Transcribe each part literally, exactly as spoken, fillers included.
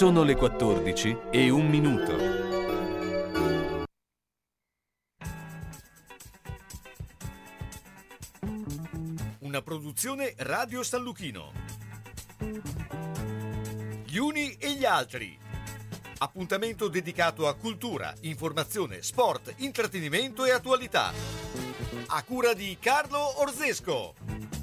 Sono le quattordici e un minuto. Una produzione Radio San Luchino. Gli uni e gli altri. Appuntamento dedicato a cultura, informazione, sport, intrattenimento e attualità. A cura di Carlo Orzesco.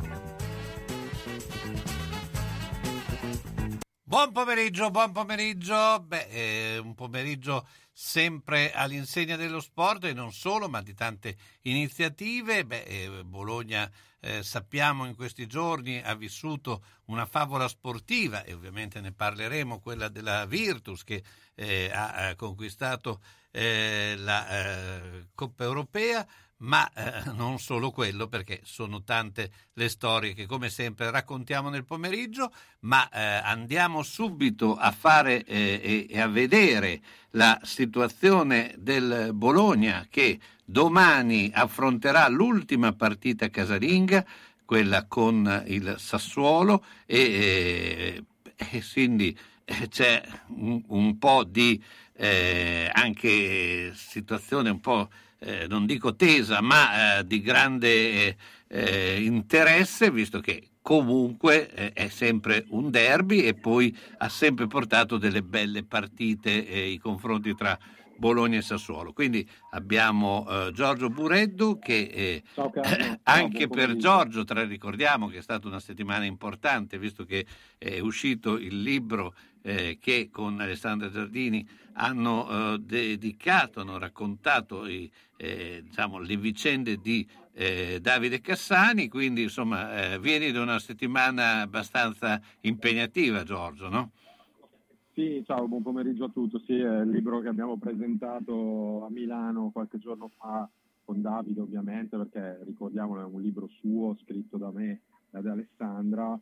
Buon pomeriggio, buon pomeriggio. Beh, eh, un pomeriggio sempre all'insegna dello sport e non solo, ma di tante iniziative. Beh, eh, Bologna, eh, sappiamo, in questi giorni ha vissuto una favola sportiva e ovviamente ne parleremo, quella della Virtus che eh, ha, ha conquistato eh, la eh, Coppa Europea. Ma eh, non solo quello, perché sono tante le storie che come sempre raccontiamo nel pomeriggio, ma eh, andiamo subito a fare eh, e a vedere la situazione del Bologna che domani affronterà l'ultima partita casalinga, quella con il Sassuolo, e, e, e quindi eh, c'è un, un po' di eh, anche situazione un po' Eh, non dico tesa, ma eh, di grande eh, interesse, visto che comunque eh, è sempre un derby e poi ha sempre portato delle belle partite eh, i confronti tra Bologna e Sassuolo. Quindi abbiamo eh, Giorgio Bureddu che eh, Ciao Carlo. anche Ciao, per Giorgio, tra, ricordiamo che è stata una settimana importante, visto che è uscito il libro eh, che con Alessandra Giardini hanno eh, dedicato, hanno raccontato i, eh, diciamo, le vicende di eh, Davide Cassani, quindi insomma eh, vieni da una settimana abbastanza impegnativa, Giorgio, no? Sì, ciao, buon pomeriggio a tutti. Sì, è il libro che abbiamo presentato a Milano qualche giorno fa con Davide, ovviamente, perché ricordiamolo, è un libro suo scritto da me e da Alessandra.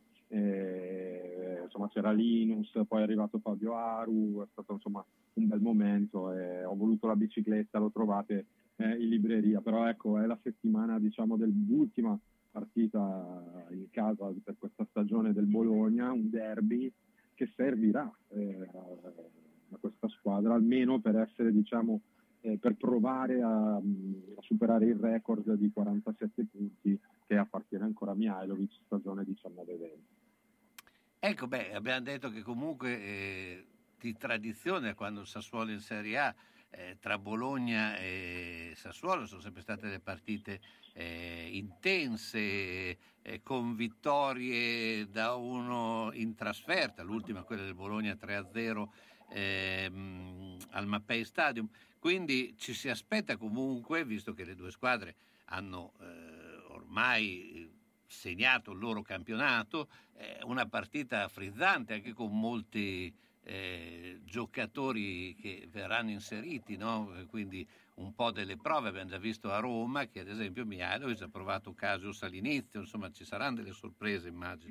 E, insomma, c'era Linus, poi è arrivato Fabio Aru, è stato insomma un bel momento e ho voluto la bicicletta, lo trovate eh, in libreria, però ecco, è la settimana, diciamo, dell'ultima partita in casa per questa stagione del Bologna, un derby che servirà eh, a questa squadra almeno per essere, diciamo, eh, per provare a, a superare il record di quarantasette punti che appartiene ancora a Mihajlovic, stagione diciannove venti. Ecco, beh, abbiamo detto che comunque eh, di tradizione, quando il Sassuolo in Serie A, eh, tra Bologna e Sassuolo sono sempre state le partite eh, intense, eh, con vittorie da uno in trasferta, l'ultima quella del Bologna tre a zero ehm, al Mapei Stadium. Quindi ci si aspetta comunque, visto che le due squadre hanno eh, ormai segnato il loro campionato, eh, una partita frizzante anche con molti eh, giocatori che verranno inseriti, no? Quindi un po' delle prove abbiamo già visto a Roma che ad esempio Mihajlovic ha provato Casius all'inizio, insomma ci saranno delle sorprese, immagino.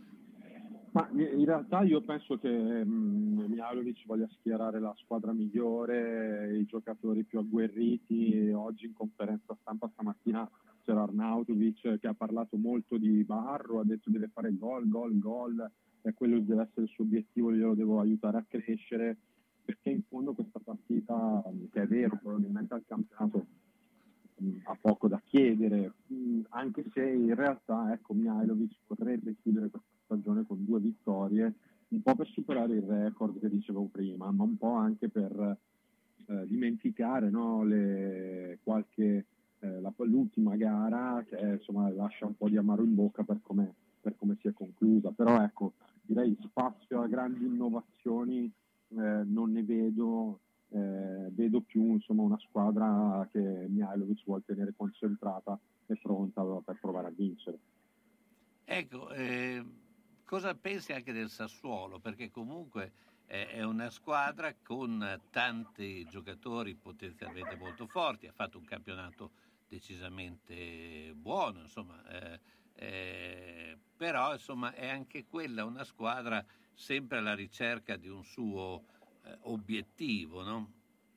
Ma in realtà io penso che um, Mihajlovic voglia schierare la squadra migliore, i giocatori più agguerriti. Oggi in conferenza stampa stamattina c'era Arnautovic che ha parlato molto di Barro, ha detto deve fare gol, gol, gol, e quello deve essere il suo obiettivo, glielo devo aiutare a crescere, perché in fondo questa partita, che è vero, probabilmente al campionato ha poco da chiedere, anche se in realtà ecco Mihajlovic vorrebbe chiudere questa stagione con due vittorie, un po' per superare il record che dicevo prima, ma un po' anche per eh, dimenticare, no, le, qualche eh, la, l'ultima gara che insomma lascia un po' di amaro in bocca per come, per come si è conclusa. Però ecco, direi spazio a grandi innovazioni eh, non ne vedo. Eh, vedo più insomma una squadra che Mihajlovic vuole tenere concentrata e pronta per provare a vincere. Ecco, eh, cosa pensi anche del Sassuolo? Perché comunque eh, è una squadra con tanti giocatori potenzialmente molto forti, ha fatto un campionato decisamente buono, insomma, eh, eh, però insomma è anche quella una squadra sempre alla ricerca di un suo eh, obiettivo, no?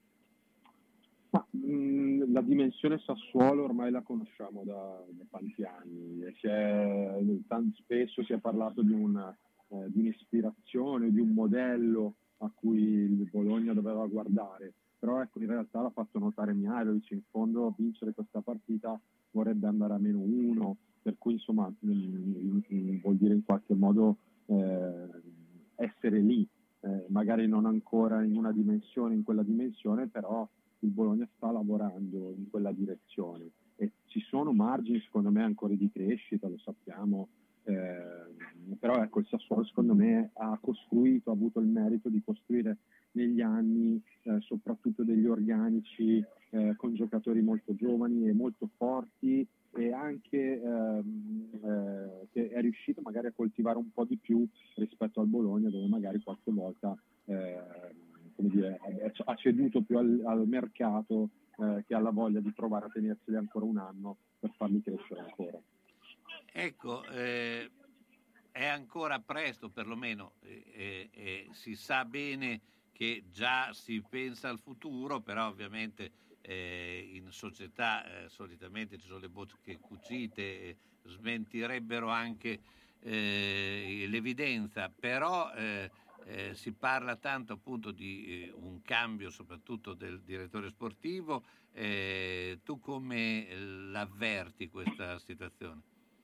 Ma, mh, la dimensione Sassuolo ormai la conosciamo da, da tanti anni, e si è, tanto spesso si è parlato di, una, eh, di un'ispirazione, di un modello a cui il Bologna doveva guardare, però ecco, in realtà l'ha fatto notare Mihajlovic, in fondo vincere questa partita vorrebbe andare a meno uno, per cui insomma mh, mh, vuol dire in qualche modo eh, essere lì, eh, magari non ancora in una dimensione, in quella dimensione, però il Bologna sta lavorando in quella direzione e ci sono margini secondo me ancora di crescita, lo sappiamo, eh, però ecco, il Sassuolo secondo me ha costruito, ha avuto il merito di costruire negli anni eh, soprattutto degli organici eh, con giocatori molto giovani e molto forti, e anche ehm, eh, che è riuscito magari a coltivare un po' di più rispetto al Bologna, dove magari qualche volta eh, come dire, ha ceduto più al, al mercato eh, che alla voglia di provare a tenerseli ancora un anno per farli crescere ancora. Ecco, eh, è ancora presto perlomeno, eh, eh, eh, si sa bene che già si pensa al futuro, però ovviamente eh, in società eh, solitamente ci sono le bocche cucite, eh, smentirebbero anche eh, l'evidenza, però eh, eh, si parla tanto appunto di eh, un cambio soprattutto del direttore sportivo. Eh, tu come l'avverti questa situazione?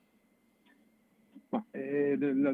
Ma, eh, la,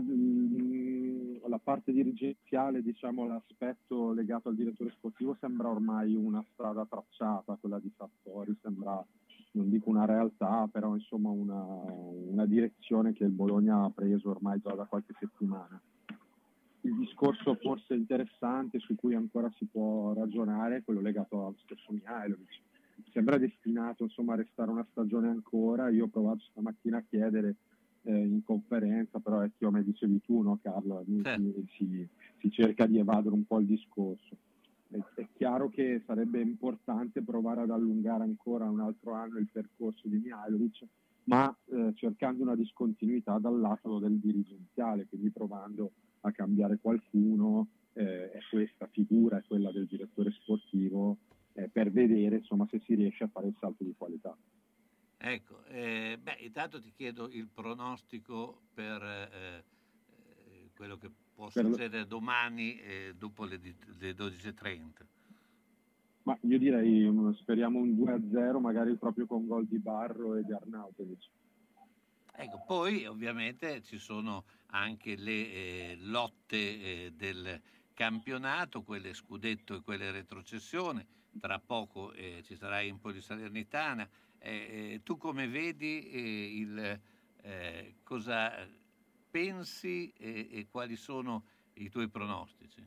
la parte dirigenziale, diciamo l'aspetto legato al direttore sportivo sembra ormai una strada tracciata, quella di Sartori, sembra, non dico una realtà, però insomma una, una direzione che il Bologna ha preso ormai già da qualche settimana. Il discorso forse interessante su cui ancora si può ragionare è quello legato allo stesso Mihajlovic. Sembra destinato insomma a restare una stagione ancora. Io ho provato stamattina a chiedere eh, in conferenza, però è come dicevi tu, no Carlo, si, si, si cerca di evadere un po' il discorso. È, è chiaro che sarebbe importante provare ad allungare ancora un altro anno il percorso di Mihajlovic, ma eh, cercando una discontinuità dal lato del dirigenziale, quindi provando a cambiare qualcuno, eh, e questa figura è quella del direttore sportivo, eh, per vedere insomma se si riesce a fare il salto di qualità. Ecco, eh, beh, intanto ti chiedo il pronostico per eh, eh, quello che può per succedere lo... domani eh, dopo le, le dodici e trenta. Ma io direi speriamo un due a zero, magari proprio con gol di Barro e di Arnautovic. Ecco, poi ovviamente ci sono anche le eh, lotte eh, del campionato, quelle scudetto e quelle retrocessione. Tra poco eh, ci sarà Empoli Salernitana. Eh, eh, tu come vedi eh, il, eh, cosa pensi e, e quali sono i tuoi pronostici?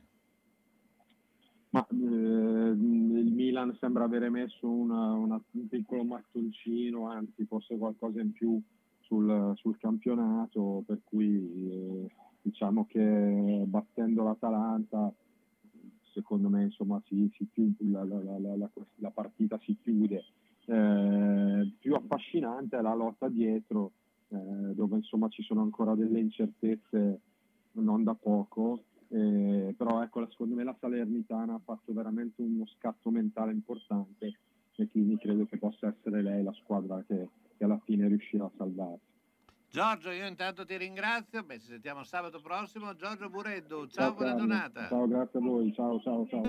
Ma eh, il Milan sembra avere messo una, una, un piccolo mattoncino, anzi forse qualcosa in più sul, sul campionato, per cui eh, diciamo che battendo l'Atalanta secondo me insomma si, si chiude, la, la, la, la, la partita si chiude. Eh, più affascinante è la lotta dietro, eh, dove insomma ci sono ancora delle incertezze non da poco, eh, però ecco, secondo me la Salernitana ha fatto veramente uno scatto mentale importante e quindi credo che possa essere lei la squadra che, che alla fine riuscirà a salvarsi. Giorgio, io intanto ti ringrazio. Beh, ci sentiamo sabato prossimo. Giorgio Bureddu, ciao, Ciao, buona giornata. Ciao, grazie a voi, ciao ciao ciao.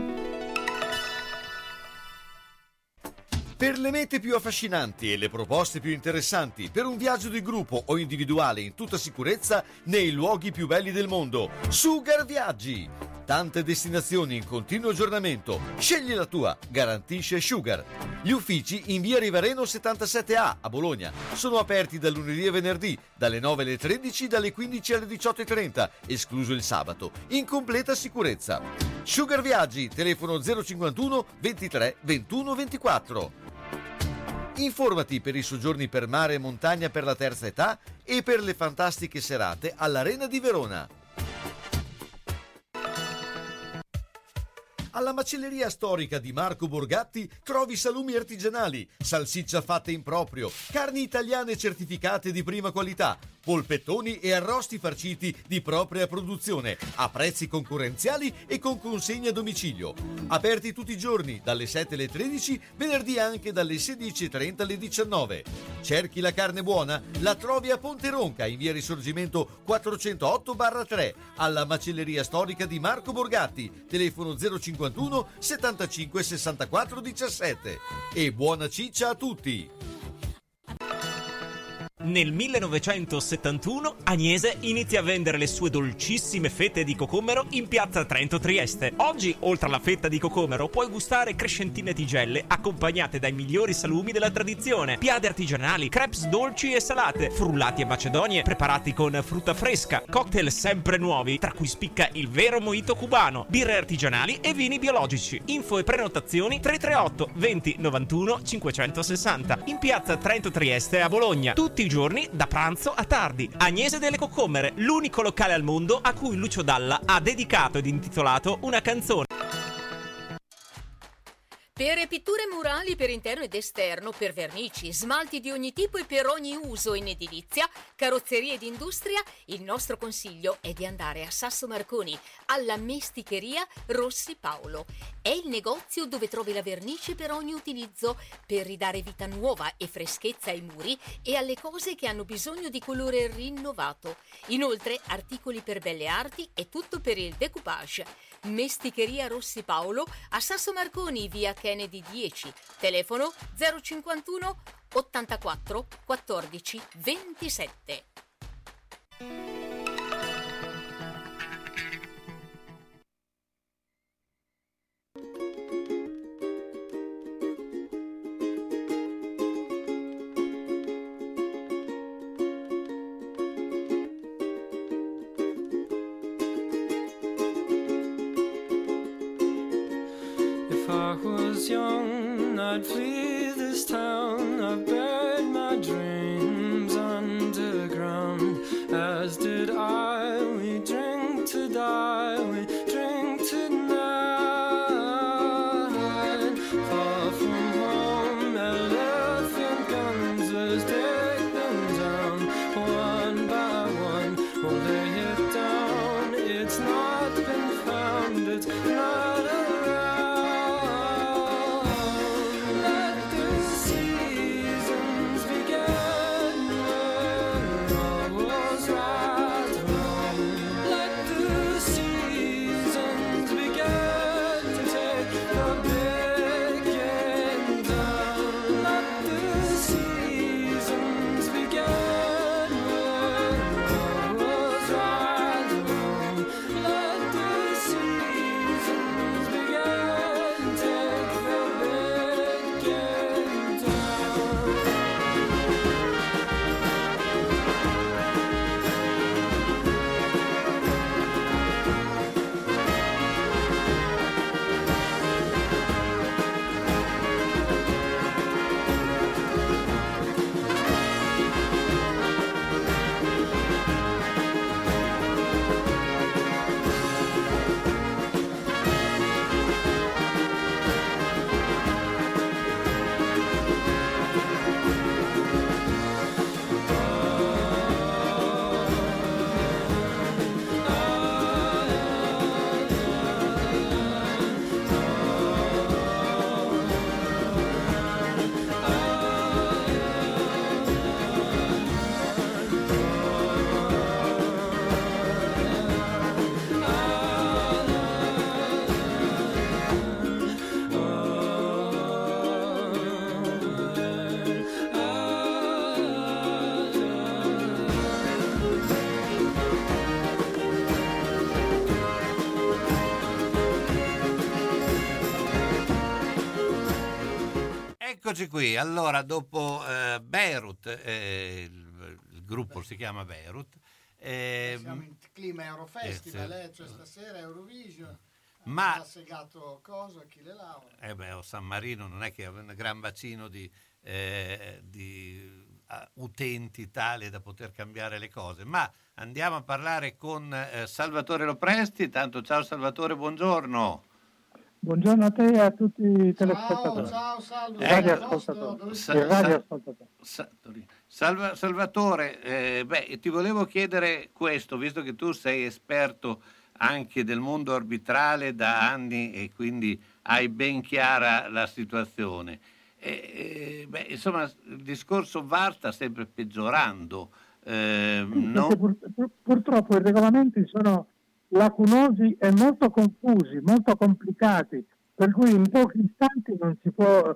Per le mete più affascinanti e le proposte più interessanti per un viaggio di gruppo o individuale in tutta sicurezza nei luoghi più belli del mondo, Sugar Viaggi. Tante destinazioni in continuo aggiornamento. Scegli la tua, garantisce Sugar. Gli uffici in via Rivareno settantasette A a Bologna sono aperti dal lunedì e venerdì, dalle nove alle tredici, dalle quindici alle diciotto e trenta, escluso il sabato, in completa sicurezza. Sugar Viaggi, telefono zero cinquantuno ventitré ventuno ventiquattro. Informati per i soggiorni per mare e montagna per la terza età e per le fantastiche serate all'Arena di Verona. Alla macelleria storica di Marco Borgatti trovi salumi artigianali, salsiccia fatta in proprio, carni italiane certificate di prima qualità, polpettoni e arrosti farciti di propria produzione, a prezzi concorrenziali e con consegna a domicilio. Aperti tutti i giorni, dalle sette alle tredici, venerdì anche dalle sedici e trenta alle diciannove. Cerchi la carne buona? La trovi a Ponte Ronca, in via Risorgimento quattrocentootto tre, alla macelleria storica di Marco Borgatti, telefono zero cinquantuno settantacinque sessantaquattro diciassette. E buona ciccia a tutti! Nel millenovecentosettantuno Agnese inizia a vendere le sue dolcissime fette di cocomero in piazza Trento Trieste. Oggi, oltre alla fetta di cocomero, puoi gustare crescentine tigelle accompagnate dai migliori salumi della tradizione, piade artigianali, crepes dolci e salate, frullati e macedonie preparati con frutta fresca, cocktail sempre nuovi, tra cui spicca il vero mojito cubano, birre artigianali e vini biologici. Info e prenotazioni tre tre otto venti novantuno cinquecentosessanta in piazza Trento Trieste a Bologna. Tutti i giorni da pranzo a tardi. Agnese delle Cocomere, l'unico locale al mondo a cui Lucio Dalla ha dedicato ed intitolato una canzone. Per pitture murali per interno ed esterno, per vernici, smalti di ogni tipo e per ogni uso in edilizia, carrozzerie ed industria, il nostro consiglio è di andare a Sasso Marconi, alla Mesticheria Rossi Paolo. È il negozio dove trovi la vernice per ogni utilizzo, per ridare vita nuova e freschezza ai muri e alle cose che hanno bisogno di colore rinnovato. Inoltre, articoli per belle arti e tutto per il decoupage. Mesticheria Rossi Paolo a Sasso Marconi, via Kennedy dieci, telefono zero cinquantuno ottantaquattro quattordici ventisette. I was young, I'd flee this town. I buried my dreams underground. As did I, we drink to die, we drink tonight. Far from home, elephant guns, let's take them down. One by one, we'll lay it down. It's not been found, it's not around. Eccoci qui, allora dopo eh, Beirut, eh, il, il gruppo si chiama Beirut. Eh, Siamo in clima Eurofestival, eh, eh, cioè stasera Eurovision, ma ha segato cosa, Achille Lauro. Eh beh, oh, San Marino non è che ha un gran bacino di, eh, di uh, utenti tale da poter cambiare le cose, ma andiamo a parlare con eh, Salvatore Lopresti. Tanto ciao Salvatore, buongiorno. Buongiorno a te e a tutti i telespettatori. Ciao, ciao, salve. Eh, radioascoltatori. Sa- Il radioascoltatore. Sa- Salva- Salvatore, eh, beh, ti volevo chiedere questo, visto che tu sei esperto anche del mondo arbitrale da anni e quindi hai ben chiara la situazione. E, e, beh, insomma, il discorso V A R sta sempre peggiorando. Eh, Sì, no? perché pur- pur- purtroppo i regolamenti sono lacunosi e molto confusi, molto complicati, per cui in pochi istanti non si può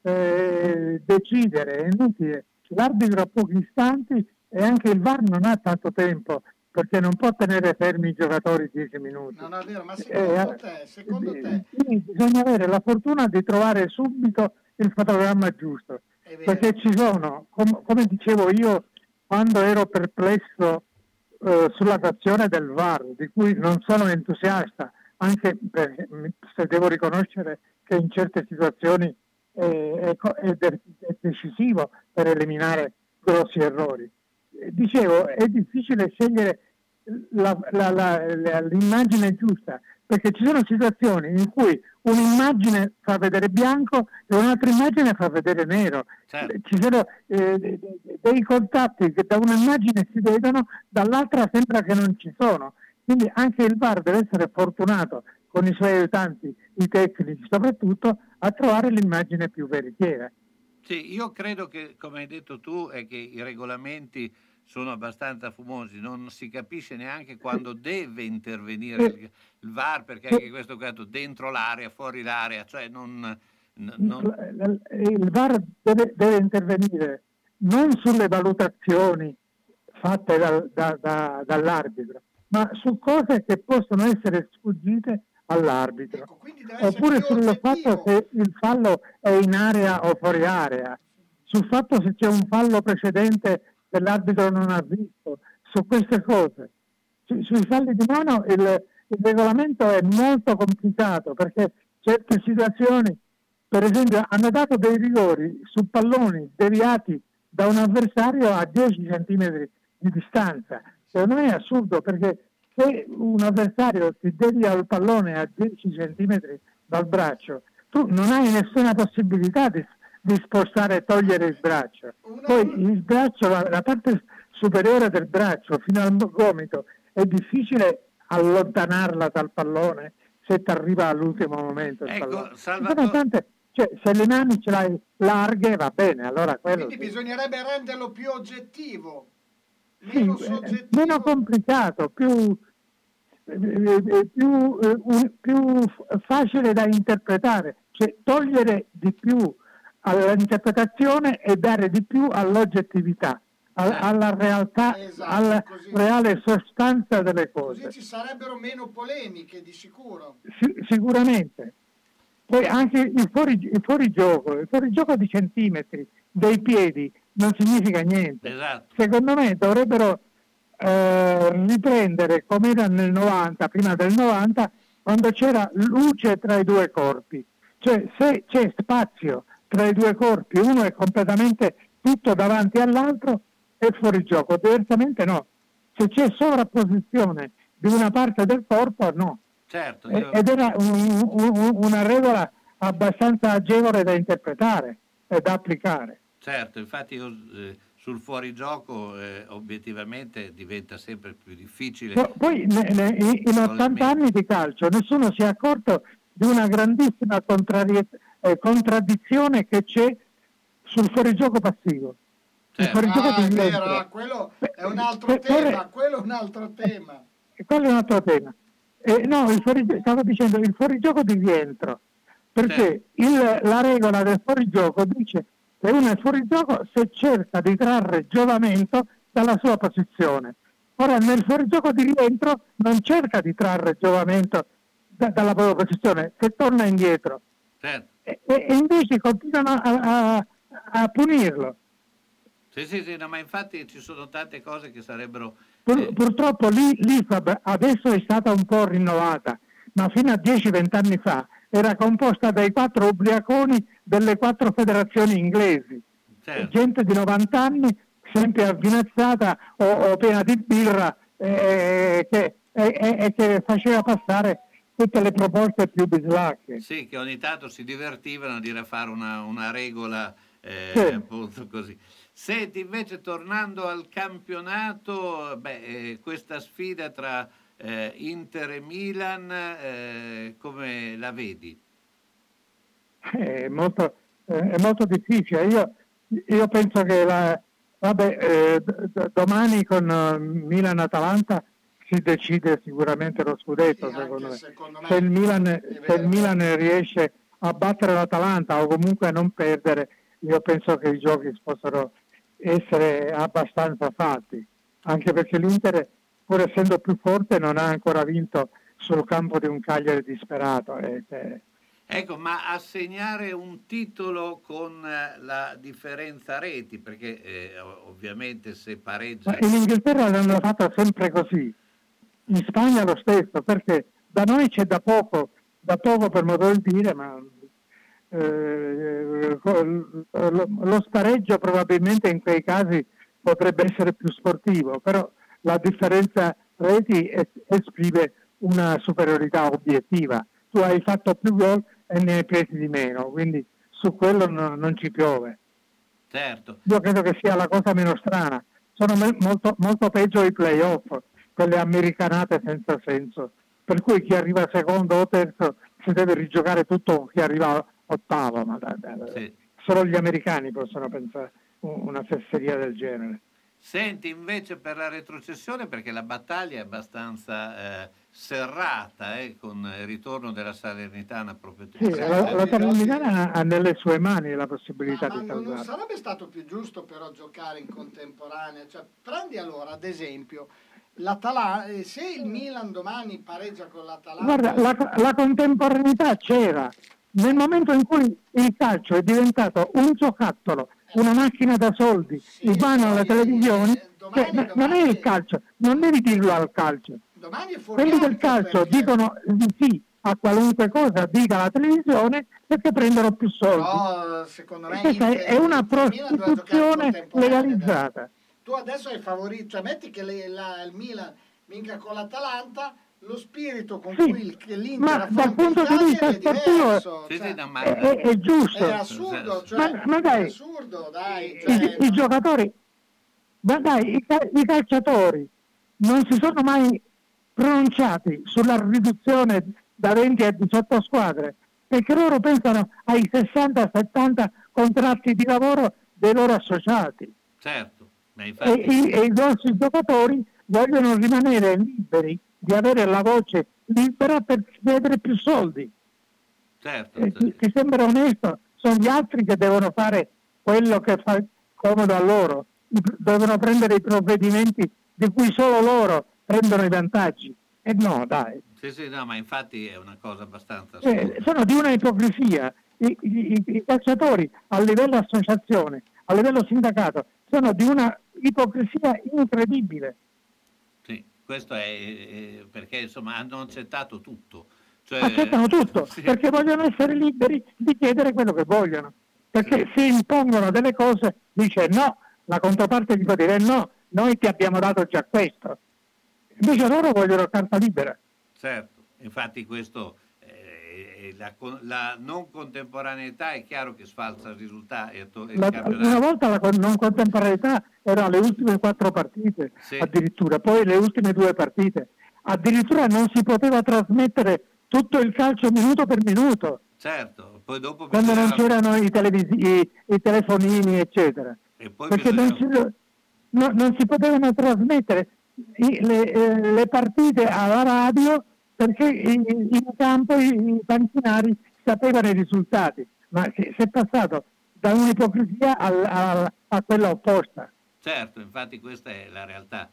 eh, decidere, è inutile. L'arbitro ha pochi istanti e anche il V A R non ha tanto tempo, perché non può tenere fermi i giocatori dieci minuti. Non è vero, ma Eh, secondo te, secondo eh, te, sì, bisogna avere la fortuna di trovare subito il fotogramma giusto, è vero, perché ci sono, com- come dicevo io quando ero perplesso eh, sulla questione del V A R, di cui non sono entusiasta, anche perché, mi- se devo riconoscere che in certe situazioni eh, è, co- è de- è decisivo per eliminare grossi errori. Eh, Dicevo, è difficile scegliere la- la- la- la- l'immagine giusta, perché ci sono situazioni in cui un'immagine fa vedere bianco e un'altra immagine fa vedere nero. Certo. Ci sono eh, de- de- dei contatti che da un'immagine si vedono, dall'altra sembra che non ci sono. Quindi anche il V A R deve essere fortunato con i suoi aiutanti, i tecnici soprattutto, a trovare l'immagine più veritiera. Sì, io credo che, come hai detto tu, è che i regolamenti sono abbastanza fumosi, non si capisce neanche quando deve intervenire il, il V A R, perché anche in questo caso dentro l'area, fuori l'area, cioè non... n- non- Il V A R deve, deve intervenire non sulle valutazioni fatte dal- da- da- dall'arbitro, ma su cose che possono essere sfuggite all'arbitro, ecco, quindi deve essere oppure più sul fatto oggettivo. se il fallo è in area o fuori area, sul fatto se c'è un fallo precedente che l'arbitro non ha visto, su queste cose. Su- sui falli di mano il, il regolamento è molto complicato, perché certe situazioni, per esempio, hanno dato dei rigori su palloni deviati da un avversario a dieci centimetri di distanza. Secondo me è assurdo, perché se un avversario ti devia il pallone a dieci centimetri dal braccio, tu non hai nessuna possibilità di, di spostare e togliere il braccio. Poi il braccio, la, la parte superiore del braccio fino al gomito, è difficile allontanarla dal pallone se ti arriva all'ultimo momento il Ecco, pallone. Ci Salvatore- sono tante, cioè, se le mani ce l'hai larghe va bene, allora quello Quindi sì. bisognerebbe renderlo più oggettivo, Sì, meno eh, soggettivo. meno complicato, più, eh, eh, più, eh, un- più f- facile da interpretare, cioè togliere di più all'interpretazione e dare di più all'oggettività, al- alla realtà, Esatto, alla così. reale sostanza delle Così cose. ci sarebbero meno polemiche di sicuro. Si- sicuramente. Poi anche il, fuori, il fuorigioco, il fuorigioco di centimetri dei piedi non significa niente. Esatto. Secondo me dovrebbero eh, riprendere come era nel novanta, prima del novanta, quando c'era luce tra i due corpi. Cioè se c'è spazio tra i due corpi, uno è completamente tutto davanti all'altro, è fuorigioco, diversamente no. Se c'è sovrapposizione di una parte del corpo, no. Certo, E- io- Ed era un- un- una regola abbastanza agevole da interpretare e da applicare. certo, infatti io, eh, sul fuorigioco eh, obiettivamente diventa sempre più difficile. Po- Poi ne- ne- in in ottanta anni di calcio nessuno si è accorto di una grandissima contrarie- eh, contraddizione che c'è sul fuorigioco passivo. Il Certo. fuorigioco Ah, di è vero, rientro. ah, quello è un Per- altro per- tema, quello è un altro tema. E quello è un altro tema. Eh, no, il fuori- stavo dicendo il fuorigioco di rientro, perché il- la regola del fuorigioco dice che uno è fuorigioco se cerca di trarre giovamento dalla sua posizione. Ora nel fuorigioco di rientro non cerca di trarre giovamento da- dalla propria posizione, che torna indietro Certo. e, e- e invece continuano a, a- a punirlo. Sì, sì, sì, no, ma infatti ci sono tante cose che sarebbero... Pur- eh, purtroppo lì l'I F A B adesso è stata un po' rinnovata, ma fino a dieci venti anni fa era composta dai quattro ubriaconi delle quattro federazioni inglesi, certo. gente di novanta anni, sempre avvinazzata o, o piena di birra, eh, che, e, e- e che faceva passare tutte le proposte più bislacche. Sì, che ogni tanto si divertivano a dire a fare una, una regola, eh, Sì. appunto così. Senti, invece, tornando al campionato, beh, eh, questa sfida tra eh, Inter e Milan, eh, come la vedi? È molto, eh, è molto difficile. Io, io penso che la, vabbè, eh, d- domani con uh, Milan-Atalanta si decide sicuramente lo scudetto, Sì, secondo anche me. secondo me Se il Milan, è se vero. il Milan riesce a battere l'Atalanta o comunque a non perdere, io penso che i giochi possano essere abbastanza fatti, anche perché l'Inter, pur essendo più forte, non ha ancora vinto sul campo di un Cagliari disperato. E, eh, Ecco, ma assegnare un titolo con eh, la differenza reti, perché eh, ov- ovviamente se pareggia... ma in Inghilterra l'hanno fatto sempre così, in Spagna lo stesso, perché da noi c'è da poco, da poco per modo di dire, ma eh, lo, lo spareggio probabilmente in quei casi potrebbe essere più sportivo, però la differenza reti es- esprime una superiorità obiettiva. Tu hai fatto più gol e ne hai presi di meno, quindi su quello no- non ci piove. Certo, Io credo che sia la cosa meno strana. Sono me- molto, molto peggio i playoff, quelle americanate senza senso, per cui chi arriva secondo o terzo si deve rigiocare tutto con chi arriva ottavo, ma da- da- sì. solo gli americani possono pensare u- una fesseria del genere. Senti invece per la retrocessione, perché la battaglia è abbastanza eh, serrata, eh, con il ritorno della Salernitana proprio Sì, tre- la, tre- la Salernitana ha nelle sue mani la Ma, possibilità ma di non, non salvare. sarebbe stato più giusto però giocare in contemporanea? Cioè, prendi allora, ad esempio, l'Atalanta, se il Milan domani pareggia con l'Atalanta... Guarda, la, la contemporaneità c'era. Nel momento in cui il calcio è diventato un giocattolo, una macchina da soldi, Sì, in mano alle poi, televisioni, eh, domani- cioè, n- non domani- è il calcio, non devi dirlo al calcio. Domani è Quelli del fuorviante calcio perché... dicono di sì a qualunque cosa dica la televisione perché prendono più soldi. Però secondo me Questa Inter- è una Inter Milan doveva giocare prostituzione contemporanea, legalizzata. tu adesso hai favorito, cioè metti che le- la- il Milan vinca con l'Atalanta, lo spirito con Sì, cui il- che l'Inter ma affronta dal punto il di vista Cagliari è sportivo diverso, Sì, cioè, sì, no, ma- È, è- è giusto. è assurdo, cioè, Ma- ma dai, è assurdo, dai, I, cioè, i giocatori, ma dai, i, ca- i calciatori non si sono mai pronunciati sulla riduzione da venti a diciotto squadre, perché loro pensano ai sessanta settanta contratti di lavoro dei loro associati certo, ma e, infatti... i, e i grossi giocatori vogliono rimanere liberi di avere la voce libera per chiedere più soldi. certo, Eh, ti, ti sembra onesto? Sono gli altri che devono fare quello che fa comodo a loro, I- devono prendere i provvedimenti di cui solo loro prendono i vantaggi. E no, dai, sì, sì, no, ma infatti è una cosa abbastanza eh, assurda. sono di una ipocrisia. I, i- i calciatori a livello associazione, a livello sindacato, sono di una ipocrisia incredibile. Sì, questo è eh, perché insomma hanno accettato tutto. Cioè, Accettano tutto sì, perché vogliono essere liberi di chiedere quello che vogliono, perché si impongono delle cose, dice no, la controparte gli può dire no, noi ti abbiamo dato già questo, invece loro vogliono carta libera. certo, infatti questo eh, la, con- la non contemporaneità è chiaro che sfalsa il risultato il La- campionato. una volta la con- non contemporaneità era le ultime quattro partite Sì. addirittura, poi le ultime due partite, addirittura non si poteva trasmettere tutto il calcio minuto per minuto, Certo, poi dopo quando non bisognava- c'erano i, televisi- i, i telefonini eccetera. e poi Perché non bisognava- si, no- non si potevano trasmettere i- le, eh, le partite alla radio perché in, in campo i, i panchinari sapevano i risultati, ma si, si è passato da un'ipocrisia al- al- a quella opposta. certo, infatti questa è la realtà.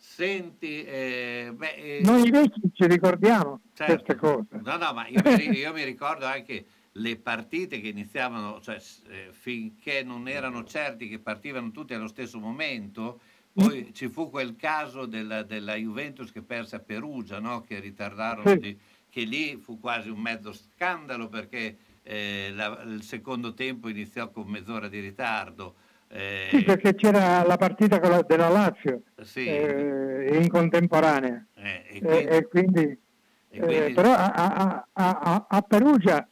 Senti, eh, beh, eh, Noi vecchi ci ricordiamo certo. queste cose. No, no, ma io mi, ri- io mi ricordo anche le partite che iniziavano, cioè s- eh, finché non erano certi che partivano tutti allo stesso momento, poi ci fu quel caso della, della Juventus che perse a Perugia, no? Che ritardarono, Sì. di- che lì fu quasi un mezzo scandalo perché eh, la- il secondo tempo iniziò con mezz'ora di ritardo. eh, Sì, perché c'era la partita con la- della Lazio sì, eh, in contemporanea eh, e e, quindi- e quindi, e quindi- eh, però a, a- a- a- a Perugia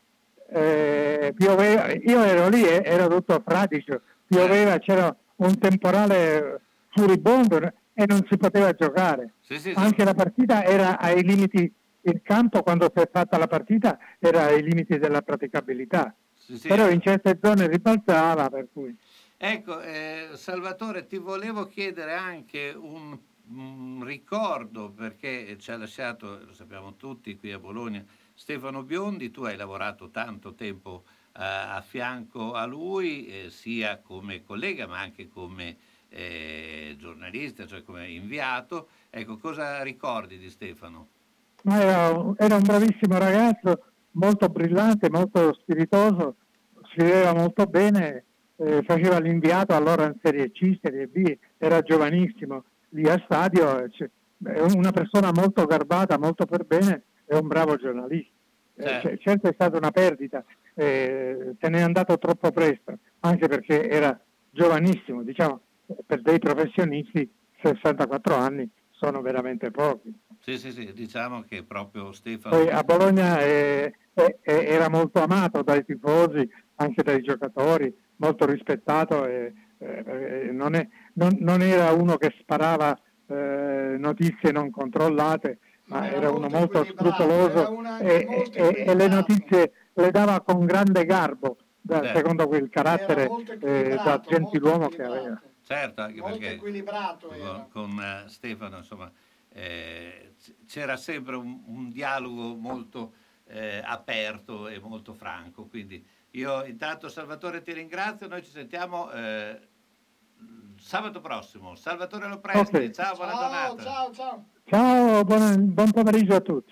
eh, pioveva, io ero lì, eh, era tutto fradicio, pioveva, c'era un temporale furibondo e non si poteva giocare. sì, sì, sì. Anche la partita era ai limiti, il campo quando si è fatta la partita era ai limiti della praticabilità. Sì, sì. Però in certe zone ribaltava, per cui... Ecco, eh, Salvatore, ti volevo chiedere anche un, un ricordo, perché ci ha lasciato, lo sappiamo tutti, qui a Bologna, Stefano Biondi. Tu hai lavorato tanto tempo eh, a fianco a lui, eh, sia come collega ma anche come eh, giornalista, cioè come inviato. Ecco, cosa ricordi di Stefano? Ma era, era un bravissimo ragazzo, molto brillante, molto spiritoso, scriveva molto bene, eh, faceva l'inviato allora in Serie C, Serie B, era giovanissimo, lì a Stadio, cioè, è una persona molto garbata, molto per bene, è un bravo giornalista. Certo. Eh, certo è stata una perdita, eh, se n'è andato troppo presto, anche perché era giovanissimo, diciamo, per dei professionisti sessantaquattro anni sono veramente pochi. Sì, sì, sì, diciamo che proprio Stefano... Poi a Bologna è, è, è, era molto amato dai tifosi, anche dai giocatori, molto rispettato e eh, non, è, non, non era uno che sparava eh, notizie non controllate, ma era, era uno molto scrupoloso e, molto e, e le notizie le dava con grande garbo, da, secondo quel carattere eh, da gentiluomo che aveva. Certo, anche molto perché equilibrato con, era. con uh, Stefano, insomma, eh, c'era sempre un, un dialogo molto eh, aperto e molto franco. Quindi io intanto, Salvatore, ti ringrazio. Noi ci sentiamo eh, sabato prossimo. Salvatore Lopresti, Okay. ciao, buona Ciao, giornata. ciao, ciao. Ciao, buon, buon pomeriggio a tutti.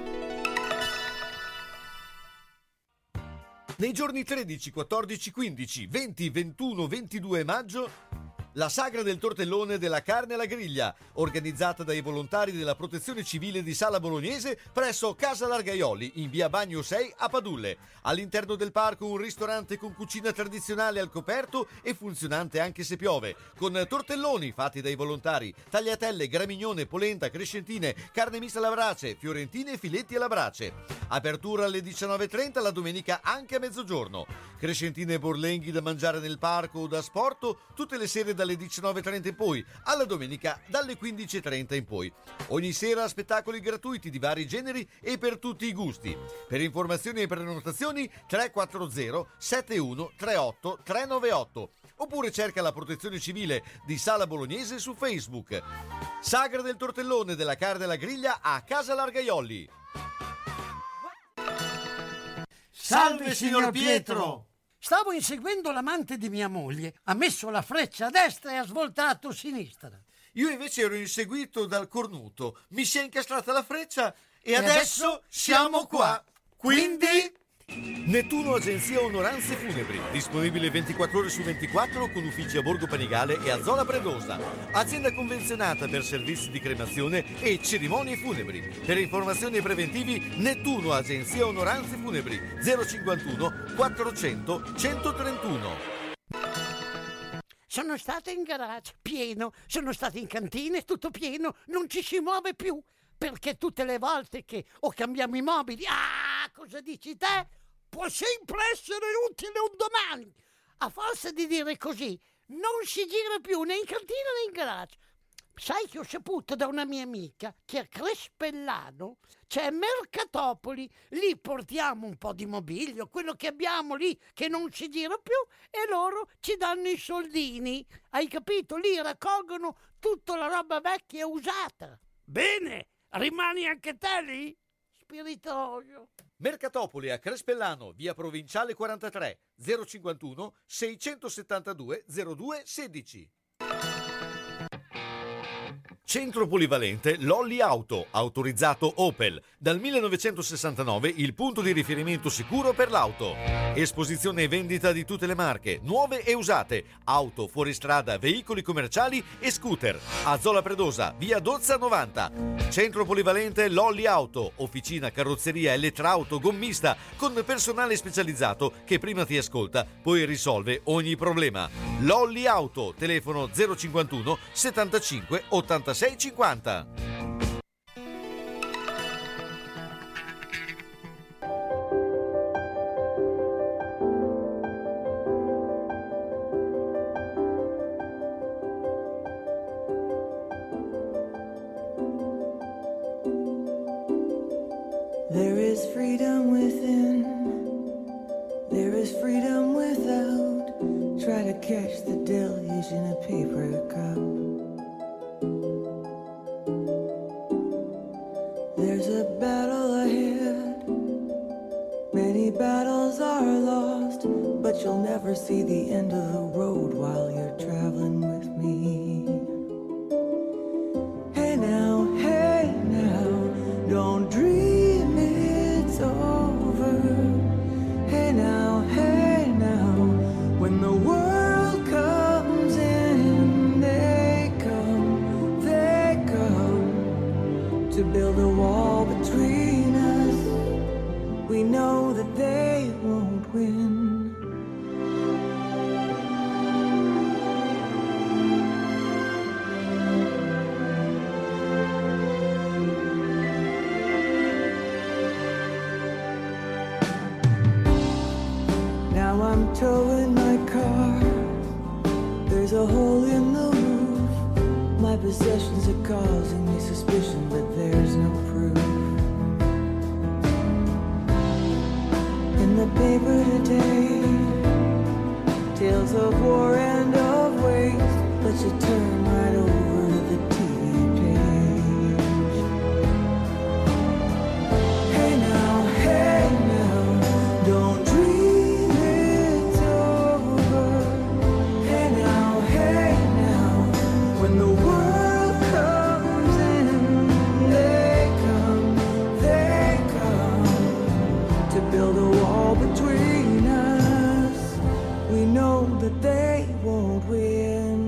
Nei giorni tredici, quattordici, quindici, venti, ventuno, ventidue maggio, la sagra del tortellone della carne alla griglia, organizzata dai volontari della Protezione Civile di Sala Bolognese presso Casa Largaioli in via Bagno sei a Padulle. All'interno del parco un ristorante con cucina tradizionale al coperto e funzionante anche se piove, con tortelloni fatti dai volontari, tagliatelle, gramignone, polenta, crescentine, carne mista alla brace, fiorentine e filetti alla brace. Apertura alle diciannove e trenta, la domenica anche a mezzogiorno. Crescentine e borlenghi da mangiare nel parco o da sport tutte le sere dalle diciannove e trenta in poi, alla domenica dalle quindici e trenta in poi. Ogni sera spettacoli gratuiti di vari generi e per tutti i gusti. Per informazioni e prenotazioni tre quattro zero sette uno tre otto tre nove otto oppure cerca la Protezione Civile di Sala Bolognese su Facebook. Sagra del tortellone della carne alla griglia a Casa Largaioli. Salve signor Pietro! Stavo inseguendo l'amante di mia moglie, ha messo la freccia a destra e ha svoltato a sinistra. Io invece ero inseguito dal cornuto, mi si è incastrata la freccia e, E adesso, adesso siamo qua. Quindi... Quindi... Nettuno Agenzia Onoranze Funebri, disponibile ventiquattro ore su ventiquattro con uffici a Borgo Panigale e a Zola Predosa. Azienda convenzionata per servizi di cremazione e cerimonie funebri. Per informazioni e preventivi Nettuno Agenzia Onoranze Funebri zero cinquantuno quattrocento centotrentuno. Sono stata in garage, pieno, sono stata in cantina, è tutto pieno, non ci si muove più, perché tutte le volte che o cambiamo i mobili, ah, cosa dici te? Può sempre essere utile un domani. A forza di dire così, non si gira più né in cantina né in garage. Sai che ho saputo da una mia amica che a Crespellano c'è Mercatopoli, lì portiamo un po' di mobilio, quello che abbiamo lì che non si gira più e loro ci danno i soldini. Hai capito? Lì raccolgono tutta la roba vecchia e usata. Bene, rimani anche te lì? Spiritoso. Mercatopoli a Crespellano, via Provinciale quarantatré, zero cinquantuno seicentosettantadue zero due sedici. Centro polivalente Lolli Auto, autorizzato Opel. Dal millenovecentosessantanove il punto di riferimento sicuro per l'auto. Esposizione e vendita di tutte le marche, nuove e usate, auto, fuoristrada, veicoli commerciali e scooter. A Zola Predosa, via Dozza novanta. Centro polivalente Lolli Auto, officina, carrozzeria, elettrauto, gommista, con personale specializzato che prima ti ascolta, poi risolve ogni problema. Lolli Auto, telefono zero cinquantuno settantacinque ottantasei cinquanta. There is freedom within. There is freedom. in a paper cup. There's a battle ahead. Many battles are lost, but you'll never see the end of the road while you're traveling with me. Hey now, hey now, don't dream it's over. Hey now, hey now, when the world comes in, they come, they come to build a wall between us. We know that they won't win. Now I'm towing my car. There's a hole in the roof. My possessions are causing me suspicion, but there's no proof. In the paper today, tales of war and of waste, but you turn right over to the T V page. Hey now, hey now, don't dream it's over. Hey now, hey now, when the world comes in, they come, they come to build a wall between us. We know that they won't win.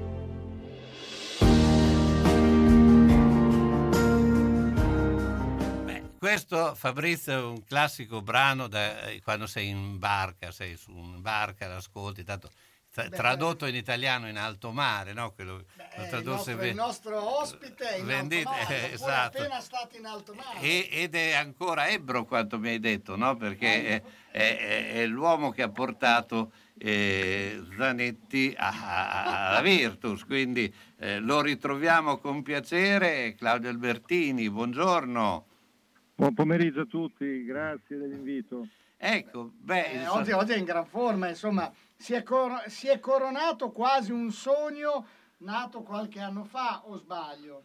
Beh, questo Fabrizio è un classico brano da eh, quando sei in barca, sei su una barca, l'ascolti, tanto tra- Beh, tradotto in italiano in alto mare, no? Quello, Beh, lo il, tradusse nostro, ve- il nostro ospite è in Vendite, alto mare, eh, pure esatto. appena stato in alto mare. E- ed è ancora ebbro quanto mi hai detto, no? Perché è, è- è- è l'uomo che ha portato eh, Zanetti a- a- alla Virtus, quindi eh, lo ritroviamo con piacere. Claudio Albertini, buongiorno. Buon pomeriggio a tutti, grazie dell'invito. Ecco, beh, Eh, insomma- oggi, oggi è in gran forma, insomma, si è, cor- si è coronato quasi un sogno nato qualche anno fa, o sbaglio?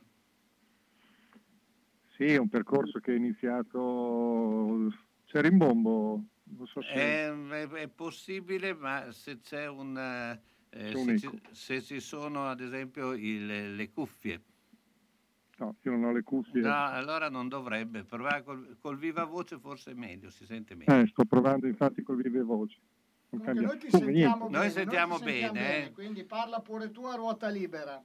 Sì, è un percorso che è iniziato, c'è Rimbombo, non so se... È, è- è possibile, ma se c'è un, eh, C'è un se, eco. ci, se ci sono ad esempio il- le cuffie. No, io non ho le cuffie. No, allora non dovrebbe. Provare col, col viva voce forse è meglio, si sente meglio. Eh, sto provando infatti col vive voce. Non Comunque cambia. noi ti Comunque, sentiamo niente. bene, Noi sentiamo ti sentiamo bene, eh. quindi parla pure tu a ruota libera.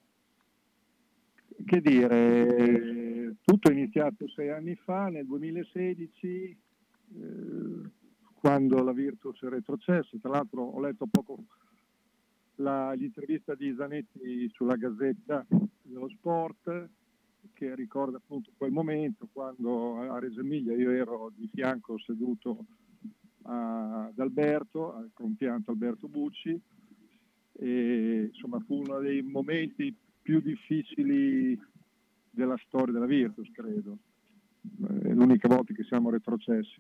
Che dire, tutto è iniziato sei anni fa, nel duemilasedici, eh, quando la Virtus è retrocessa. Tra l'altro ho letto poco la, l'intervista di Zanetti sulla Gazzetta dello Sport, che ricorda appunto quel momento quando a Reggio Emilia io ero di fianco seduto a- ad Alberto, al compianto Alberto Bucci, e insomma fu uno dei momenti più difficili della storia della Virtus, credo. È l'unica volta che siamo retrocessi.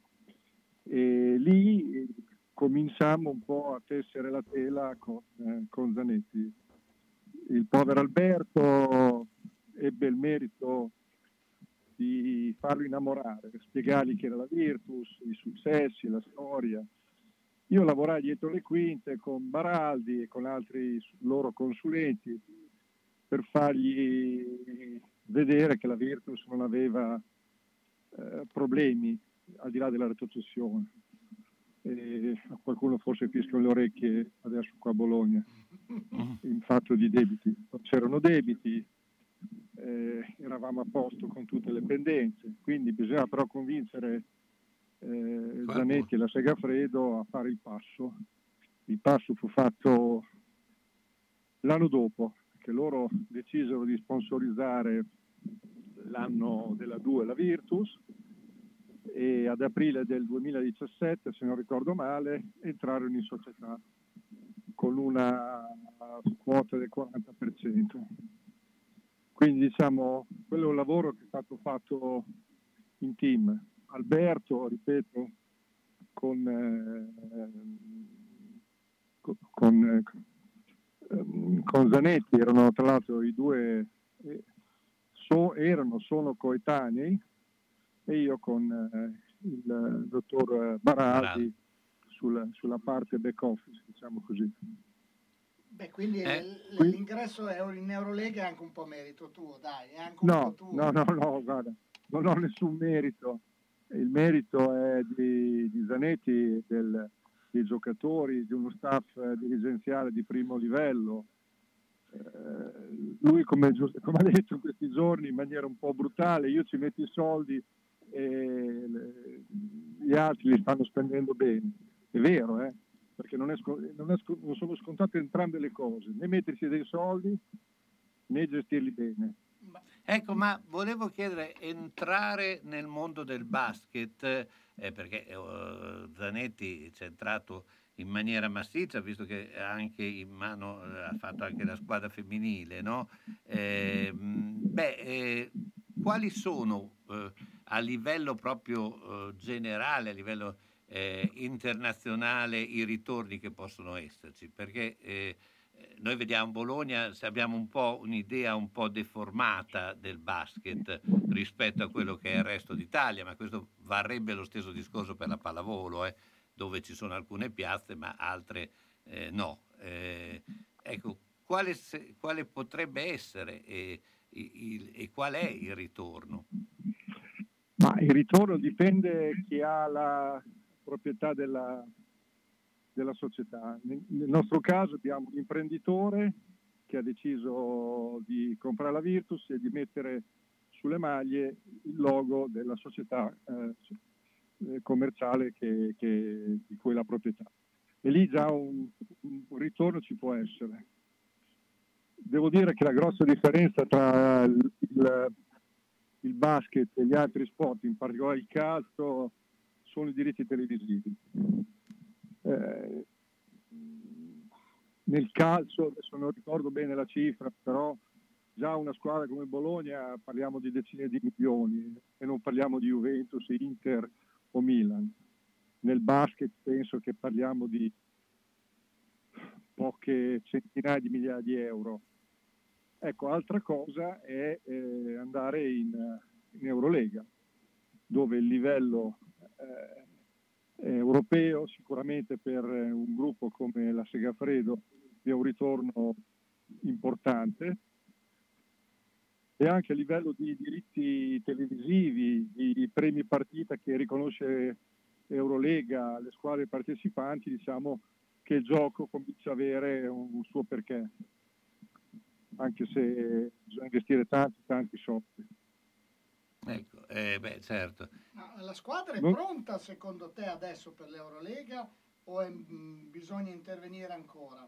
E lì cominciamo un po' a tessere la tela con, eh, con Zanetti. Il povero Alberto ebbe il merito di farlo innamorare, spiegargli che era la Virtus, i successi, la storia. Io lavorai dietro le quinte con Baraldi e con altri loro consulenti per fargli vedere che la Virtus non aveva eh, problemi al di là della retrocessione. E a qualcuno forse fischiano le orecchie adesso qua a Bologna in fatto di debiti. Non c'erano debiti, eh, eravamo a posto con tutte le pendenze, quindi bisognava però convincere eh, Zanetti e la Segafredo a fare il passo. Il passo fu fatto l'anno dopo, che loro decisero di sponsorizzare l'anno della due la Virtus, e ad aprile del duemiladiciassette, se non ricordo male, entrarono in società con una quota del quaranta per cento. Quindi diciamo, quello è un lavoro che è stato fatto in team. Alberto, ripeto, con, eh, con, con eh, con Zanetti erano tra l'altro i due, eh, so, erano, sono coetanei, e io con eh, il dottor Baraldi sulla, sulla parte back office, diciamo così. Beh, quindi Eh, l- qui- l'ingresso in Eurolega è anche un po' merito tuo, dai, è anche un No, po' tuo. no, no, no, guarda, non ho nessun merito. Il merito è di, di Zanetti, del, dei giocatori, di uno staff eh, dirigenziale di primo livello. Eh, lui, come, giust- come ha detto in questi giorni, in maniera un po' brutale, io ci metto i soldi e le- gli altri li stanno spendendo bene. È vero, eh? Perché non, è sco- non, è sco- non sono scontate entrambe le cose, né mettersi dei soldi né gestirli bene. Ecco, ma volevo chiedere, entrare nel mondo del basket, eh, perché eh, Zanetti c'è entrato in maniera massiccia, visto che anche in mano eh, ha fatto anche la squadra femminile, no? Eh, mh, beh, eh, quali sono eh, a livello proprio eh, generale, a livello eh, internazionale, i ritorni che possono esserci? Perché eh, noi vediamo Bologna, se abbiamo un po' un'idea un po' deformata del basket rispetto a quello che è il resto d'Italia, ma questo varrebbe lo stesso discorso per la pallavolo, eh, dove ci sono alcune piazze ma altre eh, no. Eh, ecco, quale, se- quale potrebbe essere e, il- e qual è il ritorno? Ma il ritorno dipende chi ha la proprietà della, della società. Nel, nel nostro caso abbiamo un imprenditore che ha deciso di comprare la Virtus e di mettere sulle maglie il logo della società eh, commerciale che, che, di cui è la proprietà. E lì già un, un ritorno ci può essere. Devo dire che la grossa differenza tra il, il il basket e gli altri sport, in particolare il calcio, sono i diritti televisivi. Eh, nel calcio, adesso non ricordo bene la cifra, però già una squadra come Bologna parliamo di decine di milioni e non parliamo di Juventus, Inter o Milan. Nel basket penso che parliamo di poche centinaia di migliaia di euro. Ecco, altra cosa è eh, andare in, in Eurolega, dove il livello eh, è europeo, sicuramente per un gruppo come la Segafredo è un ritorno importante, e anche a livello di diritti televisivi, di premi partita che riconosce Eurolega, le squadre partecipanti, diciamo che il gioco comincia ad avere un suo perché, anche se bisogna investire tanti, tanti soldi. Ecco, eh, beh, certo. Ma la squadra è No. pronta secondo te adesso per l'Eurolega o è, mh, bisogna intervenire ancora?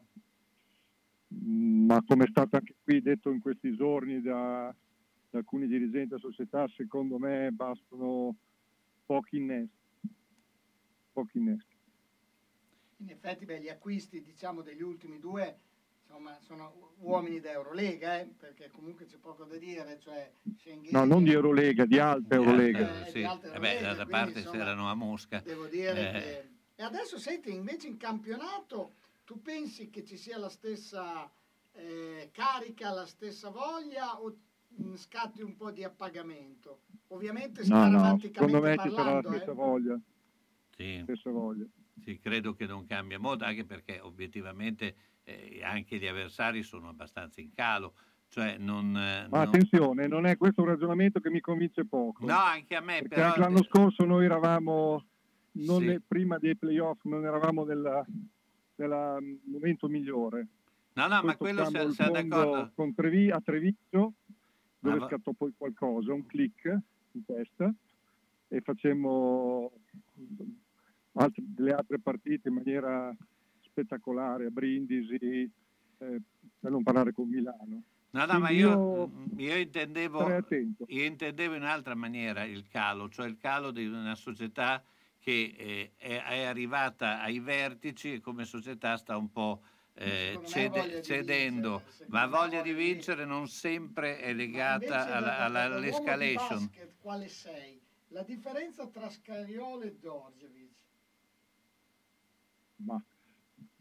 Ma come è stato anche qui detto in questi giorni da, da alcuni dirigenti della società, secondo me bastano pochi innesti. Pochi innesti. In effetti, beh, gli acquisti diciamo degli ultimi due insomma sono uomini da Eurolega, eh, perché comunque c'è poco da dire, cioè Schengen, No, non di Eurolega, di alta Eurolega. eh, Sì. di alta Eh beh, Eurolega, d'altra quindi, parte insomma, c'erano a Mosca. devo dire Eh. che... E adesso senti, invece in campionato tu pensi che ci sia la stessa eh, carica, la stessa voglia o mh, scatti un po' di appagamento? Ovviamente No, no, scaramanticamente secondo me ci sarà la parlando, stessa eh. voglia. Sì. Stessa voglia. Sì, credo che non cambia molto, anche perché obiettivamente eh, anche gli avversari sono abbastanza in calo. Cioè non, eh, Ma non- attenzione, non è questo un ragionamento che mi convince poco. No, anche a me, Perché però... anche l'anno scorso noi eravamo, non Sì. ne- prima dei playoff, non eravamo nel momento migliore. No, no, Poi ma quello toccammo se- il siamo fondo d'accordo. con Trevi, a Treviso, dove Ma va- scattò poi qualcosa, un click in testa, e facemmo altre- delle altre partite in maniera spettacolare, a Brindisi, eh, per non parlare con Milano. No, no, ma Quindi io, io intendevo, starei attento. io intendevo in altra maniera il calo, cioè il calo di una società che eh, è, è arrivata ai vertici e come società sta un po' eh, Secondo me cede- voglia di cedendo, vincere, secondo ma me voglia voglia di di vincere non sempre è Ma legata invece alla, da- alla- da- da uomo di all'escalation. basket, quale sei? La differenza tra Scariolo e Dorjevic? Ma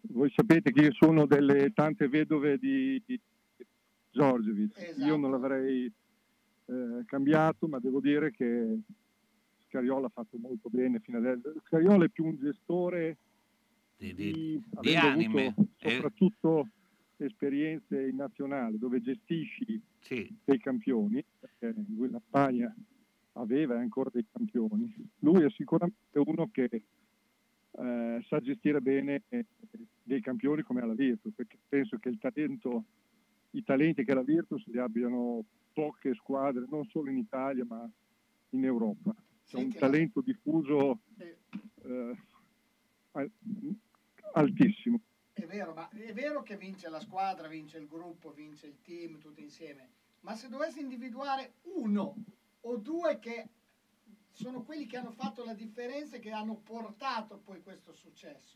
voi sapete che io sono delle tante vedove di, di Djordjevic. Esatto. Io non l'avrei eh, cambiato, ma devo dire che Scariolo ha fatto molto bene fino adesso. Scariolo è più un gestore di, di, di, di anime, avuto soprattutto eh. esperienze in nazionale dove gestisci sì. dei campioni, perché la Spagna aveva ancora dei campioni. Lui è sicuramente uno che eh, sa gestire bene dei campioni come la Virtus, perché penso che il talento, i talenti che la Virtus li abbiano poche squadre, non solo in Italia ma in Europa. C'è un talento diffuso eh, altissimo. È vero, ma è vero che vince la squadra, vince il gruppo, vince il team, tutti insieme. Ma se dovessi individuare uno o due che sono quelli che hanno fatto la differenza e che hanno portato poi questo successo?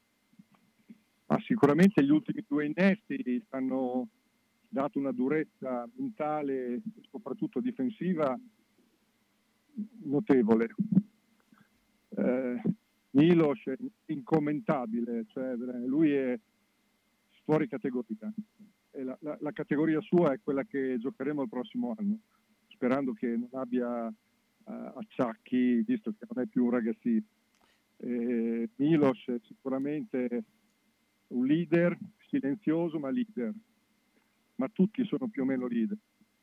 Ma sicuramente gli ultimi due innesti hanno dato una durezza mentale e soprattutto difensiva notevole. Eh, Milos è incommentabile, cioè lui è fuori categoria. E la, la, la categoria sua è quella che giocheremo il prossimo anno, sperando che non abbia uh, acciacchi, visto che non è più un ragazzino. Eh, Milos è sicuramente un leader, silenzioso ma leader, ma tutti sono più o meno leader.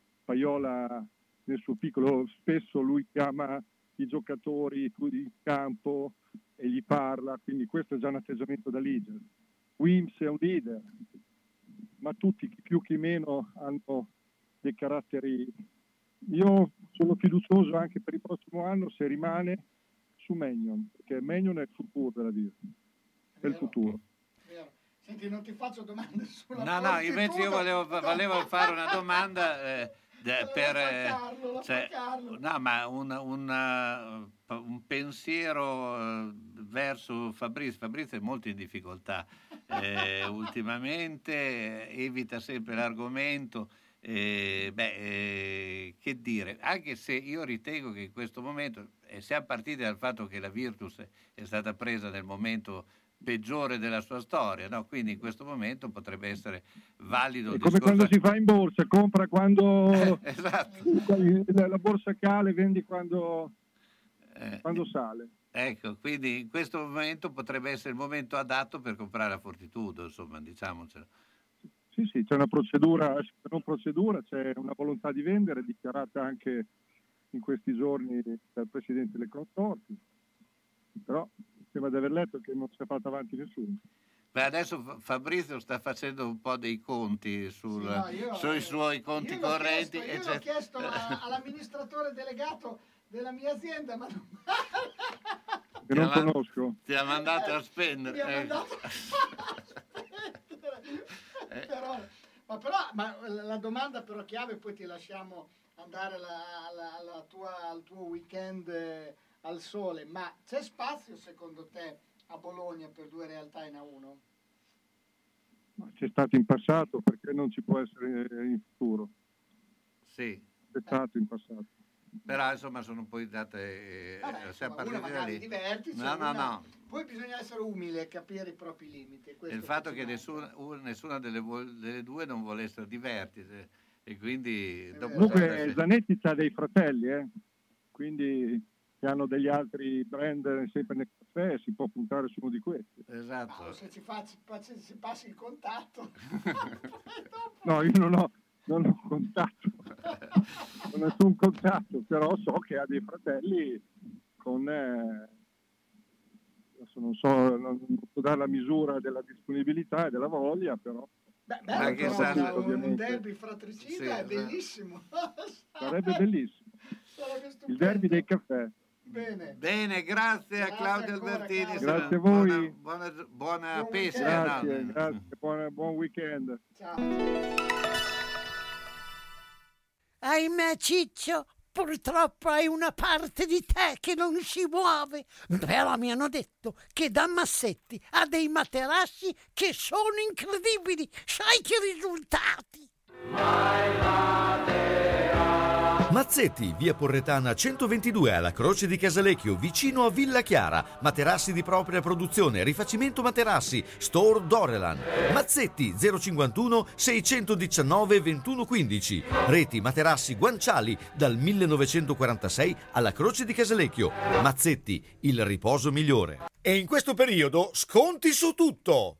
Paiola nel suo piccolo, spesso lui chiama i giocatori in campo e gli parla, quindi questo è già un atteggiamento da leader. Wims è un leader, ma tutti, chi più chi meno, hanno dei caratteri. Io sono fiducioso anche per il prossimo anno se rimane su Maignan, perché Maignan è il futuro della Virtus, è il futuro. Senti, non ti faccio domande sulla No, no, invece io volevo, volevo fare una domanda eh, de, per... Eh, Carlo, cioè, no, ma un, un, uh, un pensiero uh, verso Fabrizio. Fabrizio è molto in difficoltà eh, ultimamente, evita sempre l'argomento. Eh, beh, eh, che dire, anche se io ritengo che in questo momento, eh, siamo partiti dal fatto che la Virtus è stata presa nel momento peggiore della sua storia, no? Quindi in questo momento potrebbe essere valido. È come discorso... quando si fa in borsa, compra quando eh, esatto. la, la borsa cale, vendi quando, eh, quando sale. Ecco, quindi in questo momento potrebbe essere il momento adatto per comprare la Fortitudo, insomma, diciamocelo. Sì, sì, c'è una procedura, non procedura, c'è una volontà di vendere dichiarata anche in questi giorni dal Presidente del Consorzio, però sembra di aver letto che non si è fatto avanti nessuno. Beh, adesso Fabrizio sta facendo un po' dei conti sul, Sì, no, io, sui suoi conti io l'ho correnti. Chiesto, io eccetera. l'ho chiesto a, all'amministratore delegato della mia azienda, ma non... Che non Ti ha- conosco. Ti ha mandato a spendere. Mi ha eh. mandato a spendere. Però, ma però ma la domanda però chiave, poi ti lasciamo andare alla, alla, alla tua, al tuo weekend eh, al sole, ma c'è spazio secondo te a Bologna per due realtà in A uno? Ma c'è stato in passato, perché non ci può essere in futuro? Sì. C'è stato in passato. Però insomma sono poi date... Eh, Vabbè, siamo insomma, una partiti da magari lì. diverti, No, cioè no, una- no. Poi bisogna essere umili e capire i propri limiti. e questo Il fatto ci che manca. nessuna, un- nessuna delle, vuol- delle due non vuole essere divertiti eh, e quindi dopo Comunque sempre- Zanetti ha dei fratelli, eh? Quindi che hanno degli altri brand sempre nel caffè, si può puntare su uno di questi. Esatto. Ma se ci facci, facci- si passi il contatto. No, io non ho, non ho contatto, non ho nessun contatto, però so che ha dei fratelli con, eh, adesso non so, non so dare la misura della disponibilità e della voglia, però Beh, bello, Anche però, sa- un- un ovviamente. derby fratricida Sì, è esatto. bellissimo. sarebbe bellissimo. Sarebbe Il stupendo. derby dei caffè. Bene. Bene, grazie a Grazie Claudio ancora, Albertini. Claudio. Grazie a Buona, voi. buona, buona Buon pesca. Grazie, no? grazie, buon, buon weekend. Ciao. Ahimè, Ciccio, purtroppo hai una parte di te che non si muove. Però mi hanno detto che da Massetti ha dei materassi che sono incredibili. Sai che risultati? Mazzetti, via Porretana centoventidue alla Croce di Casalecchio, vicino a Villa Chiara. Materassi di propria produzione, rifacimento materassi, Store Dorelan. Mazzetti zero cinquantuno seicentodiciannove ventuno quindici. Reti materassi guanciali dal millenovecentoquarantasei alla Croce di Casalecchio. Mazzetti, il riposo migliore. E in questo periodo sconti su tutto.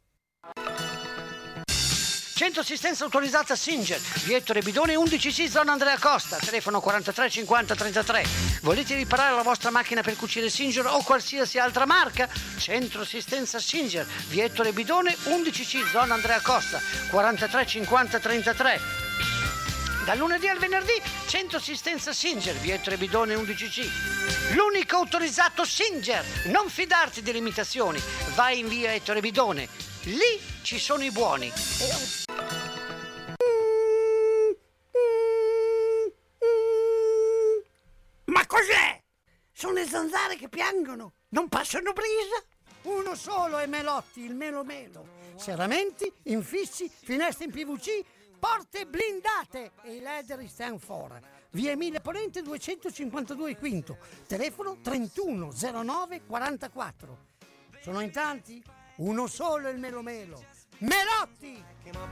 Centro assistenza autorizzata Singer, via Ettore Bidone undici C, zona Andrea Costa, telefono quarantatré cinquanta trentatré. Volete riparare la vostra macchina per cucire Singer o qualsiasi altra marca? Centro assistenza Singer, via Ettore Bidone undici C, zona Andrea Costa, quarantatré cinquanta trentatré. Dal lunedì al venerdì, Centro assistenza Singer, via Ettore Bidone undici C. L'unico autorizzato Singer. Non fidarti delle imitazioni. Vai in via Ettore Bidone. Lì ci sono i buoni. Ma cos'è? Sono le zanzare che piangono, non passano brisa. Uno solo è Melotti, il Melo Melo. Serramenti, infissi, finestre in P V C, porte blindate e i leder stand for. Via Emile Ponente duecentocinquantadue Quinto, telefono trentuno zero nove quarantaquattro. Sono in tanti? Uno solo è il Melo Melo. Melotti!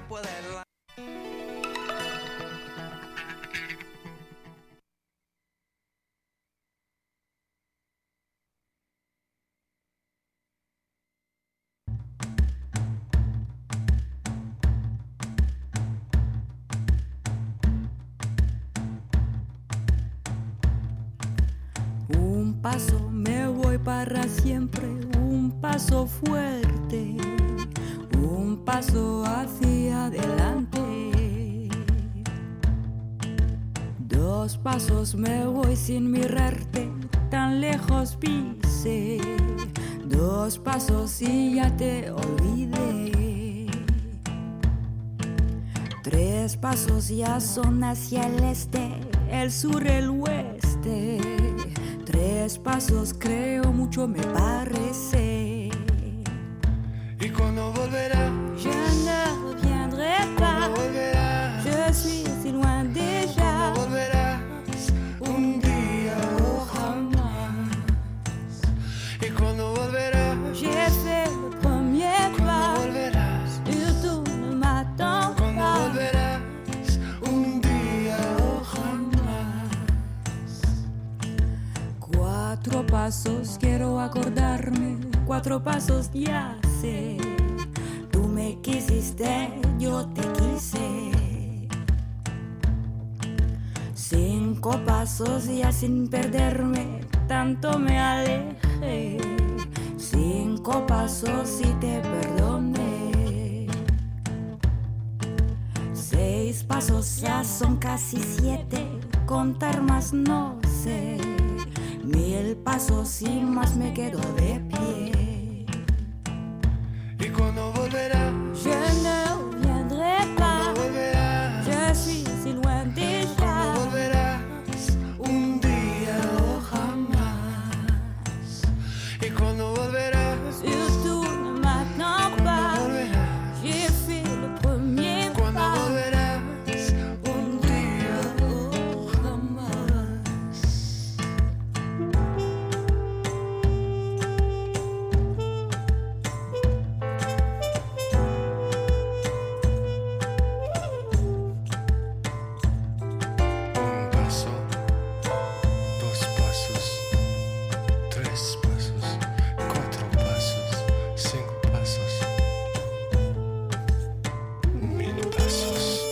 Un paso me voy para siempre, un paso fuerte, un paso hacia adelante. Dos pasos me voy sin mirarte, tan lejos pise. Dos pasos y ya te olvidé. Tres pasos ya son hacia el este, el sur, el oeste. Tres pasos creo mucho me parece. ¿Y cuando volverá? Je ne reviendrai pas. Je suis si loin déjà. ¿Cuándo volverás? Un día o jamás. ¿Y cuando volverás? J'ai fait le premier pas. ¿Cuándo volverás? Surtout ne m'attends ¿Cuándo pas. volverás? Un día o jamás. Cuatro pasos quiero acordarme, cuatro pasos ya sé. Tú me quisiste, yo te quise. Cinco pasos ya sin perderme, tanto me alejé. Cinco pasos y te perdoné. Seis pasos ya son casi siete, contar más no sé. Mil pasos y más me quedo de pie. ¿Y cuando volverá? Je ne reviendrai pas. ¿Cuándo volverás? Je suis si loin déjà. ¿Cuándo volverás? Un día o jamás. ¿Y cuando volverás? Surtout ne m'attends pas. ¿Cuándo volverás? J'ai fait le premier ¿Cuándo pas. volverás? Un día o jamás. Un paso, dos pasos, tres pasos, cuatro pasos, cinco pasos, mil pasos.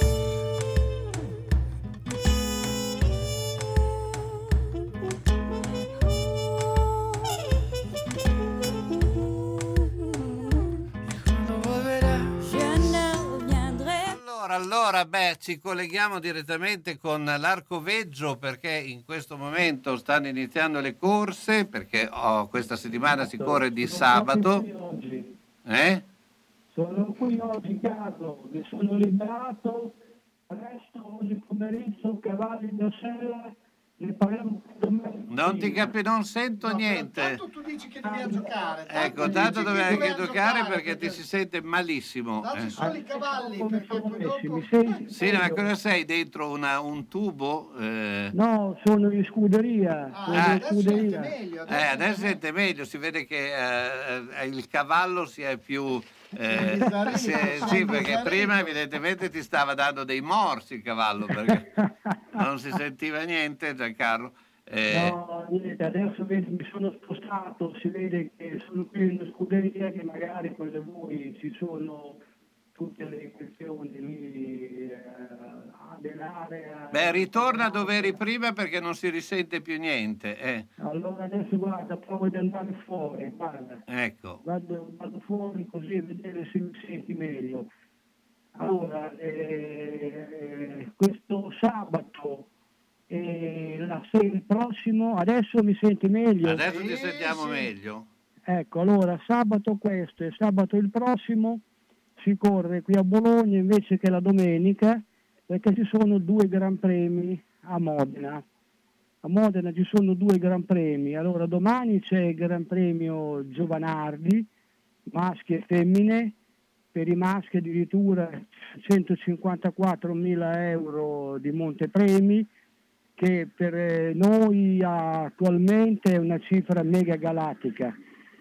¿Cuándo volverás? Je ne reviendrai. Allora, allora, beh, ci colleghiamo direttamente con l'Arcoveggio perché in questo momento stanno iniziando le corse, perché oh, questa settimana si corre di sabato. Oggi. Eh? Sono qui oggi, Carlo, mi sono liberato, presto oggi pomeriggio, cavalli da sella, Ne parliamo domani. Non ti capi, non sento No, però niente. tanto tu dici che devi giocare. Ecco, tanto dovevi anche giocare perché ti si sente malissimo. Dacci eh. solo i cavalli perché poi dopo... Mi senti? Sì, ma cosa sei dentro una- un tubo? Eh, No, sono in scuderia. Ah, sono in adesso scuderia. sente meglio. eh, adesso sente meglio, si vede che eh, eh, il cavallo si è più... eh, Bizzarrino, si è- sei sì, perché bizzarrino. prima evidentemente ti stava dando dei morsi il cavallo perché non si sentiva niente, Giancarlo. Eh, No, niente, adesso vedi, mi sono spostato, si vede che sono qui in una scuderia che magari con le voi ci sono tutte le questioni lì eh, dell'area. beh, ritorna dove eri prima perché non si risente più niente. eh. Allora adesso guarda, provo ad andare fuori, guarda, Ecco. vado, vado fuori così a vedere se mi senti meglio. Allora, eh, eh, questo sabato e la sera il prossimo, adesso mi senti meglio? Adesso ti sentiamo meglio. Ecco, allora sabato questo e sabato il prossimo si corre qui a Bologna invece che la domenica perché ci sono due gran premi a Modena. A Modena ci sono due gran premi. Allora domani c'è il gran premio Giovanardi, maschi e femmine, per i maschi addirittura centocinquantaquattromila euro di montepremi, che per eh, noi attualmente è una cifra mega galattica.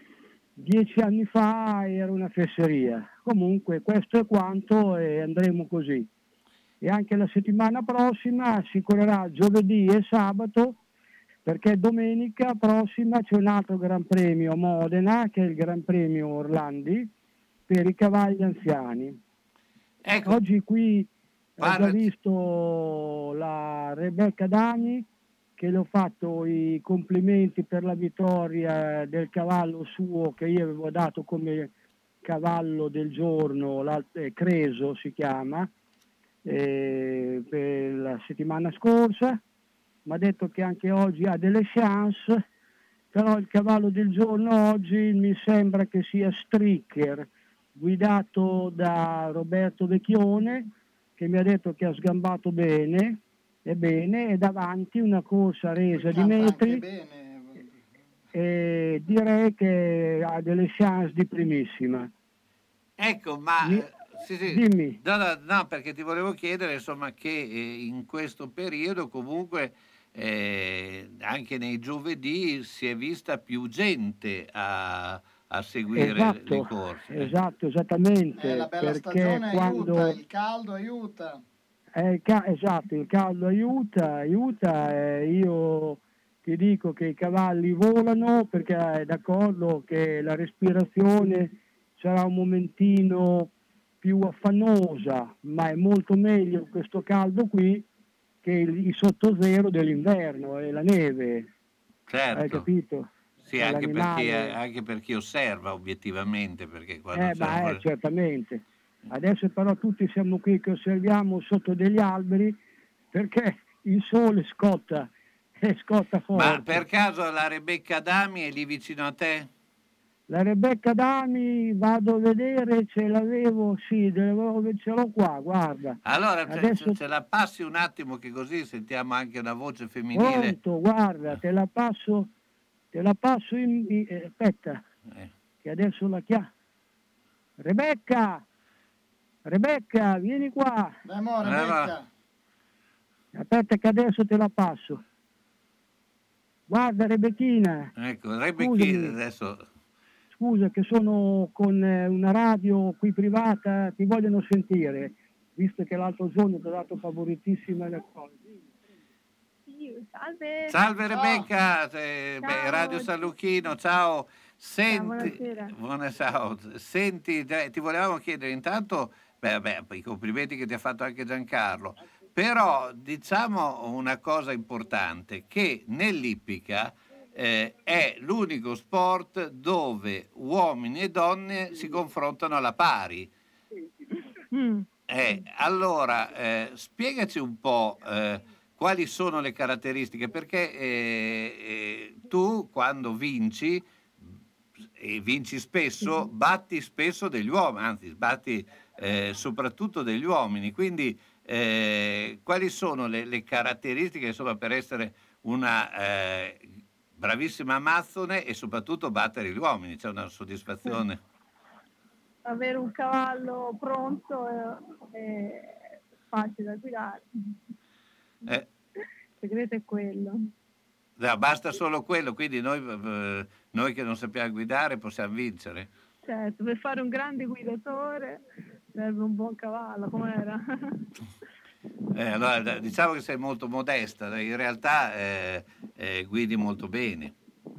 Dieci anni fa era una fesseria. Comunque questo è quanto e andremo così. E anche la settimana prossima si correrà giovedì e sabato perché domenica prossima c'è un altro Gran Premio a Modena che è il Gran Premio Orlandi per i cavalli anziani. Ecco. Oggi qui ho già Parlaci. visto la Rebecca Dani che le ho fatto i complimenti per la vittoria del cavallo suo che io avevo dato come cavallo del giorno, l'Alt- eh, Creso si chiama, eh, per la settimana scorsa. Mi ha detto che anche oggi ha delle chance, però il cavallo del giorno oggi mi sembra che sia Stricker, guidato da Roberto Vecchione, che mi ha detto che ha sgambato bene, e bene, e davanti una corsa resa di metri, e direi che ha delle chance di primissima. Ecco, ma Mi- eh, sì, sì. Dimmi. No, no, no, perché ti volevo chiedere insomma che eh, in questo periodo comunque eh, anche nei giovedì si è vista più gente a, a seguire Esatto, le corse. esatto, esattamente, Eh, la bella perché stagione quando... aiuta, il caldo aiuta. Eh, il ca- esatto, il caldo aiuta, aiuta, eh, io ti dico che i cavalli volano perché è d'accordo che la respirazione sarà un momentino più affannosa, ma è molto meglio questo caldo qui che il, il sottozero dell'inverno e la neve, Certo. hai capito? Sì, È anche per, chi, l'animale- anche per chi osserva obiettivamente, perché quando Eh, c'è un beh, po' eh, di- certamente. Adesso però tutti siamo qui che osserviamo sotto degli alberi perché il sole scotta e scotta forte. Ma per caso la Rebecca Dami è lì vicino a te? La Rebecca Dami vado a vedere, ce l'avevo, sì, devo- ce l'ho qua, guarda. Allora ce, Adesso ce la passi un attimo che così sentiamo anche una voce femminile. pronto, guarda, te la passo, te la passo in, in- eh, aspetta, Eh. che adesso la chiamo. Rebecca, Rebecca, vieni qua. Dai, mo, Eh, Rebecca. Aspetta che adesso te la passo. Guarda Rebecchina, Ecco, Rebecchina Scusami. adesso... scusa che sono con eh, una radio qui privata, ti vogliono sentire, visto che l'altro giorno ti ho dato favoritissima le cose. Salve. Salve Rebecca, eh, beh, Ciao. Radio San Lucchino, ciao. Senti, buonasera. buona- ciao. Senti, eh, ti volevamo chiedere intanto, beh, beh, i complimenti che ti ha fatto anche Giancarlo, però diciamo una cosa importante, che nell'ippica eh, è l'unico sport dove uomini e donne si confrontano alla pari. Mm. Eh, allora, eh, spiegaci un po' eh, quali sono le caratteristiche, perché eh, eh, tu quando vinci, e vinci spesso, batti spesso degli uomini, anzi sbatti eh, soprattutto degli uomini, quindi eh, quali sono le, le caratteristiche insomma, per essere una eh, bravissima amazzone e soprattutto battere gli uomini, c'è una soddisfazione. Avere un cavallo pronto è, è facile da guidare. Eh, Il segreto è quello. no, basta solo quello, quindi noi, eh, noi che non sappiamo guidare possiamo vincere. Certo, per fare un grande guidatore serve un buon cavallo, com'era? Eh, allora, d- diciamo che sei molto modesta, in realtà eh, eh, guidi molto bene.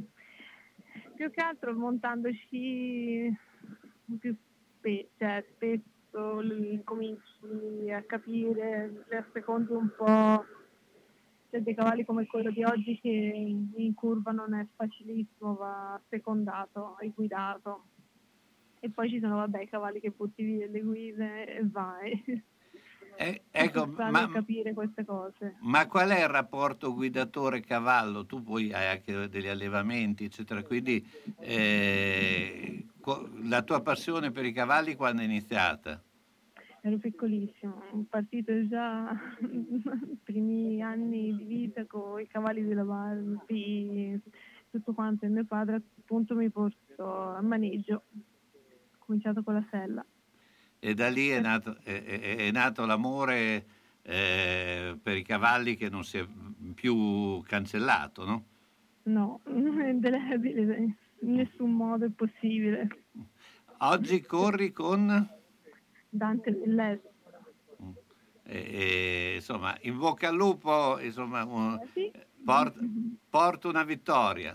Più che altro montando sci più spe- cioè, spesso l- cominci a capire, le assecondi un po'. C'è dei cavalli come quello di oggi che in curva non è facilissimo, va secondato e guidato. E poi ci sono, vabbè, i cavalli che butti via le guide e vai. Eh, ecco, Bisogna ma, capire queste cose. ma qual è il rapporto guidatore-cavallo? Tu poi hai anche degli allevamenti, eccetera, quindi eh, co- la tua passione per i cavalli quando è iniziata? Ero piccolissimo, ho partito già i primi anni di vita con i cavalli della Barbie, tutto quanto, e mio padre appunto mi portò a maneggio. Ho cominciato con la sella. E da lì è nato, è, è- è nato l'amore eh, per i cavalli che non si è più cancellato, no? No, è indelebile, in nessun modo è possibile. Oggi corri con... Dante Villese. E, e, insomma, in bocca al lupo, insomma, un- Sì. port- porta una vittoria.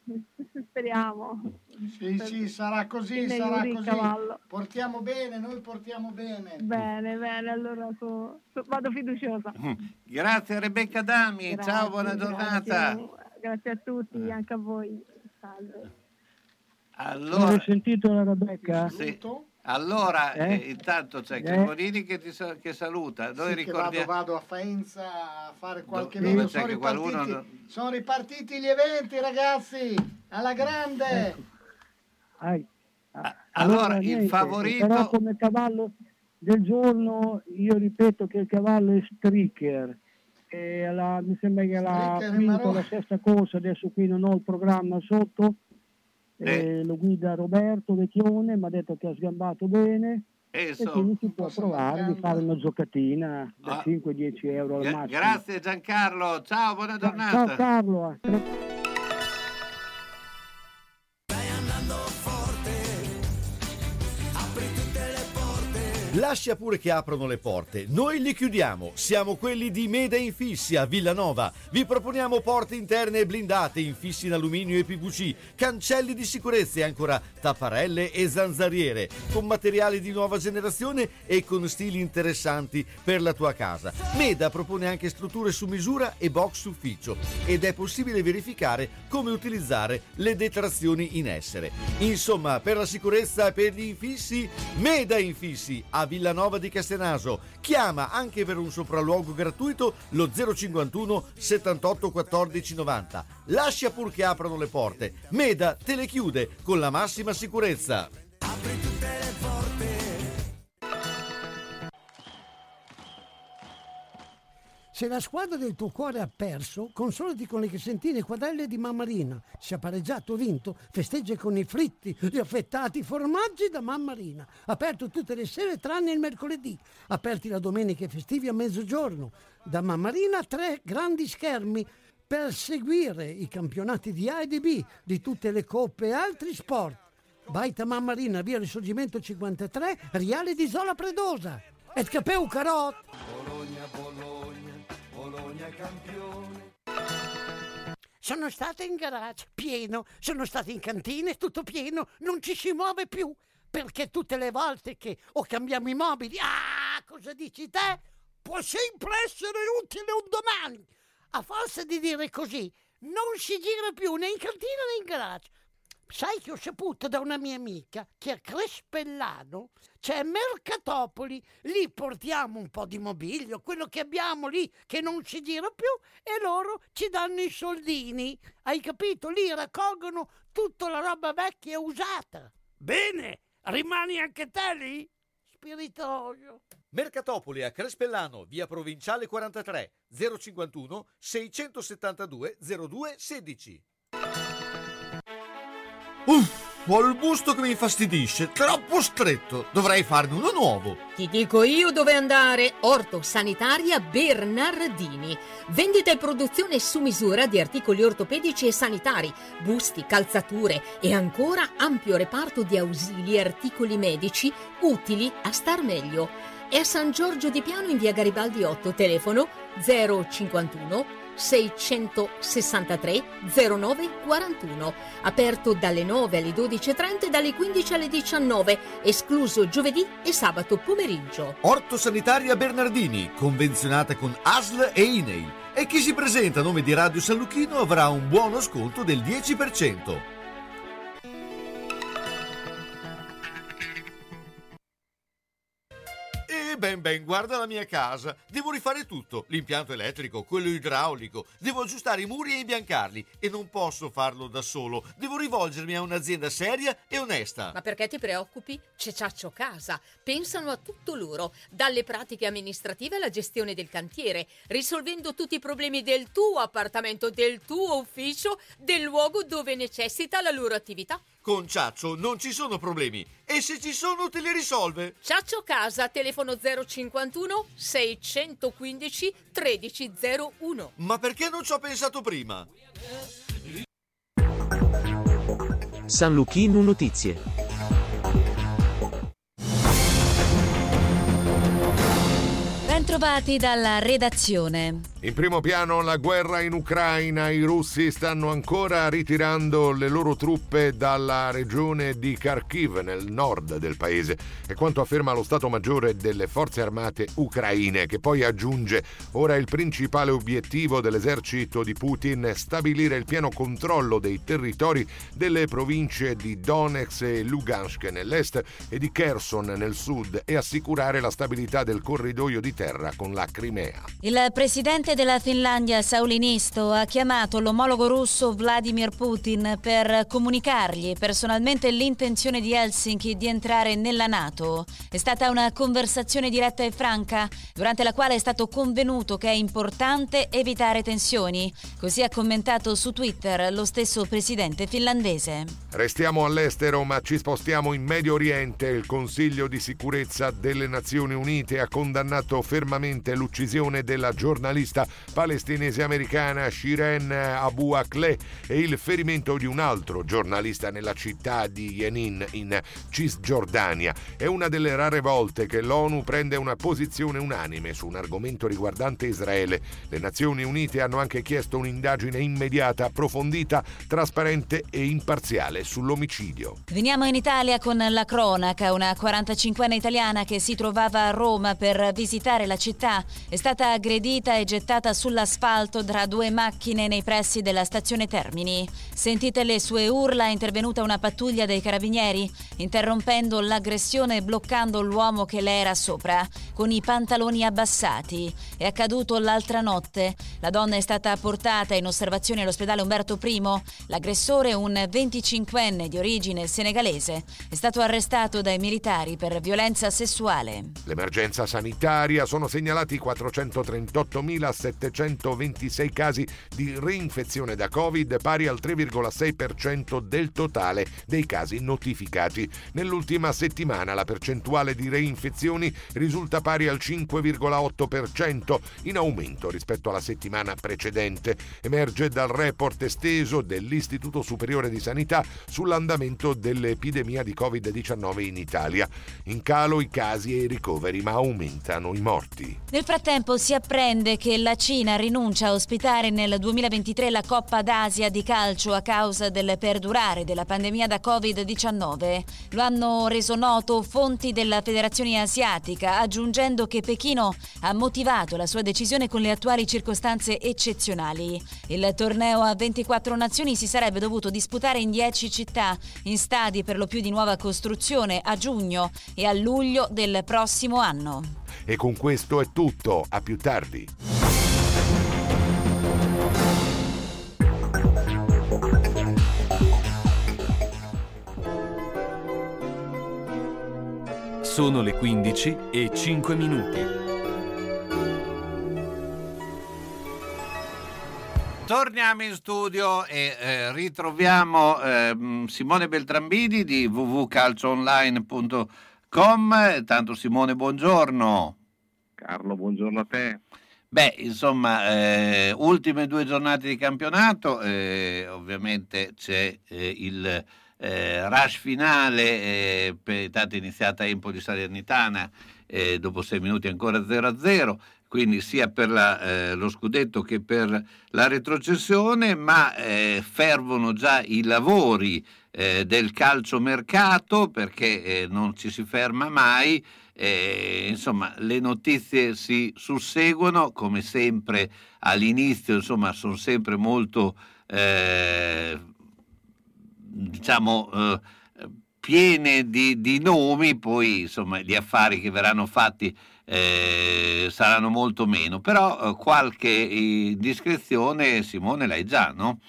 Speriamo. Sì, sì, sarà così, Ne sarà aiuti il così. cavallo. Portiamo bene, noi portiamo bene. Bene, bene, allora so- so- vado fiduciosa. Grazie Rebecca Dami, Grazie, ciao, buona giornata. Grazie, grazie a tutti, anche a voi. Salve. Allora, Hai sentito la Rebecca? sì. Allora Eh? eh, intanto c'è Eh? Cremonini che ti sa- che saluta. Noi Sì, che vado, ricordiamo... vado a Faenza a fare qualche dove evento. c'è Sono che qualcuno ripartiti, non- sono ripartiti gli eventi, ragazzi, alla grande. Hai. Allora, il niente, favorito- Però come cavallo del giorno io ripeto che il cavallo è Stricker. E la- mi sembra che l'ha Stricker è vinto Marò. la sesta corsa, adesso qui non ho il programma sotto. Eh, lo guida Roberto Vecchione, mi ha detto che ha sgambato bene. Eh, E so- quindi si può provare di fare una giocatina da Ah. cinque dieci euro al Gra- massimo. grazie Giancarlo, ciao, buona Ciao giornata. Carlo. Lascia pure che aprono le porte, noi li chiudiamo. Siamo quelli di Meda Infissi a Villanova. Vi proponiamo porte interne e blindate, infissi in alluminio e P V C, cancelli di sicurezza e ancora tapparelle e zanzariere, con materiali di nuova generazione e con stili interessanti per la tua casa. Meda propone anche strutture su misura e box ufficio ed è possibile verificare come utilizzare le detrazioni in essere. Insomma, per la sicurezza e per gli infissi, Meda Infissi a Villanova di Castenaso. Chiama anche per un sopralluogo gratuito lo zero cinquantuno settantotto quattordici novanta. Lascia pur che aprano le porte. Meda te le chiude con la massima sicurezza. Se la squadra del tuo cuore ha perso, consolati con le crescentine quadrelle di Mamma Rina. Se ha pareggiato o vinto, festeggia con i fritti, gli affettati formaggi da Mamma Rina. Aperto tutte le sere tranne il mercoledì. Aperti la domenica e festivi a mezzogiorno. Da Mamma Rina tre grandi schermi per seguire i campionati di A e di B, di tutte le coppe e altri sport. Baita Mamma Rina, via Risorgimento cinquantatré, Riale di Zola Predosa. Et capeu carot! Bologna, Bologna, Bologna campione. Sono stata in garage, pieno, sono stata in cantina, tutto pieno, non ci si muove più, perché tutte le volte che o cambiamo i mobili, ah, cosa dici te? Può sempre essere utile un domani. A forza di dire così, non si gira più né in cantina né in garage. Sai che ho saputo da una mia amica che a Crespellano c'è Mercatopoli, lì portiamo un po' di mobilio, quello che abbiamo lì che non si gira più e loro ci danno i soldini, hai capito? Lì raccolgono tutta la roba vecchia e usata. Bene, rimani anche te lì? Spiritoso. Mercatopoli a Crespellano, via Provinciale quarantatré, zero cinquantuno seicentosettantadue zero due sedici. Uff, ho il busto che mi infastidisce, troppo stretto, dovrei farne uno nuovo. Ti dico io dove andare. Orto Sanitaria Bernardini. Vendita e produzione su misura di articoli ortopedici e sanitari, busti, calzature e ancora ampio reparto di ausili e articoli medici utili a star meglio. È a San Giorgio di Piano in via Garibaldi otto, telefono zero cinquantuno seicentosessantatré zero nove quarantuno, aperto dalle nove alle dodici e trenta e dalle quindici alle diciannove, escluso giovedì e sabato pomeriggio. Orto Sanitaria Bernardini, convenzionata con A S L e I N E I, e chi si presenta a nome di Radio San Luchino avrà un buono sconto del dieci per cento. Ben ben, guarda la mia casa. Devo rifare tutto, l'impianto elettrico, quello idraulico. Devo aggiustare i muri e imbiancarli e non posso farlo da solo. Devo rivolgermi a un'azienda seria e onesta. Ma perché ti preoccupi? C'è Ciaccio Casa. Pensano a tutto loro, dalle pratiche amministrative alla gestione del cantiere, risolvendo tutti i problemi del tuo appartamento, del tuo ufficio, del luogo dove necessita la loro attività. Con Ciaccio non ci sono problemi e se ci sono te li risolve. Ciaccio Casa, telefono zero cinquantuno seicentoquindici tredici zero uno. Ma perché non ci ho pensato prima? San Luchino Notizie. Bentrovati dalla redazione. In primo piano la guerra in Ucraina. I russi stanno ancora ritirando le loro truppe dalla regione di Kharkiv, nel nord del paese. È quanto afferma lo Stato Maggiore delle Forze Armate ucraine, che poi aggiunge: ora il principale obiettivo dell'esercito di Putin è stabilire il pieno controllo dei territori delle province di Donetsk e Lugansk nell'est e di Kherson nel sud e assicurare la stabilità del corridoio di terra con la Crimea. Il presidente della Finlandia, Sauli Niinisto, ha chiamato l'omologo russo Vladimir Putin per comunicargli personalmente l'intenzione di Helsinki di entrare nella NATO. È stata una conversazione diretta e franca, durante la quale è stato convenuto che è importante evitare tensioni. Così ha commentato su Twitter lo stesso presidente finlandese. Restiamo all'estero, ma ci spostiamo in Medio Oriente. Il Consiglio di sicurezza delle Nazioni Unite ha condannato fermamente l'uccisione della giornalista palestinese americana Shirin Abu Akleh e il ferimento di un altro giornalista nella città di Jenin in Cisgiordania. È una delle rare volte che l'ONU prende una posizione unanime su un argomento riguardante Israele. Le Nazioni Unite hanno anche chiesto un'indagine immediata, approfondita, trasparente e imparziale sull'omicidio. Veniamo in Italia con la cronaca. Una quarantacinquenne italiana che si trovava a Roma per visitare la città è stata aggredita e gettata sull'asfalto tra due macchine nei pressi della stazione Termini. Sentite le sue urla, è intervenuta una pattuglia dei carabinieri, interrompendo l'aggressione e bloccando l'uomo che le era sopra, con i pantaloni abbassati. È accaduto l'altra notte. La donna è stata portata in osservazione all'ospedale Umberto I. L'aggressore, un venticinquenne di origine senegalese, è stato arrestato dai militari per violenza sessuale. L'emergenza sanitaria: sono segnalati quattrocentotrentottomilasettecentoventisei casi di reinfezione da Covid, pari al tre virgola sei per cento del totale dei casi notificati. Nell'ultima settimana la percentuale di reinfezioni risulta pari al cinque virgola otto per cento, in aumento rispetto alla settimana precedente. Emerge dal report esteso dell'Istituto Superiore di Sanità sull'andamento dell'epidemia di covid diciannove in Italia. In calo i casi e i ricoveri, ma aumentano i morti. Nel frattempo si apprende che la Cina rinuncia a ospitare nel duemilaventitré la Coppa d'Asia di calcio a causa del perdurare della pandemia da covid diciannove. Lo hanno reso noto fonti della Federazione Asiatica, aggiungendo che Pechino ha motivato la sua decisione con le attuali circostanze eccezionali. Il torneo a ventiquattro nazioni si sarebbe dovuto disputare in dieci città, in stadi per lo più di nuova costruzione, a giugno e a luglio del prossimo anno. E con questo è tutto, a più tardi. Sono le quindici e cinque minuti. Torniamo in studio e eh, ritroviamo eh, Simone Beltrambini di w w w punto calcio online punto com. Tanto Simone, buongiorno. Carlo, buongiorno a te. Beh, insomma, eh, ultime due giornate di campionato, eh, ovviamente c'è eh, il eh, rush finale, eh, per, tanto è iniziata Empoli Salernitana, eh, dopo sei minuti ancora zero a zero, quindi sia per la, eh, lo scudetto che per la retrocessione, ma eh, fervono già i lavori eh, del calciomercato, perché eh, non ci si ferma mai. Eh, insomma, le notizie si susseguono, come sempre all'inizio, insomma, sono sempre molto eh, diciamo eh, piene di, di nomi, poi insomma gli affari che verranno fatti eh, saranno molto meno, però eh, qualche indiscrezione, Simone, l'hai già, no?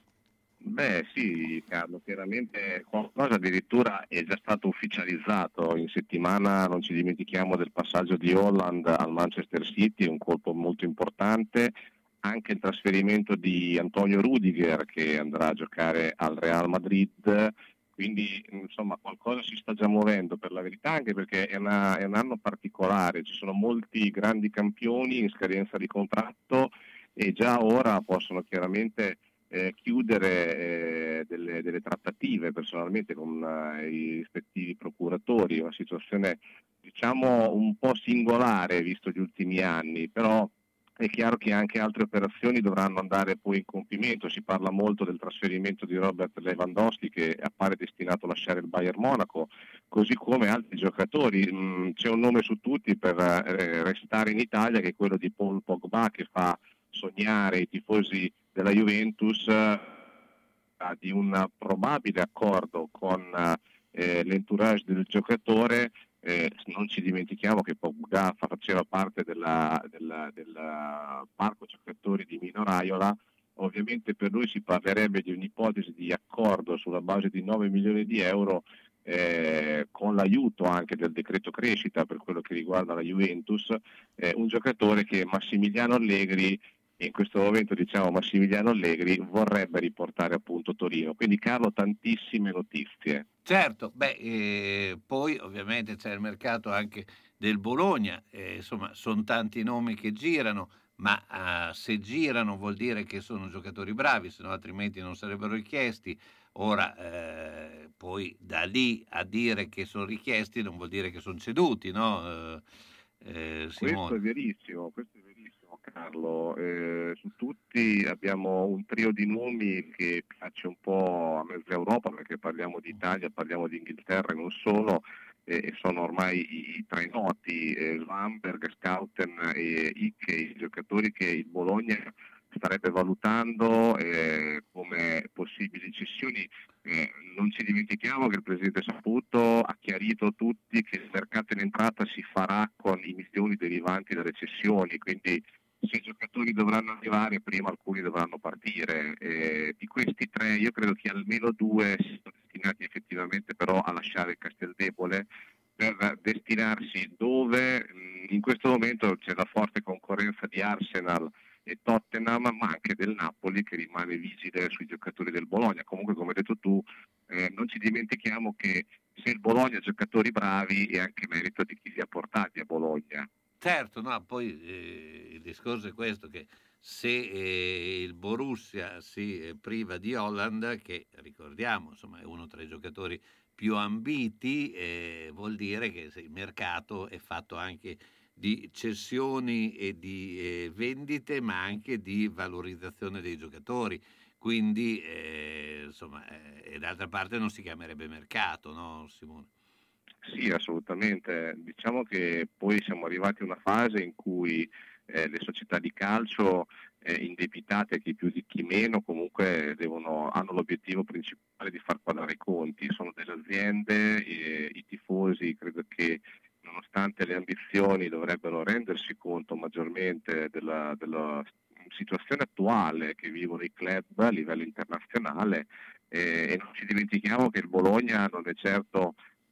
Beh sì, Carlo, chiaramente qualcosa addirittura è già stato ufficializzato. In settimana non ci dimentichiamo del passaggio di Holland al Manchester City, un colpo molto importante, anche il trasferimento di Antonio Rudiger che andrà a giocare al Real Madrid, quindi insomma qualcosa si sta già muovendo, per la verità, anche perché è, una, è un anno particolare, ci sono molti grandi campioni in scadenza di contratto e già ora possono chiaramente Eh, chiudere eh, delle, delle trattative personalmente con eh, i rispettivi procuratori, una situazione diciamo un po' singolare visto gli ultimi anni, però è chiaro che anche altre operazioni dovranno andare poi in compimento. Si parla molto del trasferimento di Robert Lewandowski che appare destinato a lasciare il Bayern Monaco, così come altri giocatori. Mm, c'è un nome su tutti per eh, restare in Italia, che è quello di Paul Pogba, che fa sognare i tifosi della Juventus eh, di un probabile accordo con eh, l'entourage del giocatore. Eh, non ci dimentichiamo che Pogba faceva parte della, della, del parco giocatori di Mino Raiola. Ovviamente per lui si parlerebbe di un'ipotesi di accordo sulla base di nove milioni di euro, eh, con l'aiuto anche del decreto crescita per quello che riguarda la Juventus, eh, un giocatore che Massimiliano Allegri, in questo momento diciamo Massimiliano Allegri, vorrebbe riportare appunto Torino. Quindi Carlo, tantissime notizie. Certo, beh, eh, poi ovviamente c'è il mercato anche del Bologna, eh, insomma sono tanti nomi che girano, ma eh, se girano vuol dire che sono giocatori bravi, se no altrimenti non sarebbero richiesti. Ora eh, poi da lì a dire che sono richiesti non vuol dire che sono ceduti, no? Eh, eh, questo è verissimo, questo è verissimo Carlo. Eh, su tutti abbiamo un trio di nomi che piace un po' a mezza Europa, perché parliamo di Italia, parliamo di Inghilterra e non solo, e eh, sono ormai i, i tre noti, eh, Svanberg, Schouten e Icke, i giocatori che il Bologna starebbe valutando eh, come possibili cessioni. Eh, non ci dimentichiamo che il presidente Saputo ha chiarito tutti che il mercato in entrata si farà con i milioni derivanti dalle cessioni, quindi se i giocatori dovranno arrivare, prima alcuni dovranno partire. Eh, di questi tre io credo che almeno due siano destinati effettivamente però a lasciare il Casteldebole per destinarsi dove in questo momento c'è la forte concorrenza di Arsenal e Tottenham, ma anche del Napoli che rimane vigile sui giocatori del Bologna. Comunque, come hai detto tu, eh, non ci dimentichiamo che se il Bologna ha giocatori bravi è anche merito di chi li ha portati a Bologna. Certo, no, poi eh, il discorso è questo, che se eh, il Borussia si eh, priva di Holland, che ricordiamo insomma è uno tra i giocatori più ambiti, eh, vuol dire che se il mercato è fatto anche di cessioni e di eh, vendite, ma anche di valorizzazione dei giocatori, quindi eh, insomma eh, e d'altra parte non si chiamerebbe mercato, no Simone? Sì, assolutamente. Diciamo che poi siamo arrivati a una fase in cui eh, le società di calcio eh, indebitate, chi più di chi meno, comunque devono, hanno l'obiettivo principale di far quadrare i conti. Sono delle aziende, e i tifosi credo che nonostante le ambizioni dovrebbero rendersi conto maggiormente della, della situazione attuale che vivono i club a livello internazionale, eh, e non ci dimentichiamo che il Bologna non è certo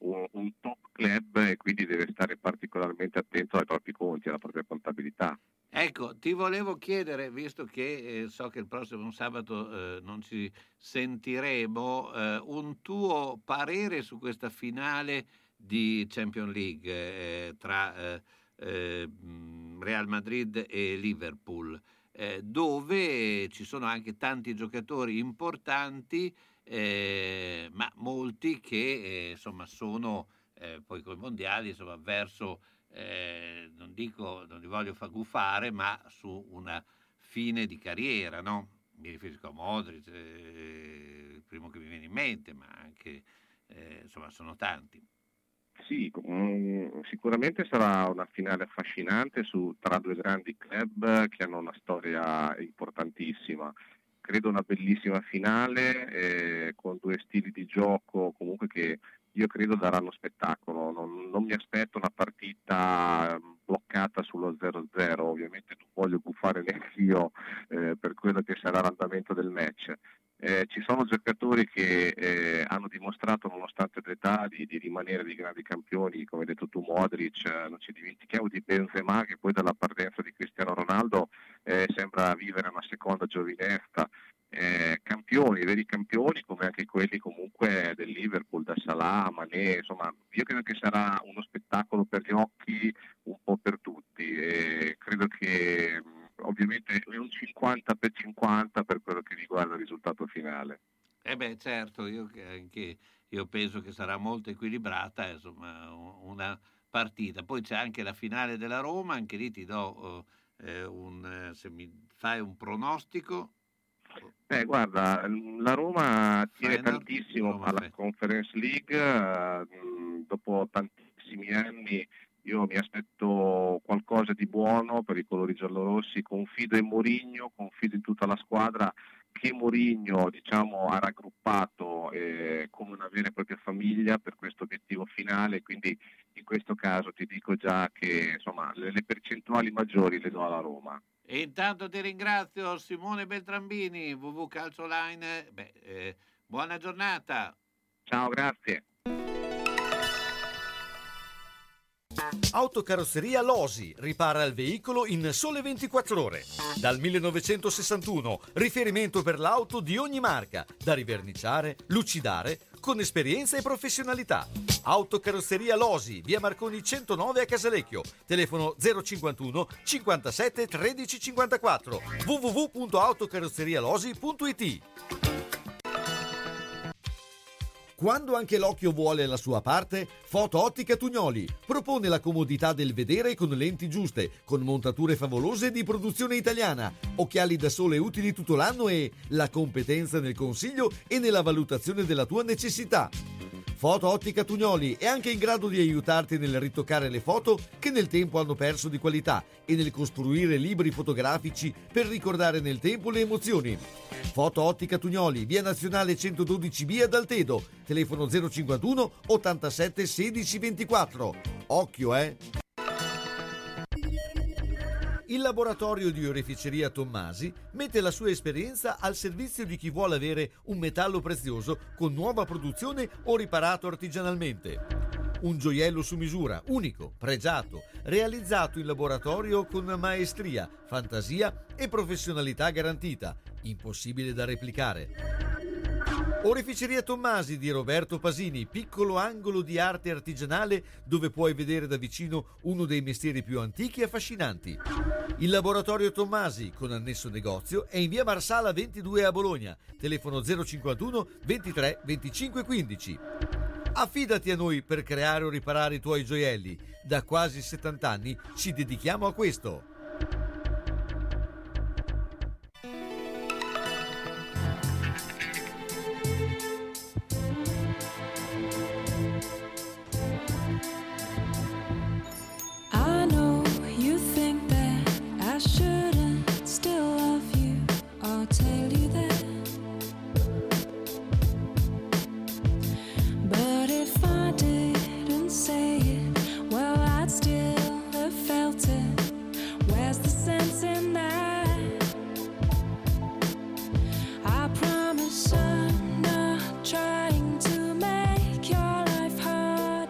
un, un top club e quindi deve stare particolarmente attento ai propri conti, alla propria contabilità. Ecco, ti volevo chiedere, visto che eh, so che il prossimo sabato eh, non ci sentiremo, eh, un tuo parere su questa finale di Champions League eh, tra eh, eh, Real Madrid e Liverpool, eh, dove ci sono anche tanti giocatori importanti, eh, ma molti che eh, insomma sono eh, poi con i mondiali insomma verso Eh, non dico, non li voglio far gufare, ma su una fine di carriera, no? Mi riferisco a Modric, eh, il primo che mi viene in mente, ma anche, eh, insomma, sono tanti. Sì, um, sicuramente sarà una finale affascinante su, tra due grandi club che hanno una storia importantissima. Credo una bellissima finale eh, con due stili di gioco comunque che io credo daranno spettacolo. Non, non mi aspetto una partita bloccata sullo zero zero, ovviamente non voglio buffare neanche io eh, per quello che sarà l'andamento del match. Eh, ci sono giocatori che eh, hanno dimostrato nonostante l'età di, di rimanere dei grandi campioni, come hai detto tu Modric, eh, non ci dimentichiamo di Benzema che poi dalla partenza di Cristiano Ronaldo eh, sembra vivere una seconda giovinezza. Eh, campioni, veri campioni come anche quelli comunque del Liverpool, da Salah, Mané, insomma io credo che sarà uno spettacolo per gli occhi un po' per tutti e credo che mh, ovviamente è un cinquanta per cinquanta per quello che riguarda il risultato finale. Eh beh certo, io, anche, io penso che sarà molto equilibrata, insomma una partita, poi c'è anche la finale della Roma, anche lì ti do eh, un, se mi fai un pronostico. Eh, guarda, la Roma tiene Feyenoord, tantissimo Roma, alla Fe- Conference League, eh, dopo tantissimi anni io mi aspetto qualcosa di buono per i colori giallorossi, confido in Mourinho, confido in tutta la squadra che Mourinho diciamo, ha raggruppato eh, come una vera e propria famiglia per questo obiettivo finale, quindi in questo caso ti dico già che insomma, le, le percentuali maggiori le do alla Roma. E intanto ti ringrazio Simone Beltrambini, W W Calcio Online, beh, eh, buona giornata. Ciao, grazie. Autocarrozzeria Losi ripara il veicolo in sole ventiquattro ore. Dal millenovecentosessantuno, riferimento per l'auto di ogni marca, da riverniciare, lucidare, con esperienza e professionalità. Autocarrozzeria Losi, via Marconi centonove a Casalecchio, telefono zero cinquantuno cinquantasette tredici cinquantaquattro, w w w punto autocarrozzerialosi punto i t. Quando anche l'occhio vuole la sua parte, Foto Ottica Tugnoli propone la comodità del vedere con lenti giuste, con montature favolose di produzione italiana, occhiali da sole utili tutto l'anno e la competenza nel consiglio e nella valutazione della tua necessità. Foto Ottica Tugnoli è anche in grado di aiutarti nel ritoccare le foto che nel tempo hanno perso di qualità e nel costruire libri fotografici per ricordare nel tempo le emozioni. Foto Ottica Tugnoli, via Nazionale centododici B ad Altedo, telefono zero cinquantuno ottantasette sedici ventiquattro. Occhio, eh! Il laboratorio di oreficeria Tommasi mette la sua esperienza al servizio di chi vuole avere un metallo prezioso con nuova produzione o riparato artigianalmente. Un gioiello su misura, unico, pregiato, realizzato in laboratorio con maestria, fantasia e professionalità garantita, impossibile da replicare. Oreficeria Tommasi di Roberto Pasini, piccolo angolo di arte artigianale dove puoi vedere da vicino uno dei mestieri più antichi e affascinanti. Il laboratorio Tommasi, con annesso negozio, è in via Marsala ventidue a Bologna, telefono zero cinquantuno ventitré venticinque quindici. Affidati a noi per creare o riparare i tuoi gioielli. Da quasi settanta anni ci dedichiamo a questo. I know you think that I shouldn't still love you. I'll tell you that. But if I didn't say it, well, I'd still have felt it. Where's the sense in that? I promise I'm not trying to make your life harder.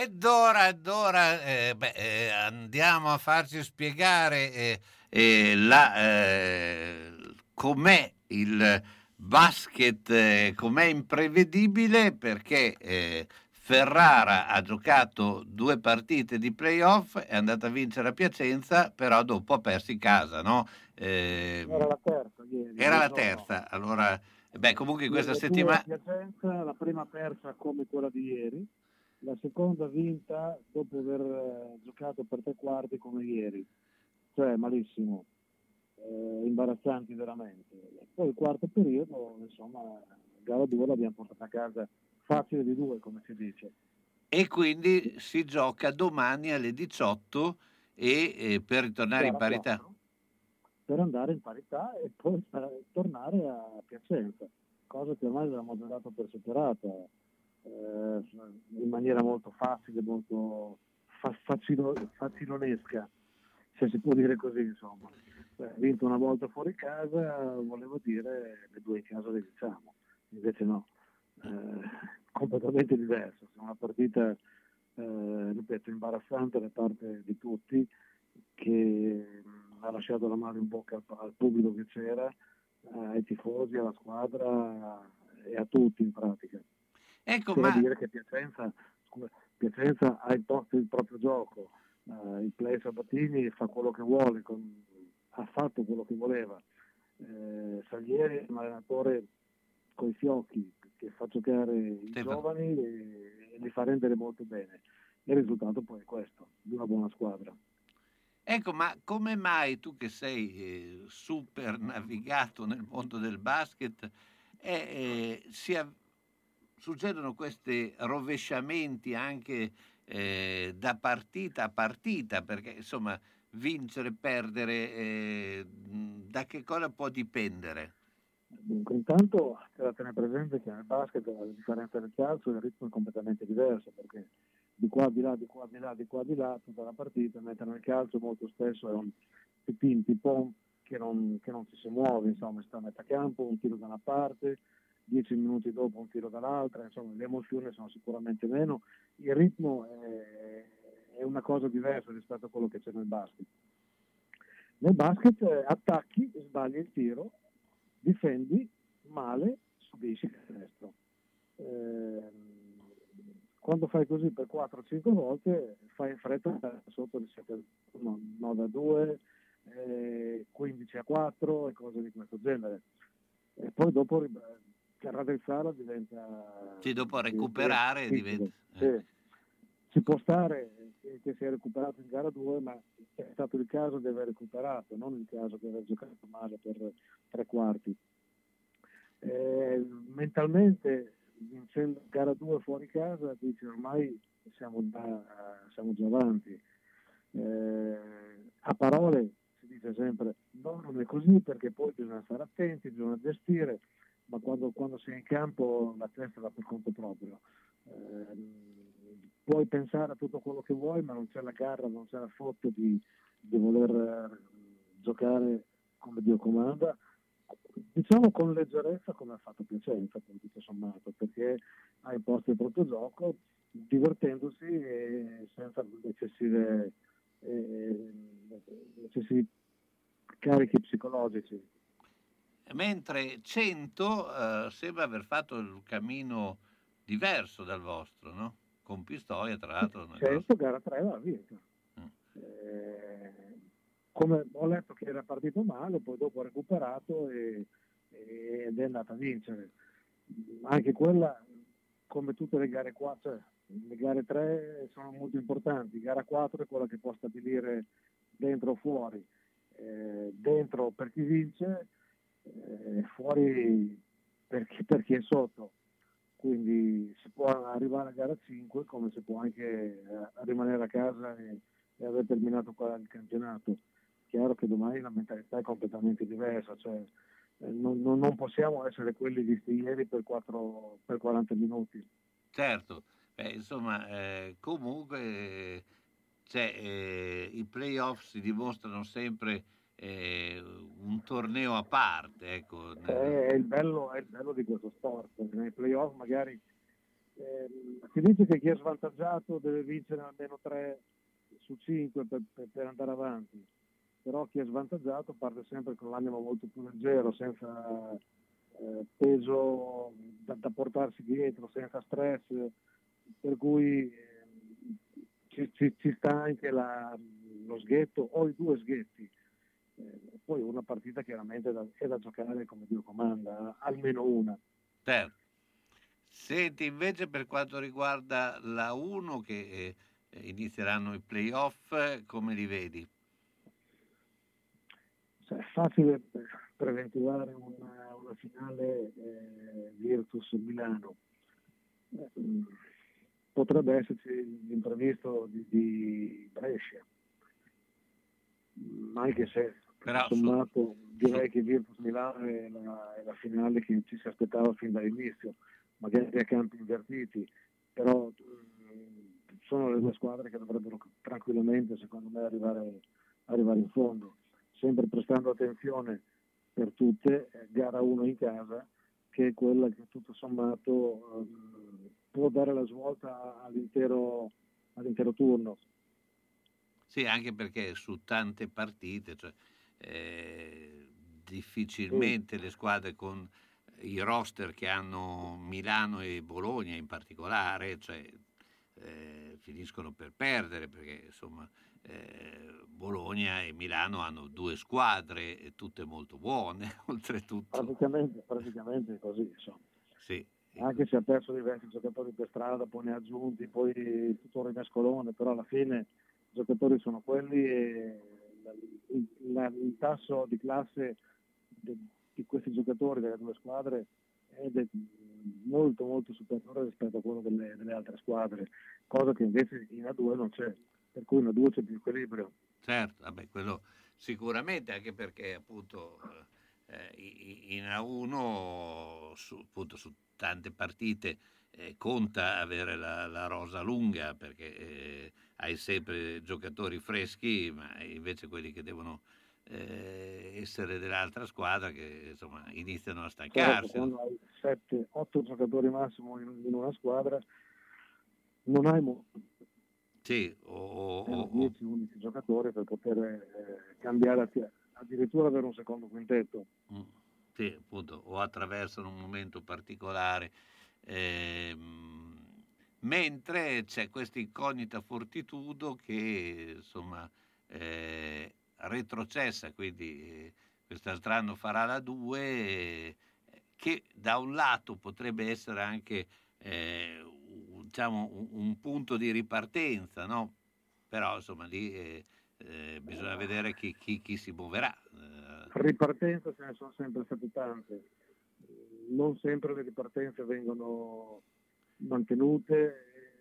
Ed ora, ed ora eh, beh, eh, andiamo a farci spiegare eh, eh, la, eh, com'è il basket, eh, com'è imprevedibile, perché eh, Ferrara ha giocato due partite di playoff, è andata a vincere a Piacenza, però dopo ha perso in casa, no? Eh, Era la terza ieri. era la no, terza, allora, beh, comunque in questa Le due settimana... a Piacenza, la prima persa come quella di ieri, la seconda vinta dopo aver eh, giocato per tre quarti come ieri, cioè malissimo, eh, imbarazzanti veramente. Poi il quarto periodo, insomma, gara due l'abbiamo portata a casa facile di due, come si dice. E quindi si gioca domani alle diciotto e eh, per ritornare in Gara parità. quattro, per andare in parità e poi per tornare a Piacenza, cosa che ormai avevamo già dato per superata, eh, in maniera molto facile, molto fa- facilo- facilonesca, se si può dire così, insomma. Ha vinto una volta fuori casa, volevo dire le due in casa le diciamo, invece no, eh, completamente diverso, è una partita, eh, ripeto, imbarazzante da parte di tutti, che mh, ha lasciato la mano in bocca al, al pubblico che c'era, eh, ai tifosi, alla squadra e a tutti in pratica. Ecco, C'è ma... da dire che Piacenza, scusa, Piacenza ha imposto il proprio gioco, eh, il play Sabatini fa quello che vuole, con, ha fatto quello che voleva. Eh, Salieri è un allenatore coi fiocchi che fa giocare i Sì, giovani e, e li fa rendere molto bene. Il risultato poi è questo, di una buona squadra. Ecco, ma come mai tu che sei eh, super navigato nel mondo del basket, eh, eh, si av- succedono questi rovesciamenti anche eh, da partita a partita, perché insomma vincere, perdere, eh, mh, da che cosa può dipendere? Dunque, intanto c'è da tenere presente che nel basket, a differenza del calcio, il ritmo è completamente diverso, perché di qua di là, di qua di là, di qua di là, tutta la partita, mentre nel calcio molto spesso è un pipin pipon che non, che non ci si muove, insomma, sta a metà campo, un tiro da una parte, dieci minuti dopo un tiro dall'altra, insomma le emozioni sono sicuramente meno, il ritmo è, è una cosa diversa rispetto a quello che c'è nel basket. Nel basket eh, attacchi, sbagli il tiro, difendi male, subisci il canestro. Eh, quando fai così per quattro cinque volte fai in fretta sotto il sette, no, nove a due, eh, quindici a quattro e cose di questo genere. E poi dopo per raddrizzarla diventa... Sì, dopo recuperare diventa... Sì. Ci può stare che si è recuperato in gara due, ma è stato il caso di aver recuperato, non il caso di aver giocato male per tre quarti. Eh, mentalmente, vincendo gara due fuori casa, dici ormai siamo già, siamo già avanti. Eh, a parole si dice sempre no, non è così, perché poi bisogna stare attenti, bisogna gestire, ma quando, quando sei in campo la testa va per conto proprio. Eh, puoi pensare a tutto quello che vuoi, ma non c'è la garra, non c'è la foto di, di voler eh, giocare come Dio comanda, diciamo con leggerezza, come ha fatto Piacenza, tutto sommato, perché ha imposto il proprio gioco divertendosi e senza eccessive, eh, eccessivi carichi psicologici. Mentre cento eh, sembra aver fatto il cammino diverso dal vostro, no? Con Pistoia, tra l'altro. Una cento gara tre l'ha vinta. Mm. Eh, come ho letto che era partito male, poi dopo ha recuperato e, e, ed è andata a vincere. Anche quella, come tutte le gare qua, cioè, le gare tre sono molto importanti, gara quattro è quella che può stabilire dentro o fuori. Eh, dentro per chi vince, eh, fuori per chi, per chi è sotto. Quindi si può arrivare a gara cinque come si può anche eh, rimanere a casa e, e aver terminato qua il campionato. Chiaro che domani la mentalità è completamente diversa, cioè eh, non, non, non possiamo essere quelli visti ieri per, quattro, per quaranta minuti. Certo, beh, insomma, eh, comunque eh, cioè, eh, i playoff si dimostrano sempre eh, un torneo a parte. Ecco. È il bello, è il bello di questo sport. Nei playoff magari Eh, si dice che chi è svantaggiato deve vincere almeno tre su cinque per, per, per andare avanti, però chi è svantaggiato parte sempre con l'animo molto più leggero, senza eh, peso da, da portarsi dietro, senza stress, per cui eh, ci, ci, ci sta anche la, lo sghetto o i due sghetti. Eh, poi una partita chiaramente è da, è da giocare come Dio comanda, almeno una. Certo. Senti, invece per quanto riguarda la uno che eh, inizieranno i playoff, eh, come li vedi? Cioè, è facile preventivare una, una finale eh, Virtus Milano. Eh, potrebbe esserci l'imprevisto di, di Brescia, ma anche se Però sommato direi che Virtus Milano è la, è la finale che ci si aspettava fin dall'inizio, magari a campi invertiti, però mh, sono le due squadre che dovrebbero tranquillamente, secondo me, arrivare, arrivare in fondo, sempre prestando attenzione per tutte, eh, gara uno in casa, che è quella che tutto sommato eh, può dare la svolta all'intero, all'intero turno. Sì, anche perché su tante partite, cioè, eh, difficilmente le squadre con i roster che hanno Milano e Bologna in particolare, cioè, eh, finiscono per perdere, perché insomma eh, Bologna e Milano hanno due squadre, e tutte molto buone, oltretutto. Praticamente, praticamente è così, insomma. Sì. Anche se ha perso diversi giocatori per strada, poi ne ha aggiunti, poi tutto un rimescolone, però alla fine i giocatori sono quelli e la, la, il tasso di classe de, di questi giocatori delle due squadre è de, molto molto superiore rispetto a quello delle, delle altre squadre, cosa che invece in A due non c'è, per cui in A due c'è più equilibrio. Certo, vabbè, quello sicuramente, anche perché appunto eh, in A uno su, appunto, su tante partite eh, conta avere la, la rosa lunga, perché eh, hai sempre giocatori freschi, ma invece quelli che devono eh, essere dell'altra squadra che insomma iniziano a stancarsi. Certo, quando hai sette otto giocatori massimo in, in una squadra non hai molto. Sì, o, o, dieci unici giocatori per poter eh, cambiare, addirittura avere un secondo quintetto. Mm, sì, appunto, o attraversano un momento particolare. Ehm, mentre c'è questa incognita fortitudo che insomma eh, retrocessa, quindi eh, quest'altro anno farà la due, eh, che da un lato potrebbe essere anche eh, un, diciamo, un, un punto di ripartenza, no? Però insomma lì eh, eh, bisogna vedere chi, chi, chi si muoverà. Ripartenze ce ne sono sempre state tante, non sempre le ripartenze vengono mantenute,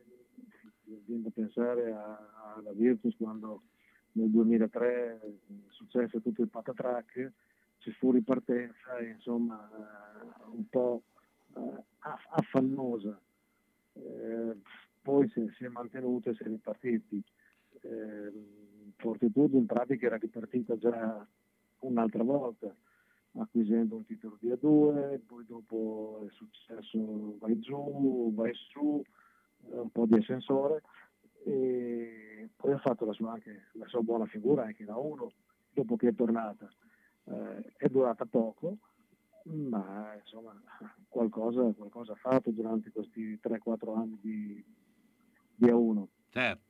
viene da pensare a- alla Virtus quando nel duemilatré successe tutto il patatrack, ci fu ripartenza e, insomma eh, un po' eh, aff- affannosa, eh, poi si, si è mantenuta e si è ripartiti. Eh, Fortitudo in pratica era ripartita già un'altra volta, acquisendo un titolo di A due, poi dopo è successo vai giù, vai su, un po' di ascensore, e poi ha fatto la sua, anche, la sua buona figura anche in A uno, dopo che è tornata. Eh, è durata poco, ma insomma qualcosa, qualcosa ha fatto durante questi tre quattro anni di, di A uno. Certo.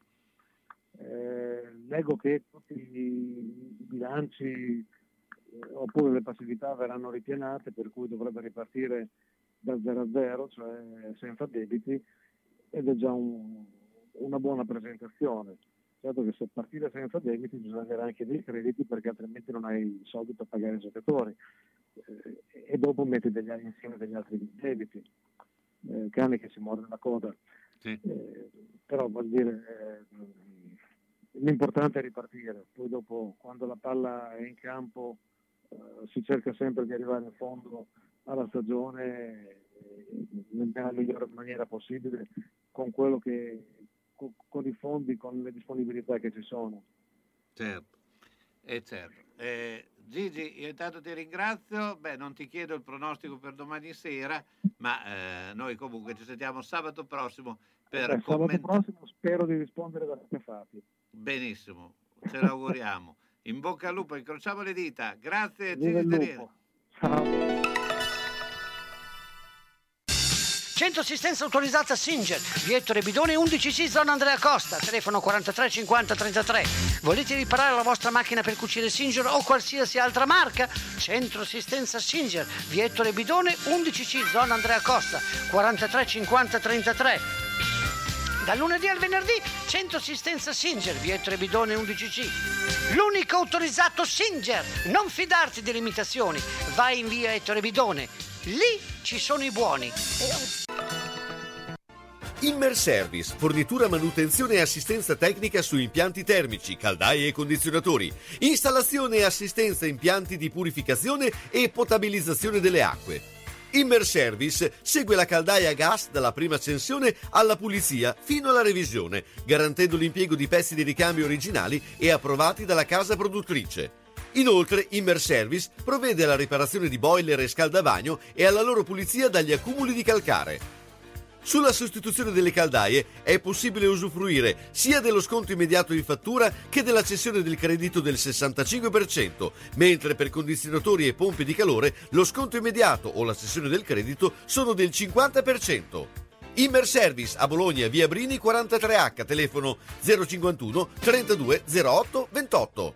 Eh, leggo che tutti i bilanci eh, oppure le passività verranno ripianate, per cui dovrebbe ripartire da zero a zero, cioè senza debiti, ed è già un, una buona presentazione. Certo che se partire senza debiti bisogna avere anche dei crediti, perché altrimenti non hai i soldi per pagare i giocatori, eh, e dopo metti degli, insieme degli altri debiti, eh, cane che si morde la coda. Sì. Eh, però vuol dire eh, l'importante è ripartire, poi dopo quando la palla è in campo eh, si cerca sempre di arrivare in fondo alla stagione eh, nella migliore maniera possibile, con quello che con, con i fondi, con le disponibilità che ci sono. Certo, eh, certo. Eh, Gigi, io intanto ti ringrazio. Beh, non ti chiedo il pronostico per domani sera, ma eh, noi comunque ci sentiamo sabato prossimo per Beh, sabato commentare. prossimo spero di rispondere da Stefati. Benissimo, ce l'auguriamo. In bocca al lupo, incrociamo le dita. Grazie, Viva Gigi il Terrieri. lupo. Ciao. Centro assistenza autorizzata Singer, via Ettore Bidone undici C, zona Andrea Costa, telefono quarantatré cinquanta trentatré. Volete riparare la vostra macchina per cucire Singer o qualsiasi altra marca? Centro assistenza Singer, via Ettore Bidone undici C, zona Andrea Costa, quarantatré cinquanta trentatré. Dal lunedì al venerdì, centro assistenza Singer, via Ettore Bidone undici C. L'unico autorizzato Singer. Non fidarti delle imitazioni. Vai in via Ettore Bidone. Lì ci sono i buoni. Immerservice, fornitura, manutenzione e assistenza tecnica su impianti termici, caldaie e condizionatori, installazione e assistenza impianti di purificazione e potabilizzazione delle acque. Immerservice segue la caldaia a gas dalla prima accensione alla pulizia fino alla revisione, garantendo l'impiego di pezzi di ricambio originali e approvati dalla casa produttrice. Inoltre, Immerservice provvede alla riparazione di boiler e scaldabagno e alla loro pulizia dagli accumuli di calcare. Sulla sostituzione delle caldaie è possibile usufruire sia dello sconto immediato in fattura che della cessione del credito del sessantacinque per cento, mentre per condizionatori e pompe di calore lo sconto immediato o la cessione del credito sono del cinquanta per cento. Immerservice a Bologna, via Brini quarantatré H, telefono zero cinquantuno trentadue zero otto ventotto.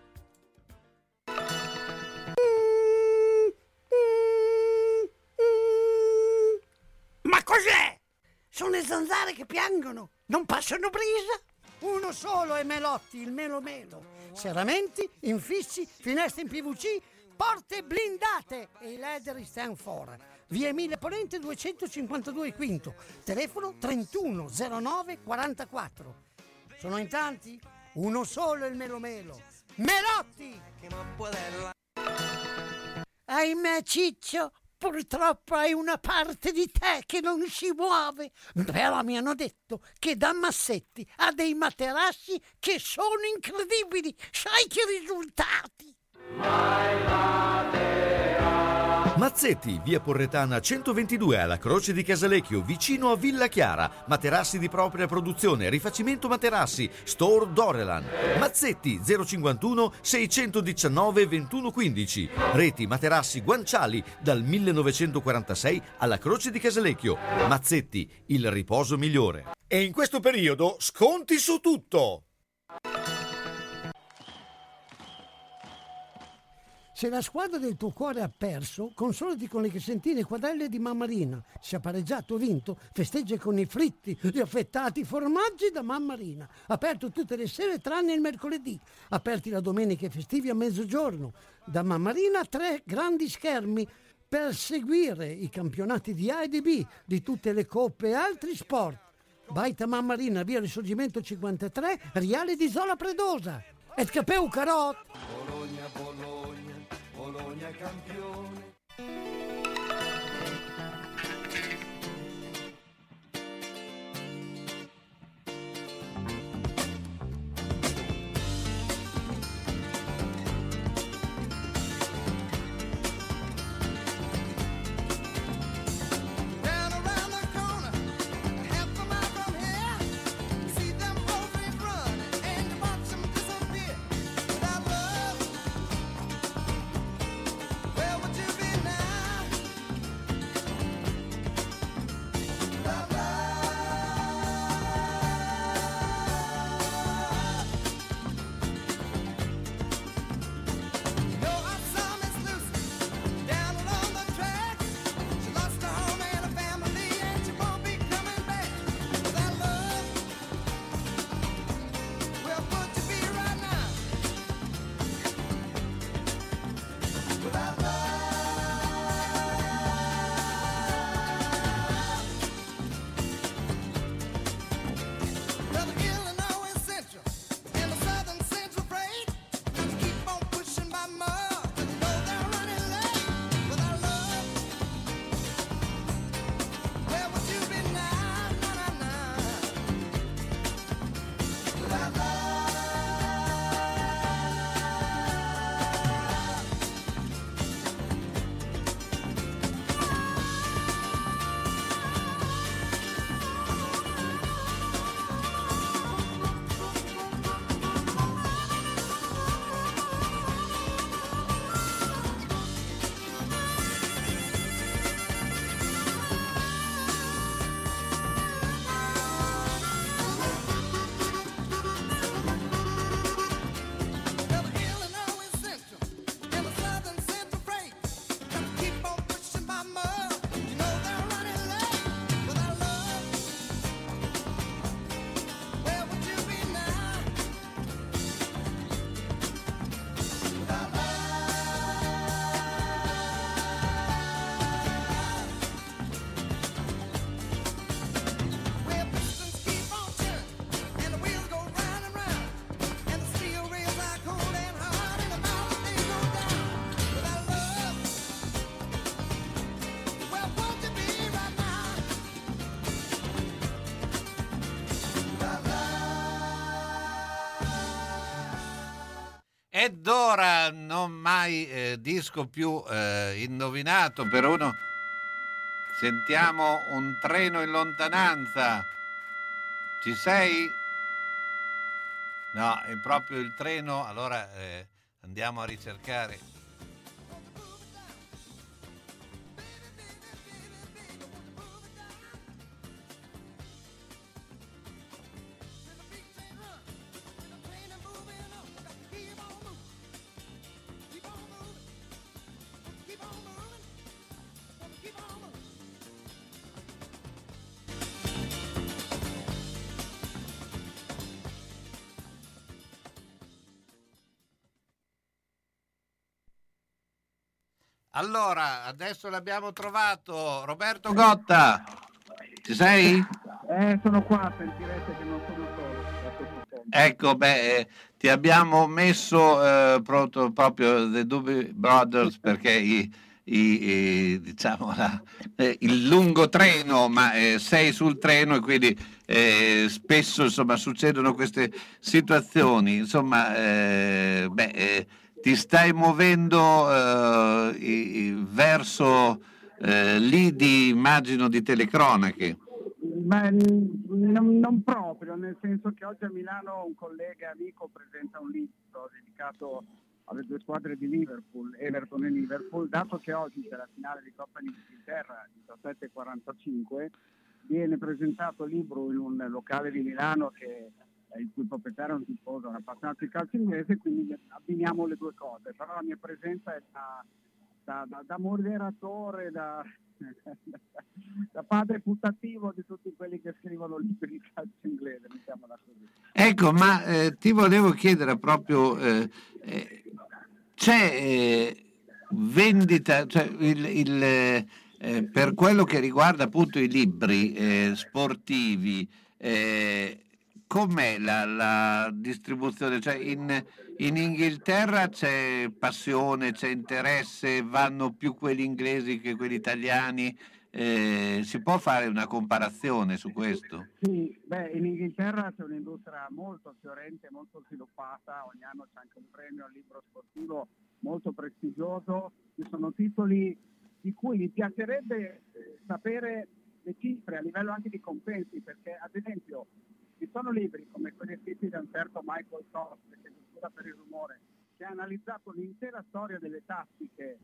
Ma cos'è? Sono le zanzare che piangono, non passano brisa. Uno solo è Melotti, il Melo Melo. Serramenti, infissi, finestre in P V C, porte blindate e i leder stand for. Via Emilia Ponente duecentocinquantadue Quinto, telefono trentuno zero nove quarantaquattro. Sono in tanti? Uno solo è il Melo Melo. Melotti! Ahimè, Ciccio, purtroppo hai una parte di te che non si muove, però mi hanno detto che da Massetti ha dei materassi che sono incredibili. Sai che risultati? Mazzetti, via Porretana centoventidue alla Croce di Casalecchio, vicino a Villa Chiara. Materassi di propria produzione, rifacimento materassi, Store Dorelan. Mazzetti zero cinquantuno seicentodiciannove ventuno quindici. Reti materassi guanciali dal millenovecentoquarantasei alla Croce di Casalecchio. Mazzetti, il riposo migliore. E in questo periodo sconti su tutto! Se la squadra del tuo cuore ha perso, consolati con le crescentine e quadrelle di Mammarina. Se ha pareggiato o vinto, festeggia con i fritti, gli affettati formaggi da Mammarina. Aperto tutte le sere tranne il mercoledì. Aperti la domenica e festivi a mezzogiorno. Da Mammarina tre grandi schermi per seguire i campionati di A e di B, di tutte le coppe e altri sport. Baita Mammarina, via Risorgimento cinquantatré, Riale di Zola Predosa. Et capeu carot! Bologna, Bologna, Bologna campione. Well, Ed ora non mai eh, disco più eh, indovinato per uno. Sentiamo un treno in lontananza. Ci sei? No, è proprio il treno. Allora eh, andiamo a ricercare. Allora, adesso l'abbiamo trovato. Roberto Gotta, ci sei? Eh, sono qua, sentirete che non sono solo. da questo tempo. Ecco, beh, eh, ti abbiamo messo eh, proprio, proprio The Doobie Brothers perché i, i- i- diciamo la- eh, il lungo treno, ma eh, sei sul treno e quindi eh, spesso insomma succedono queste situazioni. Insomma, eh, beh, eh, ti stai muovendo eh, i- i- verso eh, lidi, immagino, di telecronache. Ma mm, non, non proprio, nel senso che oggi a Milano un collega e amico presenta un libro dedicato alle due squadre di Liverpool, Everton e Liverpool, dato che oggi c'è la finale di Coppa in Inghilterra, diciassette e quarantacinque, viene presentato il libro in un locale di Milano che eh, il cui proprietario è un tifoso, un appassionato di calcio inglese, quindi abbiniamo le due cose, però la mia presenza è da, da, da, da moderatore, da, da padre putativo di tutti quelli che scrivono libri di calcio inglese, mettiamola così. Ecco, ma eh, ti volevo chiedere proprio, eh, eh, c'è eh, vendita, cioè il, il, eh, eh, per quello che riguarda appunto i libri eh, sportivi, eh, com'è la, la distribuzione? Cioè in, in Inghilterra c'è passione, c'è interesse, vanno più quelli inglesi che quelli italiani? Eh, si può fare una comparazione su questo? Sì, beh, in Inghilterra c'è un'industria molto fiorente, molto sviluppata, ogni anno c'è anche un premio al libro sportivo molto prestigioso, ci sono titoli di cui mi piacerebbe eh, sapere le cifre a livello anche di compensi, perché ad esempio ci sono libri come quelli scritti da un certo Michael Tost, che Cultura per il rumore, che ha analizzato l'intera storia delle tattiche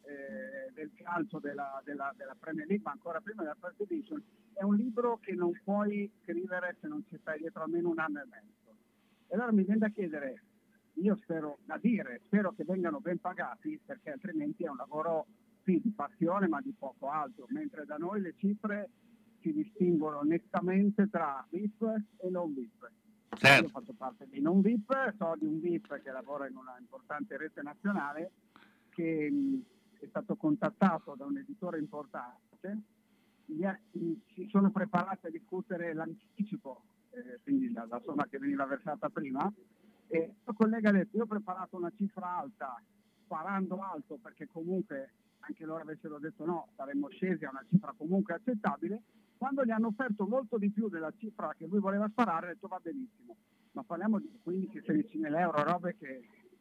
eh, del calcio della, della, della Premier League, ma ancora prima della First Division. È un libro che non puoi scrivere se non ci stai dietro almeno un anno e mezzo. E allora mi viene da chiedere, io spero, da dire, spero che vengano ben pagati, perché altrimenti è un lavoro sì di passione ma di poco altro, mentre da noi le cifre si distinguono nettamente tra V I P e non V I P. Certo. Io faccio parte di non V I P, so di un V I P che lavora in una importante rete nazionale che mh, è stato contattato da un editore importante, gli ha- mh, si sono preparati a discutere l'anticipo, eh, quindi la, la somma che veniva versata prima, e il collega ha detto io ho preparato una cifra alta, sparando alto perché comunque anche loro avessero detto no, saremmo scesi a una cifra comunque accettabile. Quando gli hanno offerto molto di più della cifra che lui voleva sparare, ha detto va benissimo, ma parliamo di quindici sedici mila euro, robe che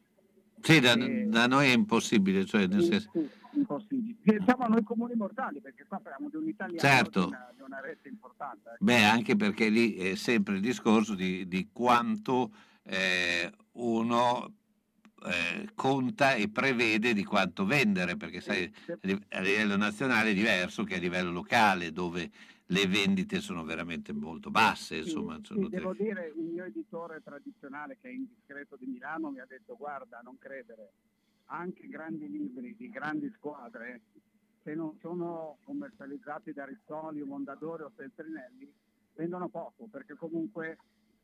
Sì, da, Eh, da noi è impossibile, cioè nel sì, senso, sì, impossibili. Sì, siamo a noi comuni mortali, perché qua parliamo di un italiano Certo. di, una, di una rete importante. ecco. beh, anche perché lì è sempre il discorso di, di quanto eh, uno eh, conta e prevede di quanto vendere, perché sai, a li- a livello nazionale è diverso che a livello locale, dove le vendite sono veramente molto basse, Sì, insomma. sì, sono te- devo dire, il mio editore tradizionale, che è Indiscreto di Milano, mi ha detto guarda, non credere, anche grandi libri di grandi squadre, se non sono commercializzati da Rizzoli, Mondadori o Feltrinelli, vendono poco, perché comunque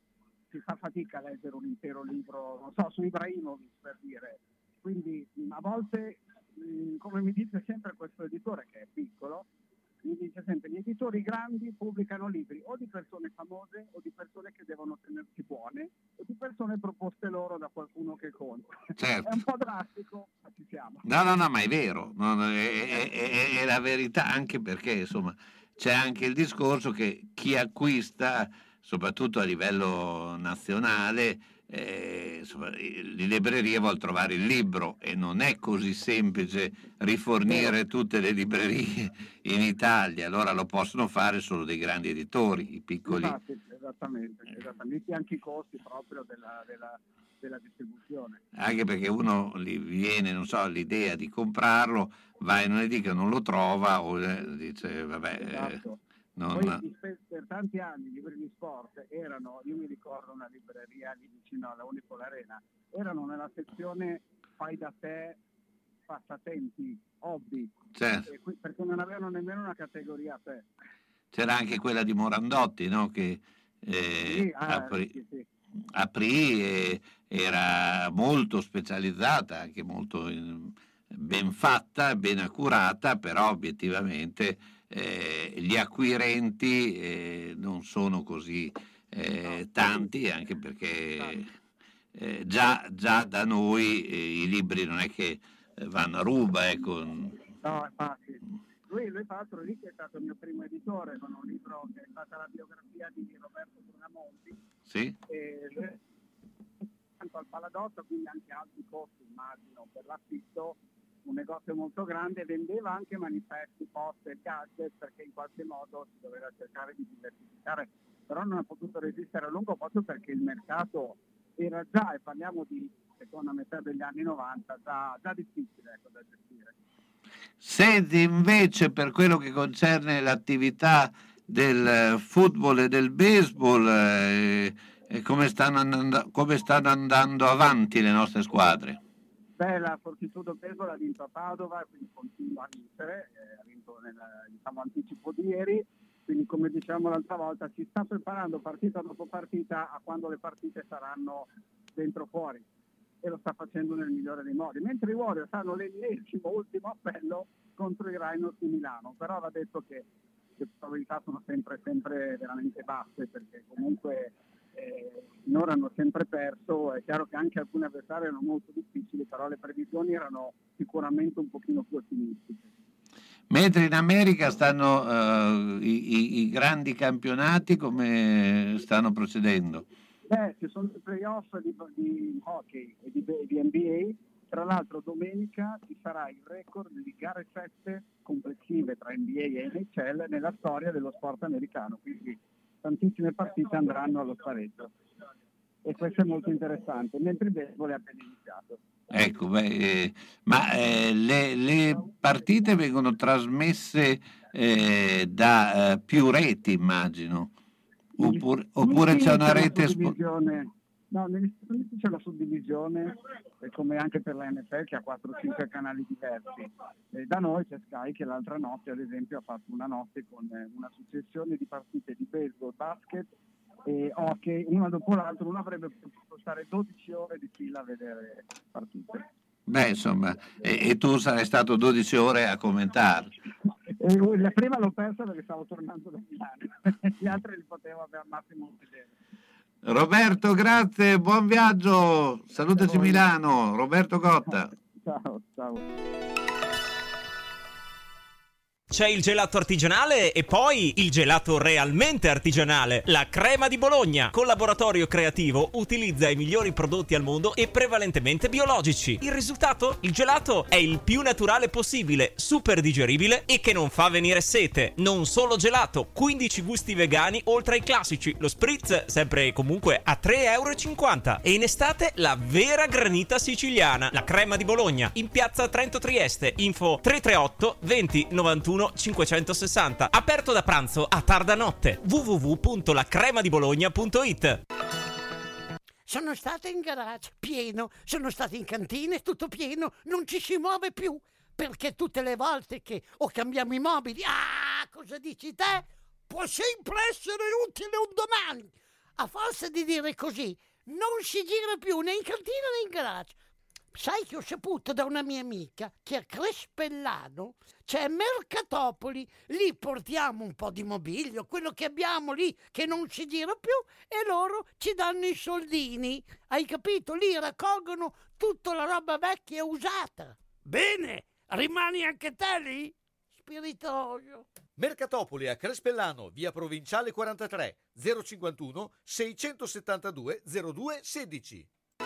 si fa fatica a leggere un intero libro, non so, su Ibrahimovic per dire. Quindi mh, a volte, mh, come mi dice sempre questo editore che è piccolo, mi dice sempre gli editori grandi pubblicano libri o di persone famose o di persone che devono tenersi buone o di persone proposte loro da qualcuno che conta. Certo. È un po' drastico, ma ci siamo. No, no, no, ma è vero, no, no, è, è- è- è la verità, anche perché insomma c'è anche il discorso che chi acquista, soprattutto a livello nazionale, eh, insomma, le librerie vuol trovare il libro e non è così semplice rifornire tutte le librerie in Italia, allora lo possono fare solo dei grandi editori, i piccoli. Infatti, esattamente, esattamente, anche i costi proprio della, della, della distribuzione. Anche perché uno gli viene, non so, l'idea di comprarlo, va in un'edicola, non lo trova o dice vabbè. Esatto. Eh, non... Poi per tanti anni i libri di sport erano, io mi ricordo una libreria lì vicino alla Unipol Arena, erano nella sezione fai da te, passatempi, hobby, certo. E qui, perché non avevano nemmeno una categoria a sé. C'era anche quella di Morandotti, no? Che eh, Sì, ah, aprì, sì, sì. aprì e era molto specializzata, anche molto eh, ben fatta, ben accurata, però obiettivamente eh, gli acquirenti eh, non sono così eh, tanti, anche perché eh, già, già da noi eh, i libri non è che vanno a ruba, ecco. No, infatti. Lui, lui tra l'altro lì che è stato il mio primo editore con un libro che è stata la biografia di Roberto Brunamonti. Sì. E lui, tanto al Paladotto, quindi anche alti costi immagino per l'acquisto, un negozio molto grande, vendeva anche manifesti, poster, gadget, perché in qualche modo si doveva cercare di diversificare, però non ha potuto resistere a lungo proprio perché il mercato era già, e parliamo di seconda metà degli anni novanta, già, già difficile, ecco, da gestire. Senti, invece, per quello che concerne l'attività del football e del baseball, eh, eh, come, stanno andando, come stanno andando avanti le nostre squadre? Beh, la Fortitudo Baseball ha vinto a Padova, quindi continua a vincere, eh, ha vinto nel diciamo, anticipo di ieri, quindi come dicevamo l'altra volta ci sta preparando partita dopo partita a quando le partite saranno dentro fuori, e lo sta facendo nel migliore dei modi, mentre i Warriors hanno l'ennesimo ultimo appello contro i Rhinos di Milano, però va detto che le probabilità sono sempre, sempre veramente basse, perché comunque eh, finora hanno sempre perso. È chiaro che anche alcuni avversari erano molto difficili, però le previsioni erano sicuramente un pochino più ottimistiche. Mentre in America stanno uh, i, i, i grandi campionati, come stanno procedendo? Beh, ci sono i playoff di, di hockey e di, di N B A, tra l'altro domenica ci sarà il record di gare sette complessive tra N B A e N H L nella storia dello sport americano, quindi tantissime partite andranno allo spareggio e questo è molto interessante, mentre il baseball è appena iniziato. Ecco, beh, eh, ma eh, le, le partite vengono trasmesse eh, da eh, più reti, immagino. Oppure, oppure c'è una rete spo- no, negli Stati Uniti c'è la suddivisione, eh, come anche per la N F L che ha quattro cinque canali diversi. E da noi c'è Sky che l'altra notte ad esempio ha fatto una notte con eh, una successione di partite di baseball, basket e hockey, una dopo l'altra. Uno avrebbe potuto stare dodici ore di fila a vedere partite. Beh, insomma, e, e tu sarai stato dodici ore a commentare. E la prima l'ho persa perché stavo tornando da Milano, gli altri li potevo al massimo vedere. Roberto, grazie, buon viaggio, salutaci Milano, Roberto Gotta. Ciao, ciao. C'è il gelato artigianale e poi il gelato realmente artigianale, la Crema di Bologna. Collaboratorio creativo utilizza i migliori prodotti al mondo e prevalentemente biologici. Il risultato? Il gelato è il più naturale possibile, super digeribile e che non fa venire sete. Non solo gelato, quindici gusti vegani oltre ai classici, lo spritz sempre e comunque a tre e cinquanta euro. E in estate la vera granita siciliana, la Crema di Bologna, in piazza Trento Trieste. Info tre tre otto venti novantuno cinquecentosessanta. Aperto da pranzo a tarda notte. w w w punto la crema di bologna punto i t. Sono stata in garage, pieno, sono stata in cantina, tutto pieno, non ci si muove più, perché tutte le volte che o cambiamo i mobili, ah, cosa dici te? Può sempre essere utile un domani. A forza di dire così, non si gira più né in cantina né in garage. Sai che ho saputo da una mia amica che a Crespellano c'è Mercatopoli, lì portiamo un po' di mobilio, quello che abbiamo lì che non si gira più, e loro ci danno i soldini, hai capito? Lì raccolgono tutta la roba vecchia e usata. Bene, rimani anche te lì? spiritoio. Mercatopoli a Crespellano, via Provinciale quarantatré, zero cinquantuno seicentosettantadue zero due sedici.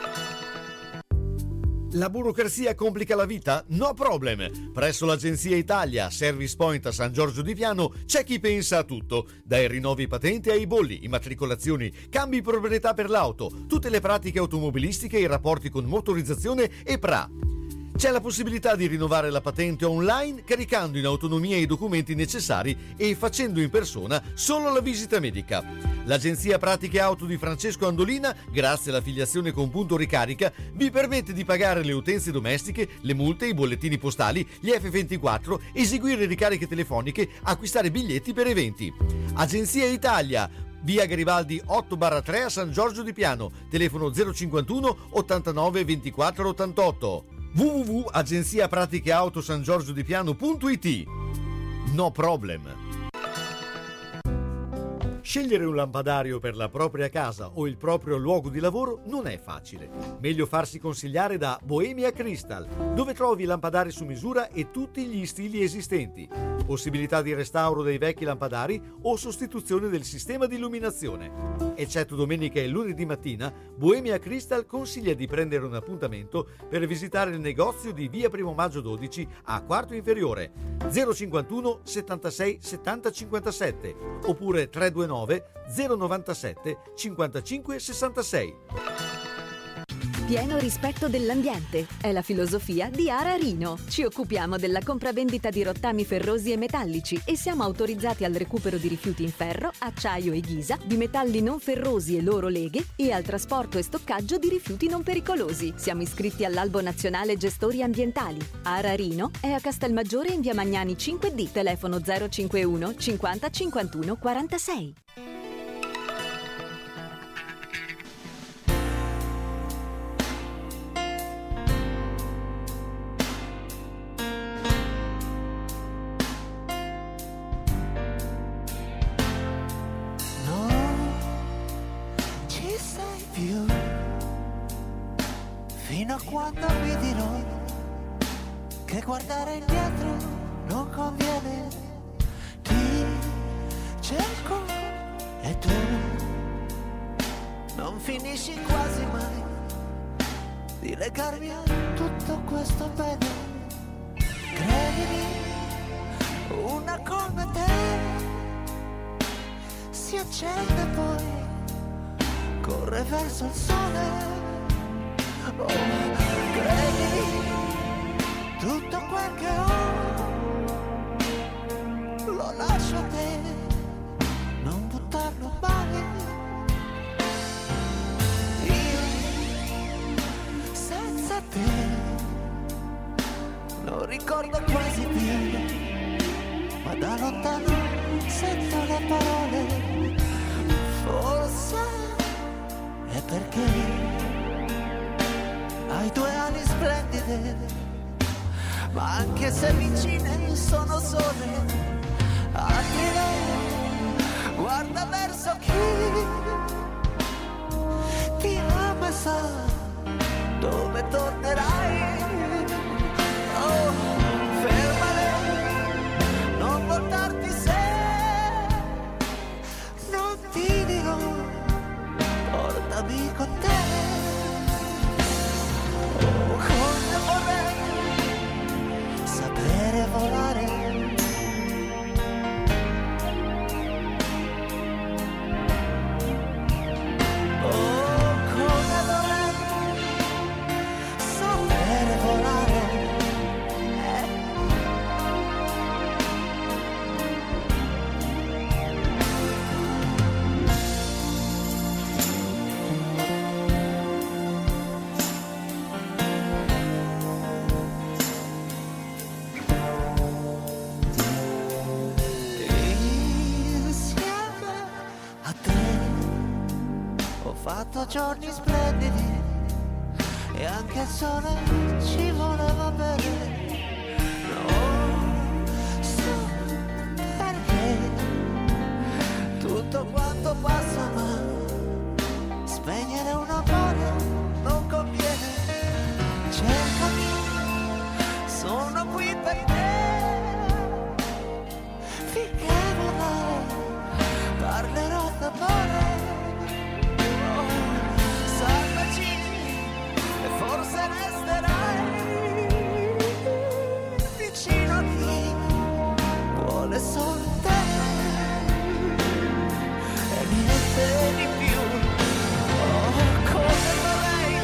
La burocrazia complica la vita? No problem! Presso l'Agenzia Italia, Service Point a San Giorgio di Piano, c'è chi pensa a tutto. Dai rinnovi patente ai bolli, immatricolazioni, cambi proprietà per l'auto, tutte le pratiche automobilistiche e i rapporti con motorizzazione e P R A. C'è la possibilità di rinnovare la patente online caricando in autonomia i documenti necessari e facendo in persona solo la visita medica. L'Agenzia Pratiche Auto di Francesco Andolina, grazie all'affiliazione con Punto Ricarica, vi permette di pagare le utenze domestiche, le multe, i bollettini postali, gli effe ventiquattro, eseguire ricariche telefoniche, acquistare biglietti per eventi. Agenzia Italia, via Garibaldi otto barra tre a San Giorgio di Piano, telefono zero cinquantuno ottantanove ventiquattro ottantotto. w w w punto agenzia pratiche auto san giorgio di piano punto i t. No problem. Scegliere un lampadario per la propria casa o il proprio luogo di lavoro non è facile. Meglio farsi consigliare da Bohemia Crystal, dove trovi lampadari su misura e tutti gli stili esistenti. Possibilità di restauro dei vecchi lampadari o sostituzione del sistema di illuminazione. Eccetto domenica e lunedì mattina, Bohemia Crystal consiglia di prendere un appuntamento per visitare il negozio di via Primo Maggio dodici a Quarto Inferiore, zero cinquantuno settantasei settanta cinquantasette oppure trecentonovantanove zero novantasette cinquantacinque sessantasei. Pieno rispetto dell'ambiente è la filosofia di Ara Rino. Ci occupiamo della compravendita di rottami ferrosi e metallici e siamo autorizzati al recupero di rifiuti in ferro, acciaio e ghisa, di metalli non ferrosi e loro leghe e al trasporto e stoccaggio di rifiuti non pericolosi. Siamo iscritti all'Albo Nazionale Gestori Ambientali. Ara Rino è a Castelmaggiore in via Magnani cinque D, telefono zero cinquantuno cinquanta cinquantuno quarantasei. Fino a quando mi dirò che guardare indietro non conviene. Ti cerco e tu non finisci quasi mai di legarmi a tutto questo bene. Credimi, una come te si accende poi, corre verso il sole. Oh, credi, tutto quel che ho lo lascio a te, non buttarlo mai. Io senza te non ricordo quasi più, ma da lontano sento le parole. Forse è perché hai due ali splendide, ma anche se vicine sono sole. Attire, guarda verso chi ti ama e sa dove tornerai. Oh, fermale, non voltarti se non ti dirò, portami con te. Come vorrei sapere volare. Oh, come vorrei sapere volare. Ho fatto giorni splendidi e anche il sole ci voleva bene. Non so perché tutto quanto passa, ma spegnere un amore non conviene. Cercami, sono qui per te, vapore. Oh, salvaci e forse resterai vicino a chi vuole solo te e niente di più. Oh, come vorrei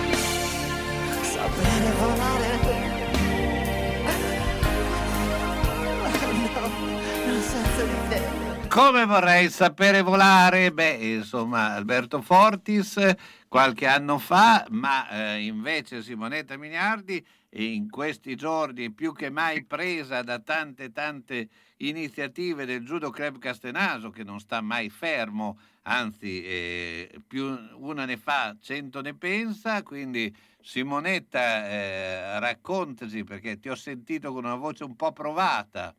sapere volare. No, non senza di te. Come vorrei sapere volare? Beh, insomma, Alberto Fortis qualche anno fa, ma eh, invece Simonetta Miniardi in questi giorni più che mai presa da tante tante iniziative del Judo Club Castenaso, che non sta mai fermo, anzi eh, più una ne fa cento ne pensa. Quindi Simonetta, eh, raccontaci, perché ti ho sentito con una voce un po' provata.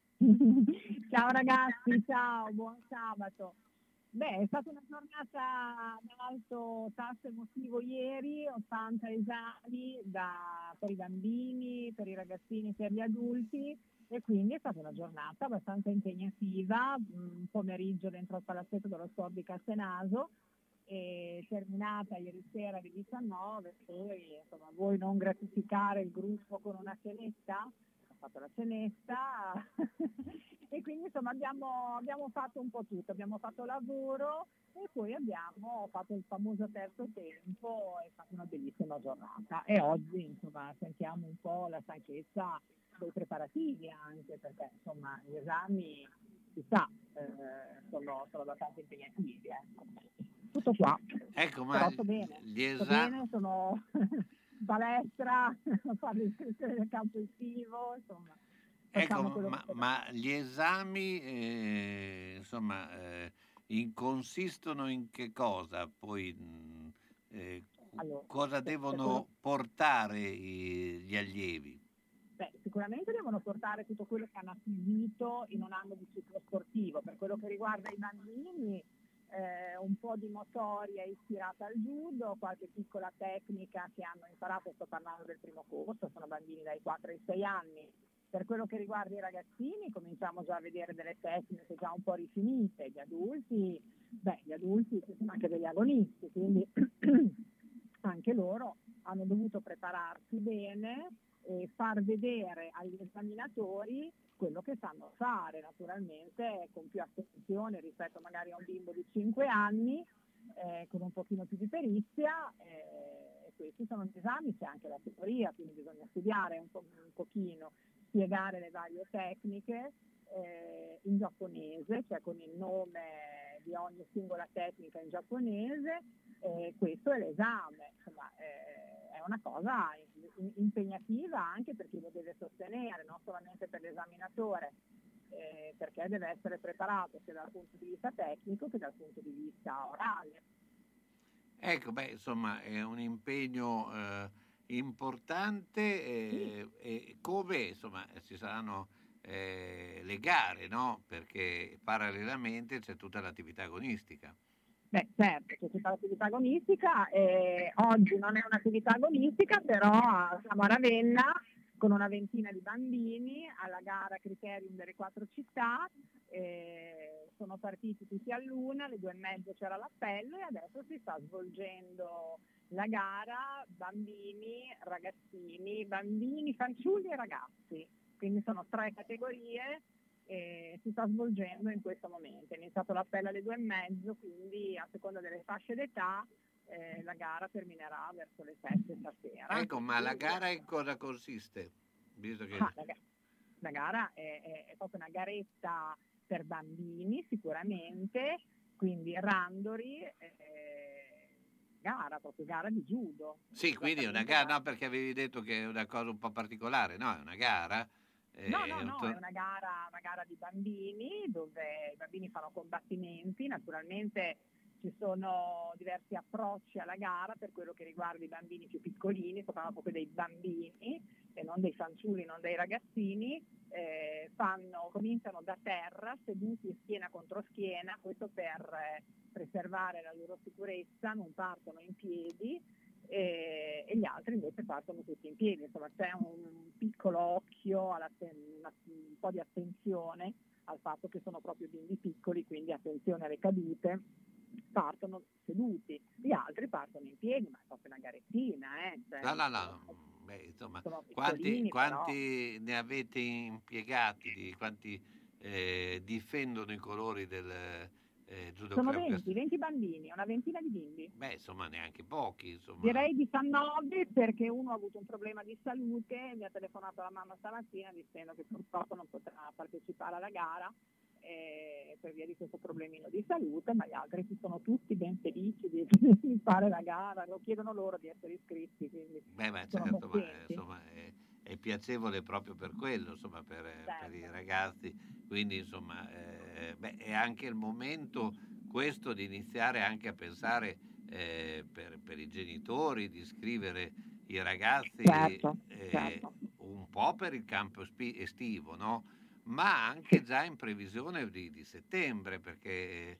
Ciao ragazzi, ciao, buon sabato. Beh, è stata una giornata ad alto tasso emotivo ieri, ottanta esami da, per i bambini, per i ragazzini, per gli adulti, e quindi è stata una giornata abbastanza impegnativa, un pomeriggio dentro il palazzetto dello sport di Castenaso, e terminata ieri sera alle diciannove. Poi insomma, vuoi non gratificare il gruppo con una cenetta? Ho fatto la cenetta e quindi insomma abbiamo, abbiamo fatto un po' tutto, abbiamo fatto lavoro e poi abbiamo fatto il famoso terzo tempo. È stata una bellissima giornata e oggi insomma sentiamo un po' la stanchezza dei preparativi, anche perché insomma gli esami si sa eh, sono, sono abbastanza impegnativi, ecco. Tutto qua. Ecco, ma Però sto bene, gli sto esami... bene, sono palestra, fare l'iscrizione del campo estivo, insomma. facciamo Ecco, quello ma, che ma gli esami, eh, insomma, eh, in- consistono in che cosa? Poi, mh, eh, Allora, cosa per- per devono quello- portare i- gli allievi? Beh, sicuramente devono portare tutto quello che hanno acquisito in un anno di ciclo sportivo. Per quello che riguarda i bambini, eh, un po' di motoria ispirata al judo, qualche piccola tecnica che hanno imparato, sto parlando del primo corso, sono bambini dai quattro ai sei anni. Per quello che riguarda i ragazzini, cominciamo già a vedere delle tecniche già un po' rifinite. Gli adulti, beh, gli adulti ci sono anche degli agonisti, quindi anche loro hanno dovuto prepararsi bene e far vedere agli esaminatori quello che sanno fare, naturalmente con più attenzione rispetto magari a un bimbo di cinque anni, eh, con un pochino più di perizia. Eh, e questi sono gli esami, c'è anche la teoria, quindi bisogna studiare un, po', un pochino, spiegare le varie tecniche eh, in giapponese, cioè con il nome di ogni singola tecnica in giapponese. Eh, questo è l'esame, insomma eh, è una cosa in- impegnativa anche per chi lo deve sostenere, non solamente per l'esaminatore, eh, perché deve essere preparato sia dal punto di vista tecnico che dal punto di vista orale. Ecco, beh, insomma, è un impegno eh, importante eh, e come, insomma, ci saranno eh, le gare, no? Perché parallelamente c'è tutta l'attività agonistica. Beh, certo, c'è tutta l'attività agonistica, e oggi non è un'attività agonistica, però a- siamo a Ravenna con una ventina di bambini alla gara Criterium delle quattro città. Eh, sono partiti tutti all'una, alle due e mezzo c'era l'appello e adesso si sta svolgendo la gara bambini, ragazzini, bambini, fanciulli e ragazzi, quindi sono tre categorie. E si sta svolgendo in questo momento. È iniziato l'appello alle due e mezzo, quindi a seconda delle fasce d'età eh, la gara terminerà verso le sette stasera. Ecco, ma la gara in cosa consiste? Visto che... Ah, la, ga- la gara è, è- è proprio una garetta per bambini sicuramente, quindi randori, eh, gara, proprio gara di judo. Sì, quindi è una gara, no, perché avevi detto che è una cosa un po' particolare, no? È una gara. No, eh, no, no, to- è una gara, una gara di bambini dove i bambini fanno combattimenti. Naturalmente ci sono diversi approcci alla gara per quello che riguarda i bambini più piccolini, sto parlando proprio dei bambini e non dei fanciulli, non dei ragazzini. Eh, fanno, cominciano da terra, seduti schiena contro schiena, questo per eh, preservare la loro sicurezza, non partono in piedi. E, e gli altri invece partono tutti in piedi, insomma c'è un piccolo occhio, alla, una- un po' di attenzione al fatto che sono proprio bimbi piccoli, quindi attenzione alle cadute, partono seduti, gli altri partono in piedi, ma è proprio una garettina, eh? Cioè, No, no, no. Beh, insomma, sono quanti, piccolini, quanti ne avete impiegati? Di, quanti eh, difendono i colori del eh, Judo sono Club? venti, venti bambini, una ventina di bimbi. Beh, insomma, neanche pochi, insomma. Direi diciannove, perché uno ha avuto un problema di salute, mi ha telefonato la mamma stamattina dicendo che purtroppo non potrà partecipare alla gara eh, per via di questo problemino di salute, ma gli altri si sono tutti ben felici di, di fare la gara, lo chiedono loro di essere iscritti, quindi Beh, ma sono certo, ma, contenti. insomma, è, è piacevole proprio per quello, insomma, per, per i Certo. ragazzi. Quindi, insomma, eh, beh, è anche il momento questo di iniziare anche a pensare eh, per, per i genitori di iscrivere i ragazzi Certo, eh, certo. un po' per il campo spi- estivo, no? Ma anche già in previsione di, di settembre, perché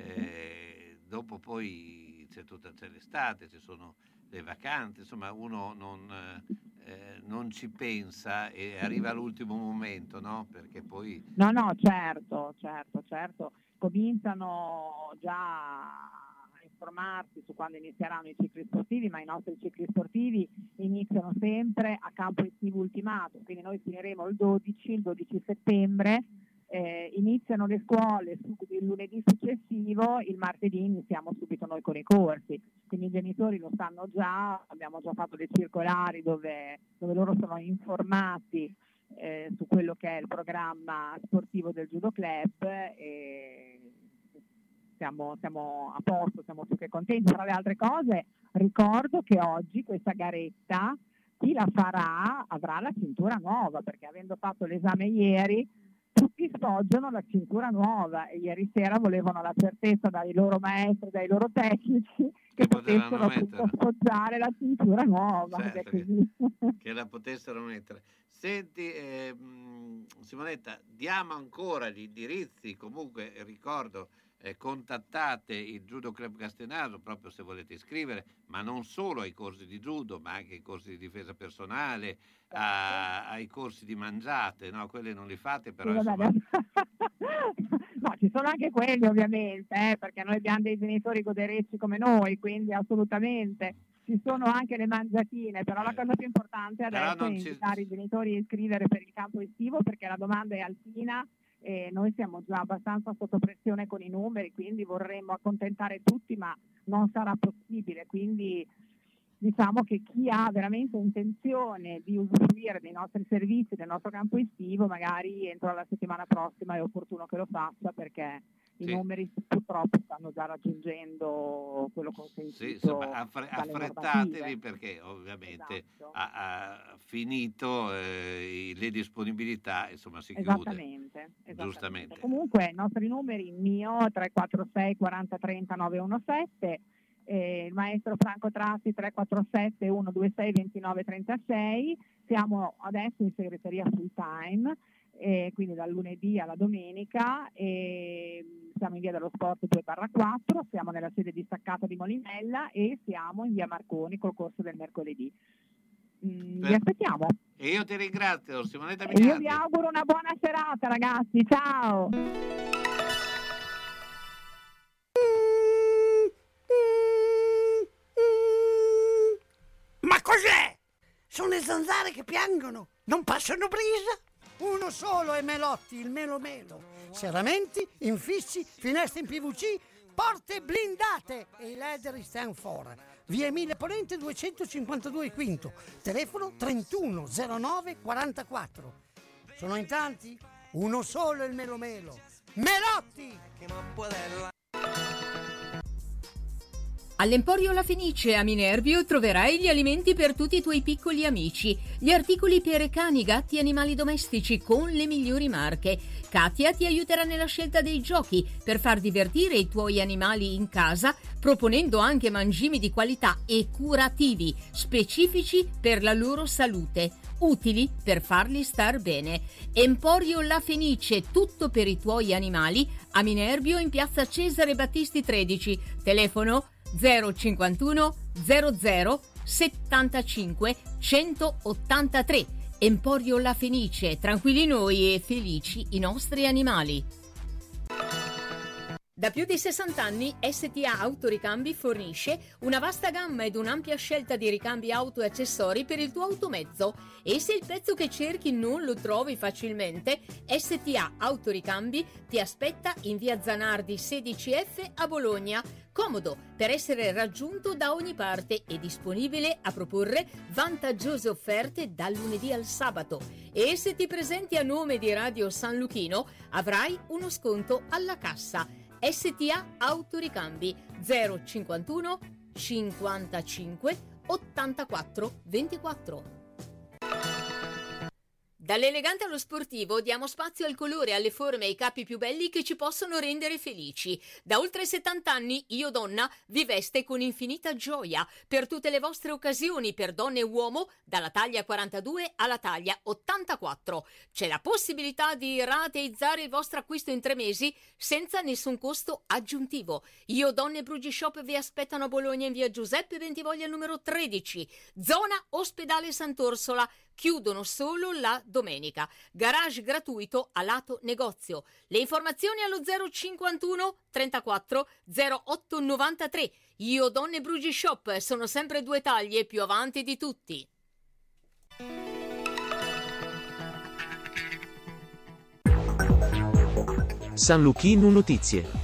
eh, dopo poi c'è tutta c'è l'estate, ci sono le vacanze, insomma uno non, eh, non ci pensa e arriva all'ultimo momento, no? Perché poi No, no, certo, certo, certo. Cominciano già a informarsi su quando inizieranno i cicli sportivi, ma i nostri cicli sportivi iniziano sempre a campo estivo ultimato, quindi noi finiremo il dodici, il dodici settembre, eh, iniziano le scuole su- il lunedì successivo, il martedì iniziamo subito noi con i corsi, quindi i genitori lo sanno già, abbiamo già fatto le circolari dove, dove loro sono informati eh, su quello che è il programma sportivo del Judo Club e siamo, siamo a posto, siamo più che contenti. Tra le altre cose ricordo che oggi questa garetta chi la farà avrà la cintura nuova, perché avendo fatto l'esame ieri tutti sfoggiano la cintura nuova e ieri sera volevano la certezza dai loro maestri, dai loro tecnici che potessero appunto sfoggiare la cintura nuova. ed è Certo, che, così. che la potessero mettere. Senti, eh, mh, Simonetta, diamo ancora gli indirizzi, comunque ricordo, eh, contattate il Judo Club Castenaso proprio se volete iscrivere, ma non solo ai corsi di judo, ma anche ai corsi di difesa personale, a- ai corsi di mangiate, no? Quelli non li fate, però Sì, vabbè, insomma... No, ci sono anche quelli ovviamente, eh, perché noi abbiamo dei genitori goderecci come noi, quindi assolutamente ci sono anche le mangiatine, però la cosa più importante Però adesso è non ci- invitare i genitori a iscrivere per il campo estivo, perché la domanda è altina e noi siamo già abbastanza sotto pressione con i numeri, quindi vorremmo accontentare tutti, ma non sarà possibile, quindi diciamo che chi ha veramente intenzione di usufruire dei nostri servizi, del nostro campo estivo, magari entro la settimana prossima è opportuno che lo faccia, perché i Sì. numeri purtroppo stanno già raggiungendo quello consentito. Sì, insomma, affre- dalle affrettatevi normative. perché ovviamente Esatto. ha, ha finito eh, i- le disponibilità, insomma si chiude. Esattamente, esattamente. Giustamente. Comunque i nostri numeri, il mio tre quattro sei quaranta trenta nove uno sette, eh, il maestro Franco Tratti tre quattro sette uno due sei ventinove trentasei, siamo adesso in segreteria full time, eh, quindi dal lunedì alla domenica, e siamo in via dello Sport due barra quattro, siamo nella sede distaccata di Molinella e siamo in via Marconi col corso del mercoledì. Mm, vi aspettiamo. E io ti ringrazio, Simonetta E io Mignardi. vi auguro una buona serata ragazzi, ciao! Ma cos'è? Sono le zanzare che piangono, non passano brisa. Uno solo è Melotti, il Melo Melo. Serramenti, infissi, finestre in P V C, porte blindate e i leder stand for. Via Emile Ponente duecentocinquantadue Quinto, telefono trentuno zero nove quarantaquattro. Sono in tanti? Uno solo è il Melo Melo. Melotti! All'Emporio La Fenice a Minervio troverai gli alimenti per tutti i tuoi piccoli amici, gli articoli per cani, gatti e animali domestici con le migliori marche. Katia ti aiuterà nella scelta dei giochi per far divertire i tuoi animali in casa, proponendo anche mangimi di qualità e curativi, specifici per la loro salute, utili per farli star bene. Emporio La Fenice, tutto per i tuoi animali, a Minervio in piazza Cesare Battisti tredici, telefono zero cinquantuno zero zero settantacinque centottantatré Emporio La Fenice, tranquilli noi e felici i nostri animali. Da più di sessanta anni S T A Autoricambi fornisce una vasta gamma ed un'ampia scelta di ricambi auto e accessori per il tuo automezzo, e se il pezzo che cerchi non lo trovi facilmente, S T A Autoricambi ti aspetta in via Zanardi sedici F a Bologna, comodo per essere raggiunto da ogni parte e disponibile a proporre vantaggiose offerte dal lunedì al sabato. E se ti presenti a nome di Radio San Luchino avrai uno sconto alla cassa. S T A Autoricambi zero cinquantuno cinquantacinque ottantaquattro ventiquattro. Dall'elegante allo sportivo diamo spazio al colore, alle forme e ai capi più belli che ci possono rendere felici. Da oltre settanta anni Io Donna vi veste con infinita gioia per tutte le vostre occasioni, per donne e uomo, dalla taglia quarantadue alla taglia ottantaquattro. C'è la possibilità di rateizzare il vostro acquisto in tre mesi senza nessun costo aggiuntivo. Io Donne Brugi Shop vi aspettano a Bologna in via Giuseppe Bentivoglia numero tredici, zona Ospedale Sant'Orsola. Chiudono solo la domenica. Garage gratuito a lato negozio. Le informazioni allo zero cinquantuno trentaquattro zero otto novantatré. Io Donne Brugi Shop, sono sempre due taglie più avanti di tutti. San Luchino Notizie.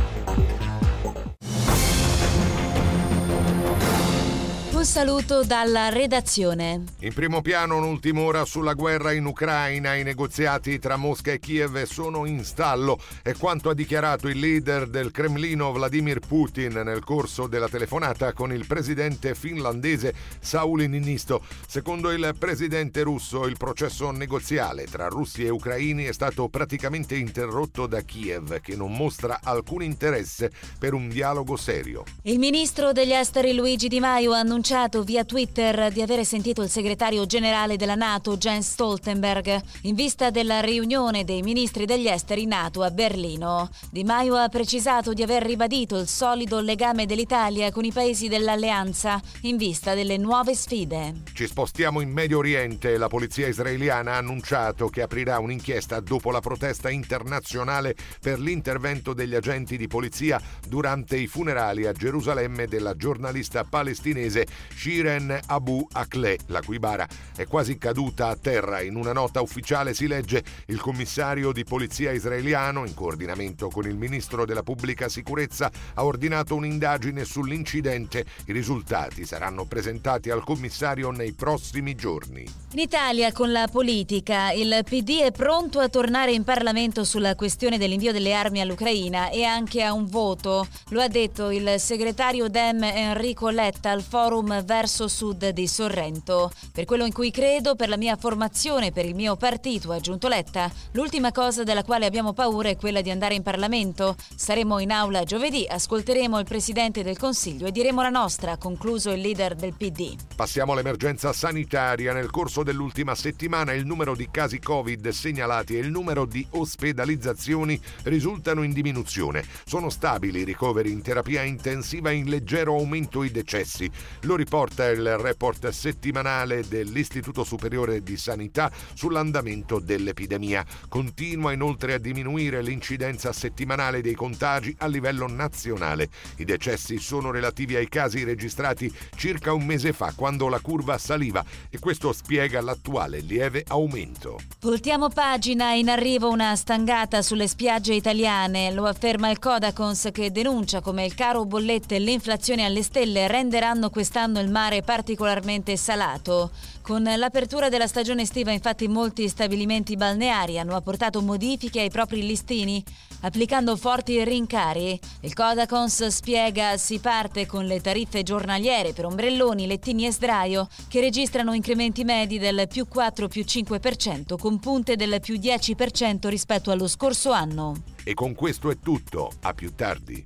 Un saluto dalla redazione. In primo piano un'ultima ora sulla guerra in Ucraina. I negoziati tra Mosca e Kiev sono in stallo. È quanto ha dichiarato il leader del Cremlino Vladimir Putin nel corso della telefonata con il presidente finlandese Sauli Niinisto. Secondo il presidente russo, il processo negoziale tra russi e ucraini è stato praticamente interrotto da Kiev, che non mostra alcun interesse per un dialogo serio. Il ministro degli esteri Luigi Di Maio ha annunciato via Twitter di avere sentito il segretario generale della NATO Jens Stoltenberg in vista della riunione dei ministri degli esteri NATO a Berlino. Di Maio ha precisato di aver ribadito il solido legame dell'Italia con i paesi dell'alleanza in vista delle nuove sfide. Ci spostiamo in Medio Oriente. La polizia israeliana ha annunciato che aprirà un'inchiesta dopo la protesta internazionale per l'intervento degli agenti di polizia durante i funerali a Gerusalemme della giornalista palestinese Shiren Abu Akleh, la cui bara è quasi caduta a terra. In una nota ufficiale si legge: il commissario di polizia israeliano, in coordinamento con il ministro della pubblica sicurezza, ha ordinato un'indagine sull'incidente. I risultati saranno presentati al commissario nei prossimi giorni. In Italia, con la politica, il P D è pronto a tornare in Parlamento sulla questione dell'invio delle armi all'Ucraina e anche a un voto. Lo ha detto il segretario Dem Enrico Letta al forum Verso Sud di Sorrento. Per quello in cui credo, per la mia formazione, per il mio partito, ha aggiunto Letta, l'ultima cosa della quale abbiamo paura è quella di andare in Parlamento. Saremo in aula giovedì, ascolteremo il Presidente del Consiglio e diremo la nostra, ha concluso il leader del P D. Passiamo all'emergenza sanitaria. Nel corso dell'ultima settimana il numero di casi Covid segnalati e il numero di ospedalizzazioni risultano in diminuzione. Sono stabili i ricoveri in terapia intensiva e in leggero aumento i decessi. Lo riporta il report settimanale dell'Istituto Superiore di Sanità sull'andamento dell'epidemia. Continua inoltre a diminuire l'incidenza settimanale dei contagi a livello nazionale. I decessi sono relativi ai casi registrati circa un mese fa, quando la curva saliva, e questo spiega l'attuale lieve aumento. Voltiamo pagina, in arrivo una stangata sulle spiagge italiane. Lo afferma il Codacons, che denuncia come il caro bollette e l'inflazione alle stelle renderanno quest'anno il mare particolarmente salato. Con l'apertura della stagione estiva, infatti, molti stabilimenti balneari hanno apportato modifiche ai propri listini, applicando forti rincari. Il Codacons spiega: si parte con le tariffe giornaliere per ombrelloni, lettini e sdraio, che registrano incrementi medi del più quattro più cinque per cento, con punte del più dieci per cento rispetto allo scorso anno. E con questo è tutto, a più tardi.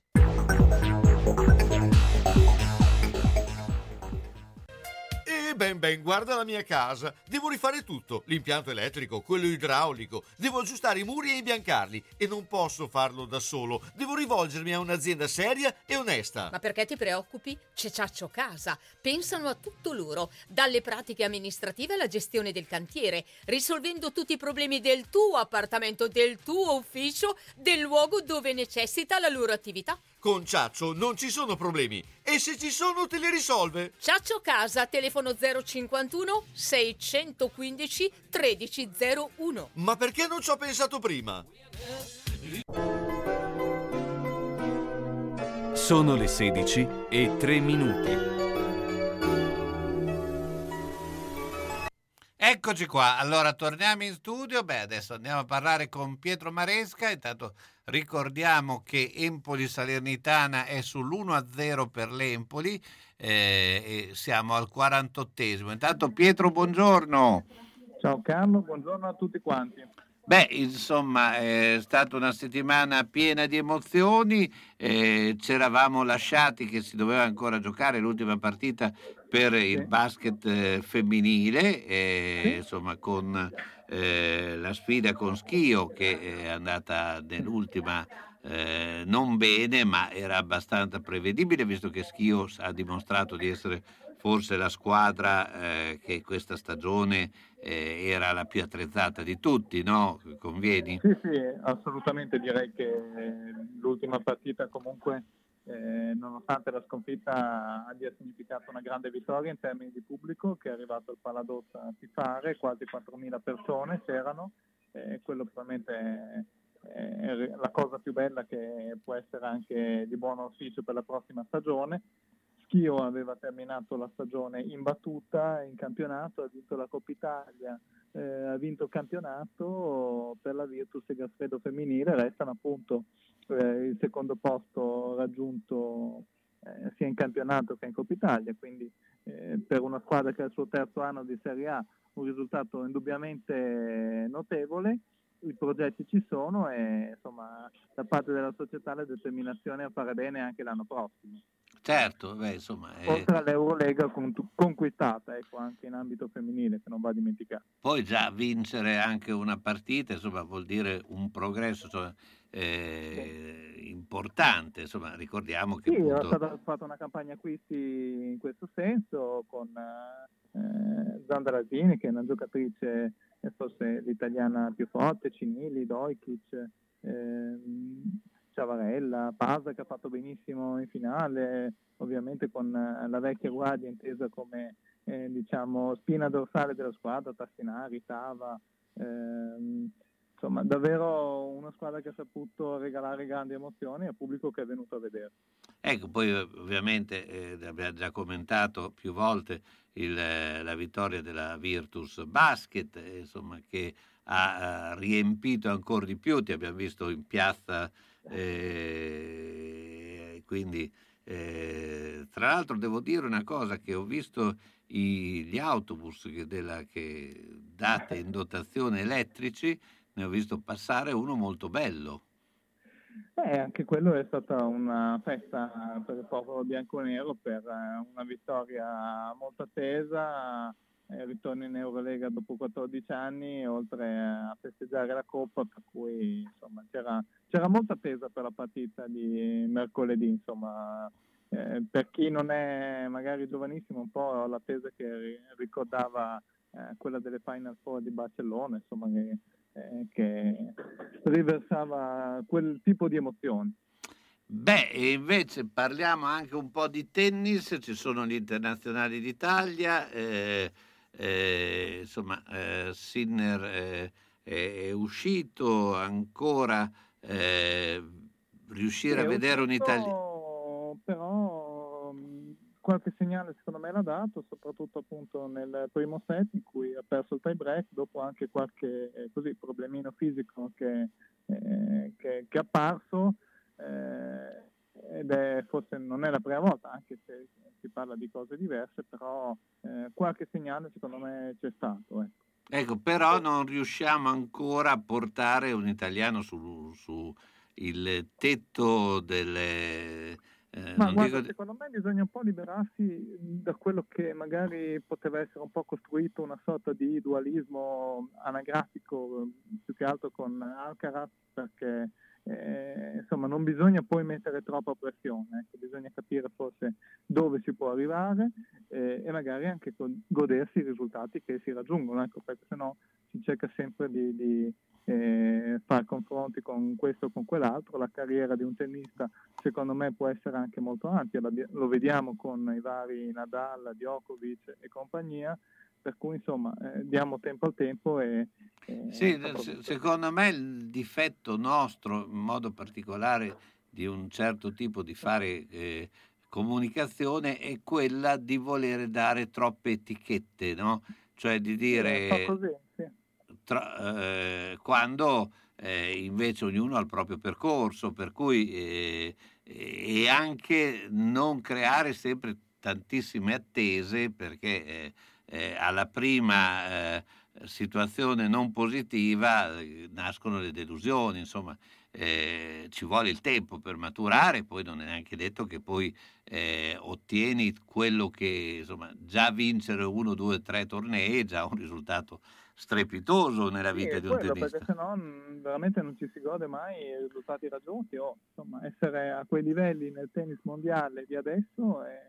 Ben ben ben, guarda la mia casa. Devo rifare tutto, l'impianto elettrico, quello idraulico. Devo aggiustare i muri e imbiancarli e non posso farlo da solo. Devo rivolgermi a un'azienda seria e onesta. Ma perché ti preoccupi? C'è Ciaccio Casa. Pensano a tutto loro, dalle pratiche amministrative alla gestione del cantiere, risolvendo tutti i problemi del tuo appartamento, del tuo ufficio, del luogo dove necessita la loro attività. Con Ciaccio non ci sono problemi e se ci sono te li risolve. Ciaccio Casa, telefono zero cinquantuno seicentoquindici tredici zero uno. Ma perché non ci ho pensato prima? Sono le sedici e tre minuti. Eccoci qua, allora torniamo in studio. Beh, adesso andiamo a parlare con Pietro Maresca. Intanto ricordiamo che Empoli Salernitana è sull'uno a zero per l'Empoli eh, e siamo al quarantottesimo. Intanto Pietro, buongiorno. Ciao Carlo, buongiorno a tutti quanti. Beh, insomma, è stata una settimana piena di emozioni, eh, ci eravamo lasciati che si doveva ancora giocare l'ultima partita per il basket eh, femminile, eh, insomma con eh, la sfida con Schio che è andata nell'ultima eh, non bene, ma era abbastanza prevedibile visto che Schio ha dimostrato di essere forse la squadra eh, che questa stagione eh, era la più attrezzata di tutti, no? Convieni? Sì, sì, assolutamente, direi che l'ultima partita comunque, eh, nonostante la sconfitta, abbia significato una grande vittoria in termini di pubblico che è arrivato al Paladossa a tifare, quasi quattromila persone c'erano, eh, quello probabilmente è la cosa più bella che può essere anche di buon auspicio per la prossima stagione. Schio aveva terminato la stagione imbattuta in campionato, ha vinto la Coppa Italia, eh, ha vinto il campionato. Per la Virtus Segafredo femminile restano appunto eh, il secondo posto raggiunto eh, sia in campionato che in Coppa Italia, quindi eh, per una squadra che è il suo terzo anno di Serie A un risultato indubbiamente notevole. I progetti ci sono e insomma da parte della società la determinazione a fare bene anche l'anno prossimo. Certo, beh, insomma, eh... oltre all'Eurolega con- conquistata, ecco, anche in ambito femminile, che non va dimenticato. Poi già vincere anche una partita, insomma, vuol dire un progresso insomma, eh, sì. importante, insomma, ricordiamo che sì, appunto... è stata fatta una campagna acquisti in questo senso con eh, Zandarazini, che è una giocatrice eh, forse l'italiana più forte, Cinilli, Dojkic, ehm, Ciavarella, Pasa che ha fatto benissimo in finale, ovviamente con la vecchia guardia intesa come eh, diciamo spina dorsale della squadra, Tassinari, Tava, ehm, insomma davvero una squadra che ha saputo regalare grandi emozioni al pubblico che è venuto a vedere. Ecco, poi ovviamente eh, abbiamo già commentato più volte il, la vittoria della Virtus Basket, eh, insomma che ha eh, riempito ancora di più, ti abbiamo visto in piazza. Eh, quindi eh, tra l'altro devo dire una cosa, che ho visto i, gli autobus che, della, che date in dotazione elettrici, ne ho visto passare uno molto bello. Eh, anche quello è stata una festa per il popolo bianconero, per una vittoria molto attesa, eh, ritorno in Eurolega dopo quattordici anni, oltre a festeggiare la Coppa, per cui insomma c'era, c'era molta attesa per la partita di mercoledì, insomma eh, per chi non è magari giovanissimo un po' l'attesa che ricordava eh, quella delle Final Four di Barcellona, insomma che, eh, che riversava quel tipo di emozioni. Beh, e invece parliamo anche un po' di tennis, ci sono gli internazionali d'Italia, eh, eh, insomma eh, Sinner eh, è uscito ancora, eh, riuscire Sì, a vedere un uscito, italiano. Però qualche segnale secondo me l'ha dato, soprattutto appunto nel primo set in cui ha perso il tie break, dopo anche qualche eh, così problemino fisico che, eh, che, che è apparso. Eh, ed è forse non è la prima volta, anche se si parla di cose diverse, però eh, qualche segnale secondo me c'è stato. Ecco. Ecco, però non riusciamo ancora a portare un italiano su, su il tetto delle, Eh, Ma non guarda, dico... secondo me bisogna un po' liberarsi da quello che magari poteva essere un po' costruito una sorta di dualismo anagrafico, più che altro con Alcaraz, perché eh, insomma non bisogna poi mettere troppa pressione, ecco, bisogna capire forse dove si può arrivare eh, e magari anche godersi i risultati che si raggiungono, ecco, perché sennò si cerca sempre di, di eh, fare confronti con questo o con quell'altro. La carriera di un tennista secondo me può essere anche molto ampia, lo vediamo con i vari Nadal, Djokovic e compagnia, per cui insomma eh, diamo tempo al tempo e... e sì, se, secondo me il difetto nostro, in modo particolare di un certo tipo di fare eh, comunicazione, è quella di voler dare troppe etichette, no? Cioè di dire... Sì, così, sì. Tra, eh, quando eh, invece ognuno ha il proprio percorso, per cui eh, e anche non creare sempre tantissime attese, perché eh, eh, alla prima eh, situazione non positiva eh, nascono le delusioni, insomma eh, ci vuole il tempo per maturare, poi non è neanche detto che poi eh, ottieni quello che, insomma, già vincere uno, due, tre tornei è già un risultato strepitoso nella vita sì, di un quello, tennista. Perché sennò mh, veramente non ci si gode mai i risultati raggiunti, o insomma essere a quei livelli nel tennis mondiale di adesso è,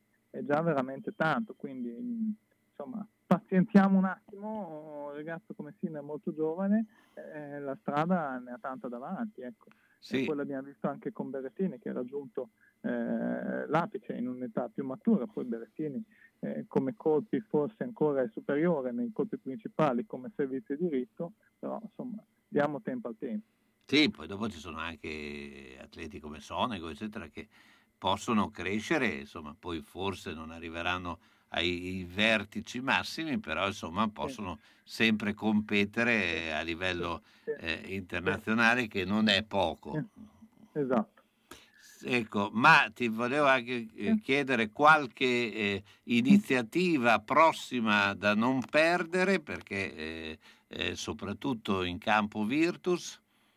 è già veramente tanto, quindi mh, insomma pazientiamo un attimo, un ragazzo come Sinner è molto giovane, eh, la strada ne ha tanta davanti, ecco. Sì. E poi l'abbiamo visto anche con Berrettini, che ha raggiunto eh, l'apice in un'età più matura. Poi Berrettini eh, come colpi forse ancora è superiore nei colpi principali come servizio di diritto, però insomma diamo tempo al tempo. Sì, poi dopo ci sono anche atleti come Sonego, eccetera, che possono crescere, insomma, poi forse non arriveranno ai, ai vertici massimi, però insomma possono sempre competere a livello eh, internazionale, che non è poco. Esatto. Ecco, ma ti volevo anche eh, chiedere qualche eh, iniziativa prossima da non perdere, perché eh, eh, soprattutto in campo Virtus.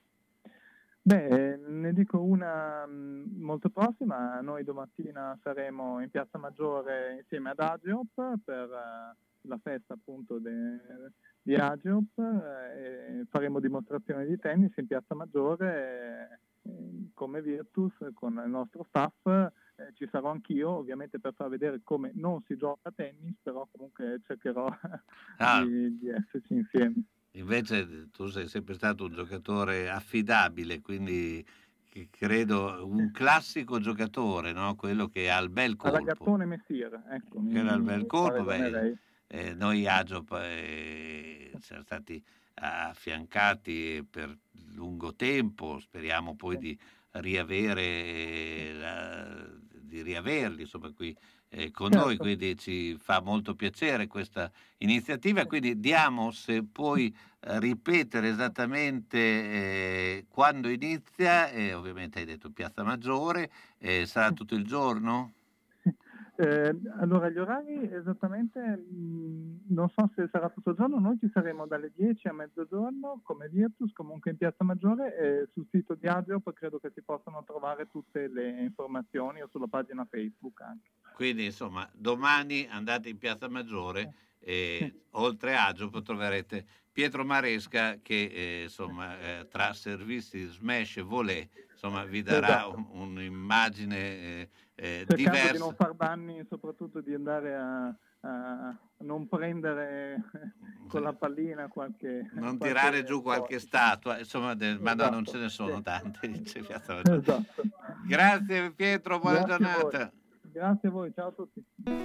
Beh, ne dico una mh, molto prossima. Noi domattina saremo in Piazza Maggiore insieme ad Ageop per uh, la festa appunto de, di Ageop, eh, e faremo dimostrazioni di tennis in Piazza Maggiore eh, come Virtus con il nostro staff. Eh, ci sarò anch'io, ovviamente, per far vedere come non si gioca a tennis, però comunque cercherò Ah. di, di esserci insieme. Invece tu sei sempre stato un giocatore affidabile, quindi che credo un classico giocatore, no? Quello che ha il bel colpo. Ragazzone Messire, ecco. Che era il bel mi colpo, paragonerei. beh, eh, noi Agiop eh, siamo stati affiancati per lungo tempo, speriamo poi di riavere eh, la, di riaverli insomma qui eh, con Certo. noi, quindi ci fa molto piacere questa iniziativa, quindi diamo, se puoi eh, ripetere esattamente eh, quando inizia, eh, ovviamente hai detto Piazza Maggiore, eh, sarà tutto il giorno? Eh, allora gli orari esattamente mh, non so se sarà tutto il giorno. Noi ci saremo dalle dieci a mezzogiorno come Virtus, comunque in Piazza Maggiore, e sul sito di Ageop credo che si possano trovare tutte le informazioni, o sulla pagina Facebook anche. Quindi insomma domani andate in Piazza Maggiore e oltre a Agiop troverete Pietro Maresca che eh, insomma eh, tra servizi smash e volée insomma vi darà Esatto. un- un'immagine eh, eh, Cercando diversa. di non far danni, soprattutto di andare a, a non prendere con la pallina qualche... Non qualche- tirare giù qualche statua, insomma, de- ma no, Esatto, non ce ne sono sì. tante. Dice Piazza Maggiore. Esatto. Grazie Pietro, buona Grazie a voi. giornata. Grazie a voi, ciao a tutti.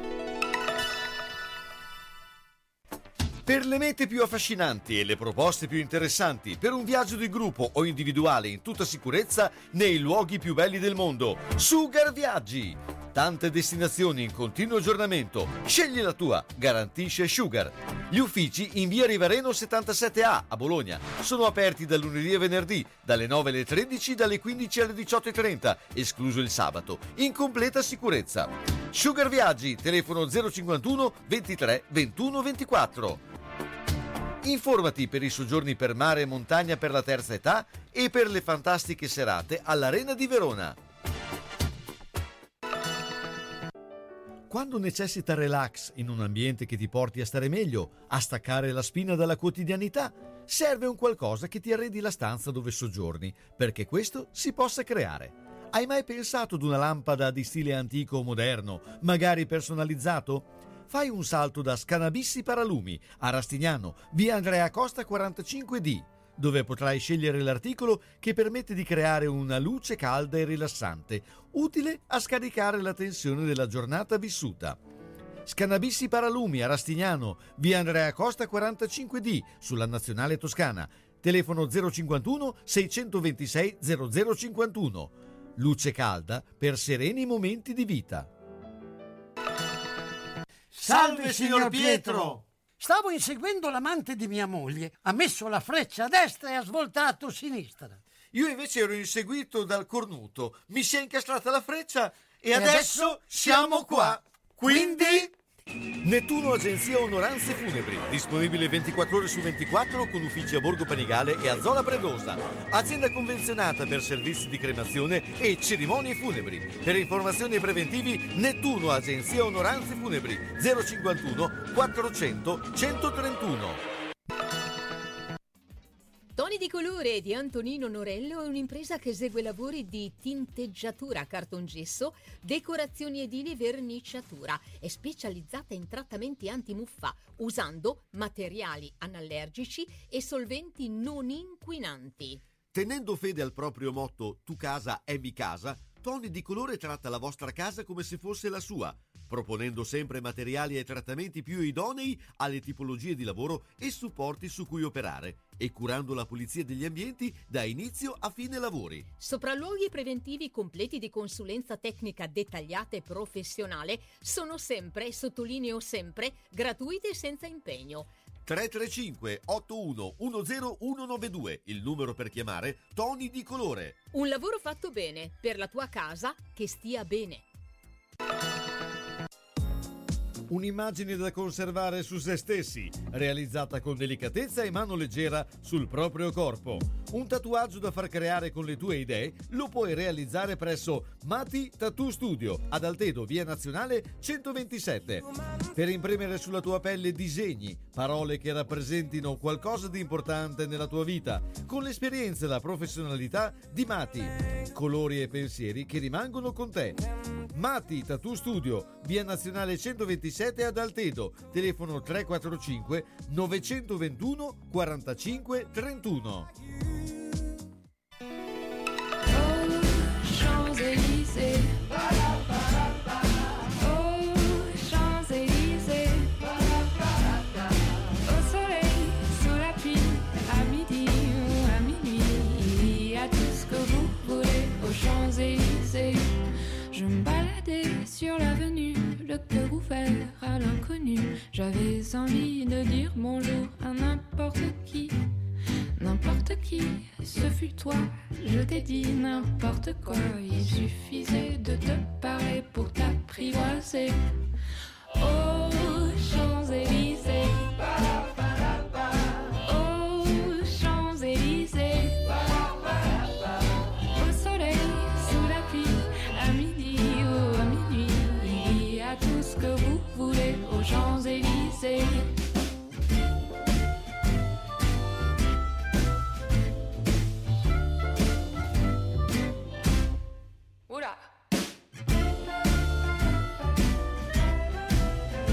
Per le mete più affascinanti e le proposte più interessanti, per un viaggio di gruppo o individuale in tutta sicurezza nei luoghi più belli del mondo, Sugar Viaggi! Tante destinazioni in continuo aggiornamento. Scegli la tua, garantisce Sugar. Gli uffici in via Rivareno settantasette A a Bologna sono aperti dal lunedì e venerdì, dalle nove alle tredici, dalle quindici alle diciotto e trenta, escluso il sabato, in completa sicurezza. Sugar Viaggi, telefono zero cinquantuno ventitré ventuno ventiquattro. Informati per i soggiorni per mare e montagna per la terza età e per le fantastiche serate all'Arena di Verona. Quando necessita relax in un ambiente che ti porti a stare meglio, a staccare la spina dalla quotidianità, serve un qualcosa che ti arredi la stanza dove soggiorni, perché questo si possa creare. Hai mai pensato ad una lampada di stile antico o moderno, magari personalizzato? Fai un salto da Scanabissi Paralumi a Rastignano, via Andrea Costa quarantacinque D, dove potrai scegliere l'articolo che permette di creare una luce calda e rilassante, utile a scaricare la tensione della giornata vissuta. Scanabissi Paralumi a Rastignano, via Andrea Costa quarantacinque D, sulla Nazionale Toscana. Telefono zero cinquantuno seicentoventisei zero zero cinquantuno. Luce calda per sereni momenti di vita. Salve, signor Pietro! Stavo inseguendo l'amante di mia moglie. Ha messo la freccia a destra e ha svoltato a sinistra. Io invece ero inseguito dal cornuto. Mi si è incastrata la freccia e, E adesso, adesso siamo qua. Quindi... Quindi... Nettuno Agenzia Onoranze Funebri, disponibile ventiquattro ore su ventiquattro con uffici a Borgo Panigale e a Zola Predosa. Azienda convenzionata per servizi di cremazione e cerimonie funebri. Per informazioni e preventivi Nettuno Agenzia Onoranze Funebri zero cinquantuno quattrocento centotrentuno. Toni di colore di Antonino Norello è un'impresa che esegue lavori di tinteggiatura, cartongesso, decorazioni edili e verniciatura. È specializzata in trattamenti antimuffa usando materiali anallergici e solventi non inquinanti. Tenendo fede al proprio motto Tu casa è mi casa, Toni di Colore tratta la vostra casa come se fosse la sua, proponendo sempre materiali e trattamenti più idonei alle tipologie di lavoro e supporti su cui operare e curando la pulizia degli ambienti da inizio a fine lavori. Sopralluoghi preventivi completi di consulenza tecnica dettagliata e professionale sono sempre, sottolineo sempre, gratuiti e senza impegno. tre tre cinque otto uno uno zero uno nove due, il numero per chiamare Toni di Colore. Un lavoro fatto bene per la tua casa che stia bene. Un'immagine da conservare su se stessi, realizzata con delicatezza e mano leggera sul proprio corpo. Un tatuaggio da far creare con le tue idee lo puoi realizzare presso Mati Tattoo Studio ad Altedo, via Nazionale centoventisette. Per imprimere sulla tua pelle disegni, parole che rappresentino qualcosa di importante nella tua vita, con l'esperienza e la professionalità di Mati. Colori e pensieri che rimangono con te. Mati Tattoo Studio, via Nazionale centoventisette ad Altedo, telefono tre quattro cinque nove due uno quarantacinque trentuno. Champs-Élysées, oh Champs-Élysées, au soleil, sous la pluie, à midi ou à minuit, il y a tout ce que vous voulez aux Champs-Élysées. Je me baladais sur l'avenue, le cœur ouvert à l'inconnu. J'avais envie de dire bonjour à n'importe qui. N'importe qui, ce fut toi, je t'ai dit n'importe quoi. Il suffisait de te parler pour t'apprivoiser. Oh, Champs-Élysées, oh, Champs-Élysées, au soleil, sous la pluie, à midi ou à minuit, il y a tout ce que vous voulez aux Champs-Élysées. Oula!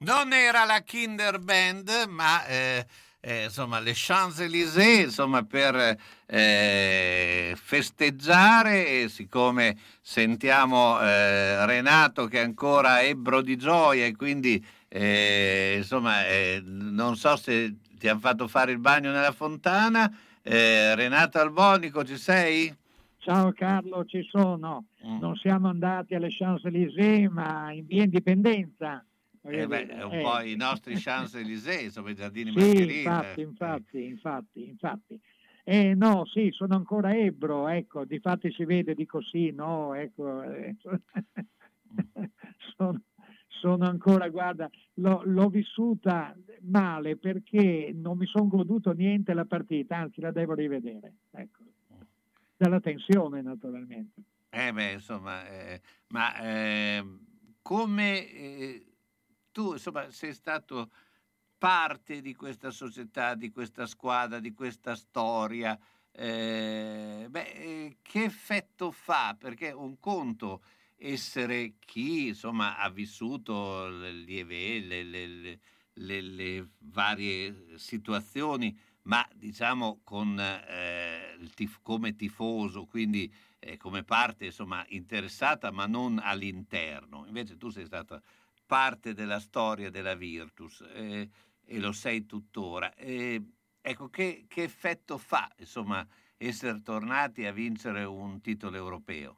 Non era la Kinder Band, ma eh, eh, insomma le Champs-Élysées, insomma, per eh, festeggiare, e siccome sentiamo eh, Renato che è ancora ebbro di gioia, e quindi eh, insomma eh, non so se ti hanno fatto fare il bagno nella fontana. eh, Renato Albonico, ci sei? Ciao Carlo, ci sono. Mm. Non siamo andati alle Champs-Élysées, ma in via Indipendenza. Eh beh, è un Eh, po' i nostri Champs-Élysées, insomma, i giardini Sì, Margherita. infatti, infatti, infatti, infatti. Eh, no, sì, sono ancora ebbro, ecco, difatti si vede, dico sì, no, ecco, eh, sono, sono ancora, guarda, l'ho, l'ho vissuta male perché non mi sono goduto niente la partita, anzi la devo rivedere, ecco, dalla tensione naturalmente. Eh beh, insomma, eh, ma eh, come eh, tu, insomma, sei stato parte di questa società, di questa squadra, di questa storia, eh, beh, eh, che effetto fa? Perché un conto essere chi, insomma, ha vissuto le, lieve- le, le, le, le, le varie situazioni, ma diciamo con eh, il tif- come tifoso, quindi eh, come parte, insomma, interessata, ma non all'interno. Invece tu sei stata parte della storia della Virtus eh, e lo sei tuttora. Eh, ecco, che, che effetto fa, insomma, essere tornati a vincere un titolo europeo?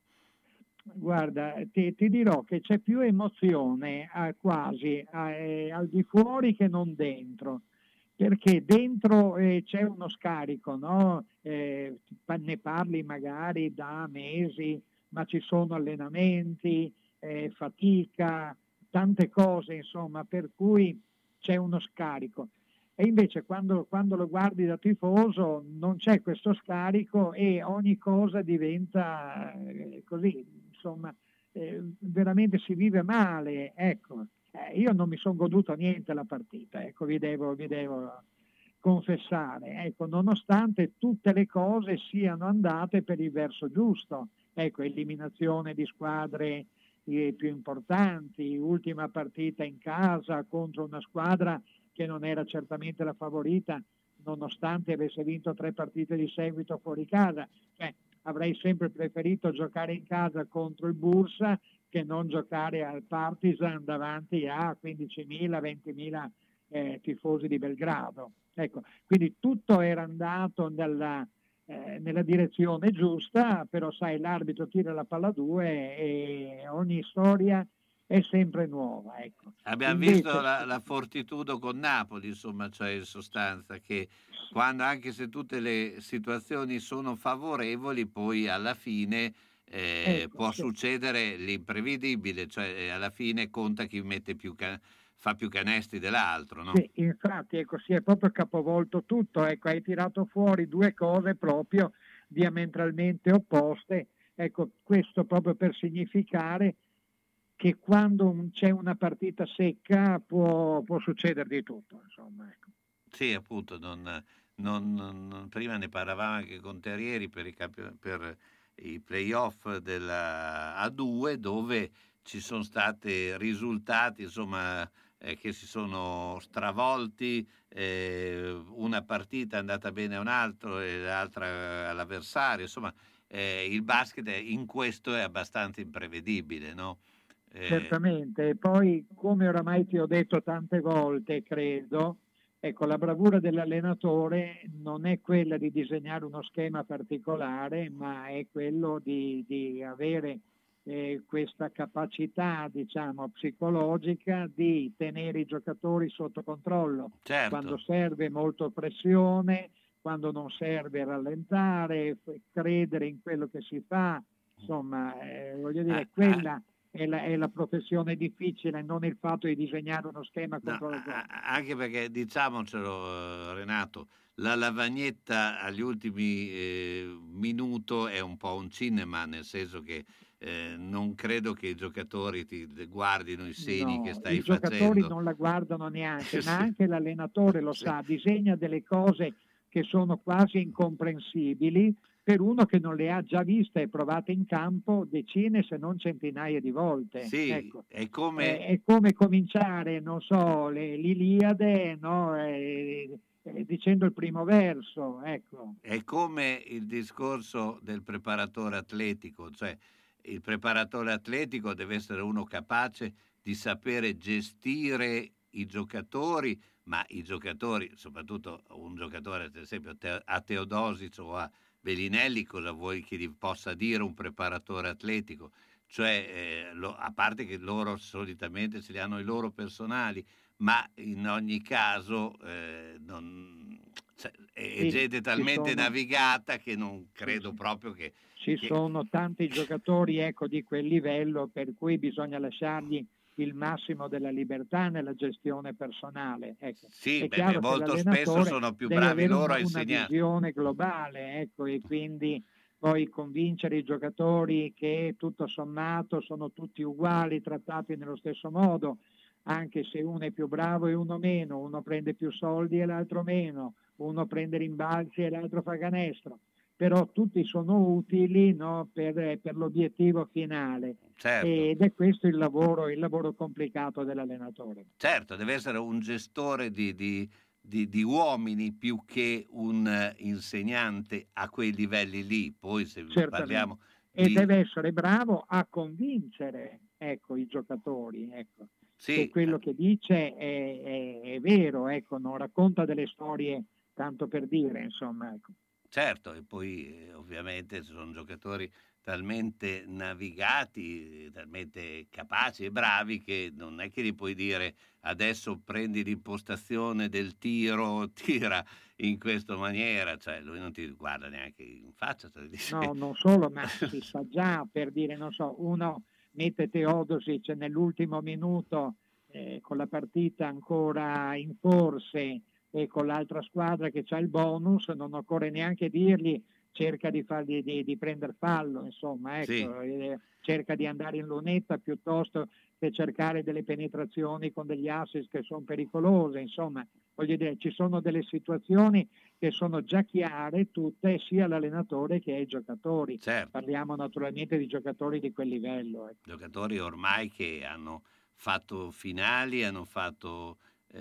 Guarda, ti, ti dirò che c'è più emozione eh, quasi eh, al di fuori che non dentro, perché dentro eh, c'è uno scarico, no? Eh, ne parli magari da mesi, ma ci sono allenamenti, eh, fatica, tante cose, insomma, per cui c'è uno scarico. E invece quando, quando lo guardi da tifoso non c'è questo scarico e ogni cosa diventa eh, così, insomma, eh, veramente si vive male, ecco. Eh, io non mi sono goduto niente la partita, ecco, vi devo, vi devo confessare, ecco, nonostante tutte le cose siano andate per il verso giusto, ecco, eliminazione di squadre eh, più importanti, ultima partita in casa contro una squadra che non era certamente la favorita, nonostante avesse vinto tre partite di seguito fuori casa. Cioè, avrei sempre preferito giocare in casa contro il Bursa che non giocare al Partizan davanti a quindicimila, ventimila eh, tifosi di Belgrado. Ecco, quindi tutto era andato nella, eh, nella direzione giusta, però sai, l'arbitro tira la palla a due e ogni storia è sempre nuova. Ecco. Abbiamo Invece, visto la, la fortitudo con Napoli, insomma, cioè in sostanza che quando, anche se tutte le situazioni sono favorevoli, poi alla fine eh, Ecco, può sì. succedere l'imprevedibile, cioè eh, alla fine conta chi mette più ca- fa più canestri dell'altro, no? Sì, infatti, ecco, si è proprio capovolto tutto, ecco, hai tirato fuori due cose proprio diametralmente opposte, ecco, questo proprio per significare che quando un- c'è una partita secca può, può succedere di tutto, insomma, ecco. Sì, appunto, non, non- non- non- prima ne parlavamo anche con Terrieri per i, campi- per i playoff della A due, dove ci sono stati risultati, insomma, eh, che si sono stravolti, eh, una partita è andata bene a un altro e l'altra all'avversario, insomma, eh, il basket è- in questo è abbastanza imprevedibile, no? Eh, Certamente, e poi come oramai ti ho detto tante volte, credo, ecco, la bravura dell'allenatore non è quella di disegnare uno schema particolare, ma è quello di, di avere eh, questa capacità, diciamo, psicologica di tenere i giocatori sotto controllo. Certo. Quando serve molto pressione, quando non serve rallentare, f- credere in quello che si fa, insomma, eh, voglio dire, Ah, quella è la, è la professione difficile, non il fatto di disegnare uno schema contro la zona. anche perché, diciamocelo, eh, Renato, la lavagnetta agli ultimi eh, minuto è un po' un cinema, nel senso che eh, non credo che i giocatori ti guardino i segni No, che stai i giocatori facendo. non la guardano neanche, Sì. ma anche l'allenatore lo Sì. sa, disegna delle cose che sono quasi incomprensibili, per uno che non le ha già viste e provate in campo decine se non centinaia di volte. Sì, ecco. è come... È, è come cominciare, non so, le, l'Iliade, no? E, e, dicendo il primo verso, ecco. È come il discorso del preparatore atletico, cioè il preparatore atletico deve essere uno capace di sapere gestire i giocatori, ma i giocatori, soprattutto un giocatore, ad esempio a Teodosic o a Bellinelli, cosa vuoi che gli possa dire un preparatore atletico? Cioè, eh, lo, a parte che loro solitamente ce li hanno i loro personali, ma in ogni caso eh, non, cioè, è Sì, gente talmente sono- navigata che non credo proprio che... Ci che- sono tanti giocatori, ecco, di quel livello per cui bisogna lasciargli il massimo della libertà nella gestione personale. Ecco. Sì, È beh, chiaro beh, che molto spesso l'allenatore sono più deve bravi avere loro una, a una insegnare. visione globale, ecco, e quindi poi convincere i giocatori che tutto sommato sono tutti uguali, trattati nello stesso modo, anche se uno è più bravo e uno meno, uno prende più soldi e l'altro meno, uno prende rimbalzi e l'altro fa canestro, però tutti sono utili, no, per, per l'obiettivo finale. Certo. Ed è questo il lavoro, il lavoro complicato dell'allenatore. Certo, deve essere un gestore di, di- di- di uomini più che un eh, insegnante a quei livelli lì. Poi se Certamente. parliamo E di... deve essere bravo a convincere, ecco, i giocatori, ecco, Sì. che quello che dice è, è- è vero, ecco, non racconta delle storie tanto per dire, insomma, ecco. Certo, e poi eh, ovviamente sono giocatori talmente navigati, talmente capaci e bravi che non è che gli puoi dire adesso prendi l'impostazione del tiro, tira in questa maniera, cioè lui non ti guarda neanche in faccia, te lo dice. No, non solo, ma si sa già, per dire, non so, uno mette Teodosic nell'ultimo minuto eh, con la partita ancora in forse e con l'altra squadra che c'ha il bonus, non occorre neanche dirgli cerca di fargli di, di prendere fallo, insomma, ecco, Sì. eh, cerca di andare in lunetta piuttosto che cercare delle penetrazioni con degli assist che sono pericolose, insomma, voglio dire, ci sono delle situazioni che sono già chiare tutte sia all'allenatore che ai giocatori. Certo. Parliamo naturalmente di giocatori di quel livello. Ecco. Giocatori ormai che hanno fatto finali, hanno fatto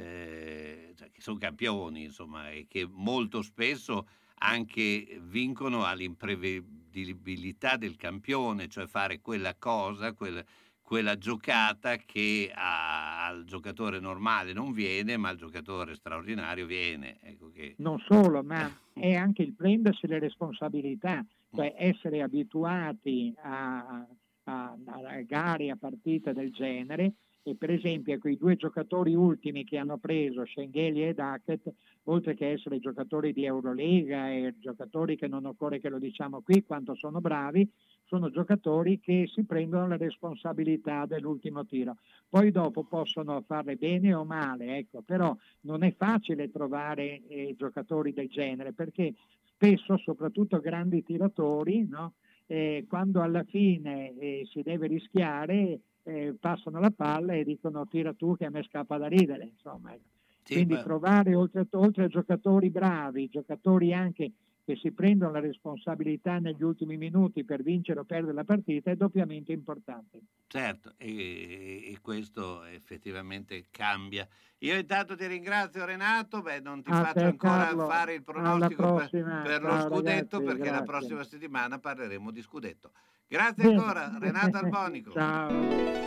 eh, cioè, che sono campioni, insomma, e che molto spesso anche vincono all'imprevedibilità del campione, cioè fare quella cosa, quella, quella giocata che a- al giocatore normale non viene, ma al giocatore straordinario viene. Ecco che... Non solo, ma è anche il prendersi le responsabilità, cioè essere abituati a, a, a gare, a partite del genere. E per esempio quei due giocatori ultimi che hanno preso, Schengelli ed Hackett, oltre che essere giocatori di Eurolega e giocatori che non occorre che lo diciamo qui quanto sono bravi, sono giocatori che si prendono la responsabilità dell'ultimo tiro. Poi dopo possono farle bene o male, ecco, però non è facile trovare eh, giocatori del genere, perché spesso, soprattutto grandi tiratori, no? Eh, quando alla fine eh, si deve rischiare, eh, passano la palla e dicono tira tu che a me scappa da ridere, insomma. ecco. Sì, Quindi ma- trovare oltre, oltre a giocatori bravi, giocatori anche che si prendono la responsabilità negli ultimi minuti per vincere o perdere la partita è doppiamente importante. Certo, e, e questo effettivamente cambia. Io intanto ti ringrazio Renato, beh, non ti A faccio te, ancora Carlo. fare il Alla pronostico per, prossima. per lo Ciao, scudetto, ragazzi, perché la grazie. prossima settimana parleremo di scudetto. Grazie Bene. ancora, Renato Albonico. Ciao.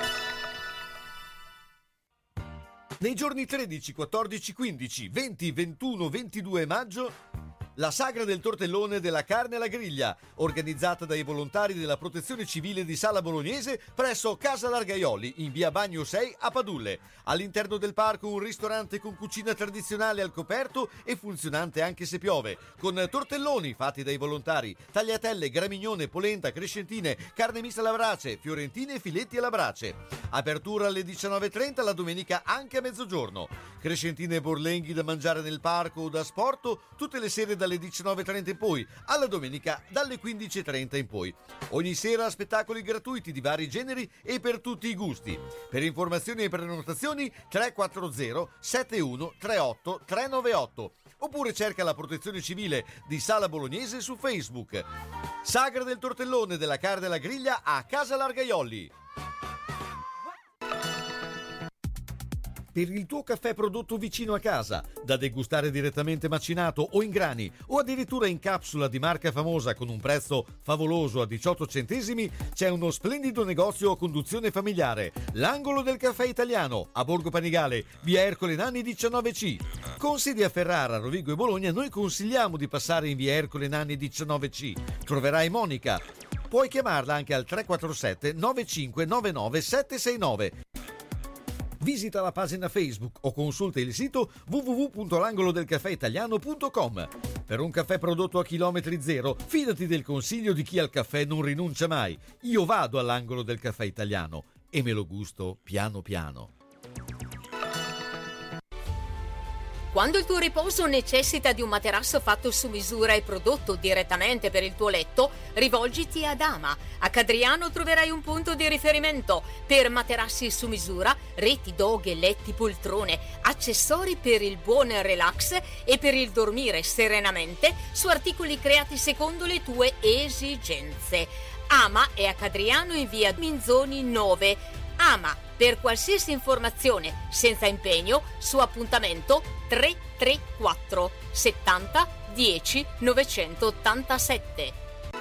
Nei giorni tredici, quattordici, quindici, venti, ventuno, ventidue maggio, la sagra del tortellone della carne alla griglia, organizzata dai volontari della Protezione Civile di Sala Bolognese presso Casa Largaioli in via Bagno sei a Padulle. All'interno del parco un ristorante con cucina tradizionale al coperto e funzionante anche se piove, con tortelloni fatti dai volontari, tagliatelle, gramignone, polenta, crescentine, carne mista alla brace, fiorentine e filetti alla brace. Apertura alle diciannove e trenta, la domenica anche a mezzogiorno. Crescentine e borlenghi da mangiare nel parco o da sporto tutte le sere dalle diciannove e trenta in poi, alla domenica dalle quindici e trenta in poi. Ogni sera spettacoli gratuiti di vari generi e per tutti i gusti. Per informazioni e prenotazioni tre quattro zero sette uno tre otto tre nove otto oppure cerca la protezione civile di Sala Bolognese su Facebook. Sagra del tortellone, della carne della griglia a Casa Largaiolli. Per il tuo caffè prodotto vicino a casa, da degustare direttamente macinato o in grani o addirittura in capsula di marca famosa con un prezzo favoloso a diciotto centesimi, c'è uno splendido negozio a conduzione familiare, l'Angolo del Caffè Italiano, a Borgo Panigale, via Ercole Nanni diciannove C. Con sedi a Ferrara, Rovigo e Bologna, noi consigliamo di passare in via Ercole Nanni diciannove C. Troverai Monica. Puoi chiamarla anche al tre quattro sette nove cinque nove nove sette sei nove. Visita la pagina Facebook o consulta il sito w w w punto l'angolodelcaffeitaliano punto com. Per un caffè prodotto a chilometri zero, fidati del consiglio di chi al caffè non rinuncia mai. Io vado all'Angolo del Caffè Italiano e me lo gusto piano piano. Quando il tuo riposo necessita di un materasso fatto su misura e prodotto direttamente per il tuo letto, rivolgiti ad Ama. A Cadriano troverai un punto di riferimento per materassi su misura, reti, doghe, letti, poltrone, accessori per il buon relax e per il dormire serenamente su articoli creati secondo le tue esigenze. Ama è a Cadriano in via Minzoni nove. Ama, per qualsiasi informazione senza impegno, su appuntamento tre tre quattro settanta dieci novecentottantasette.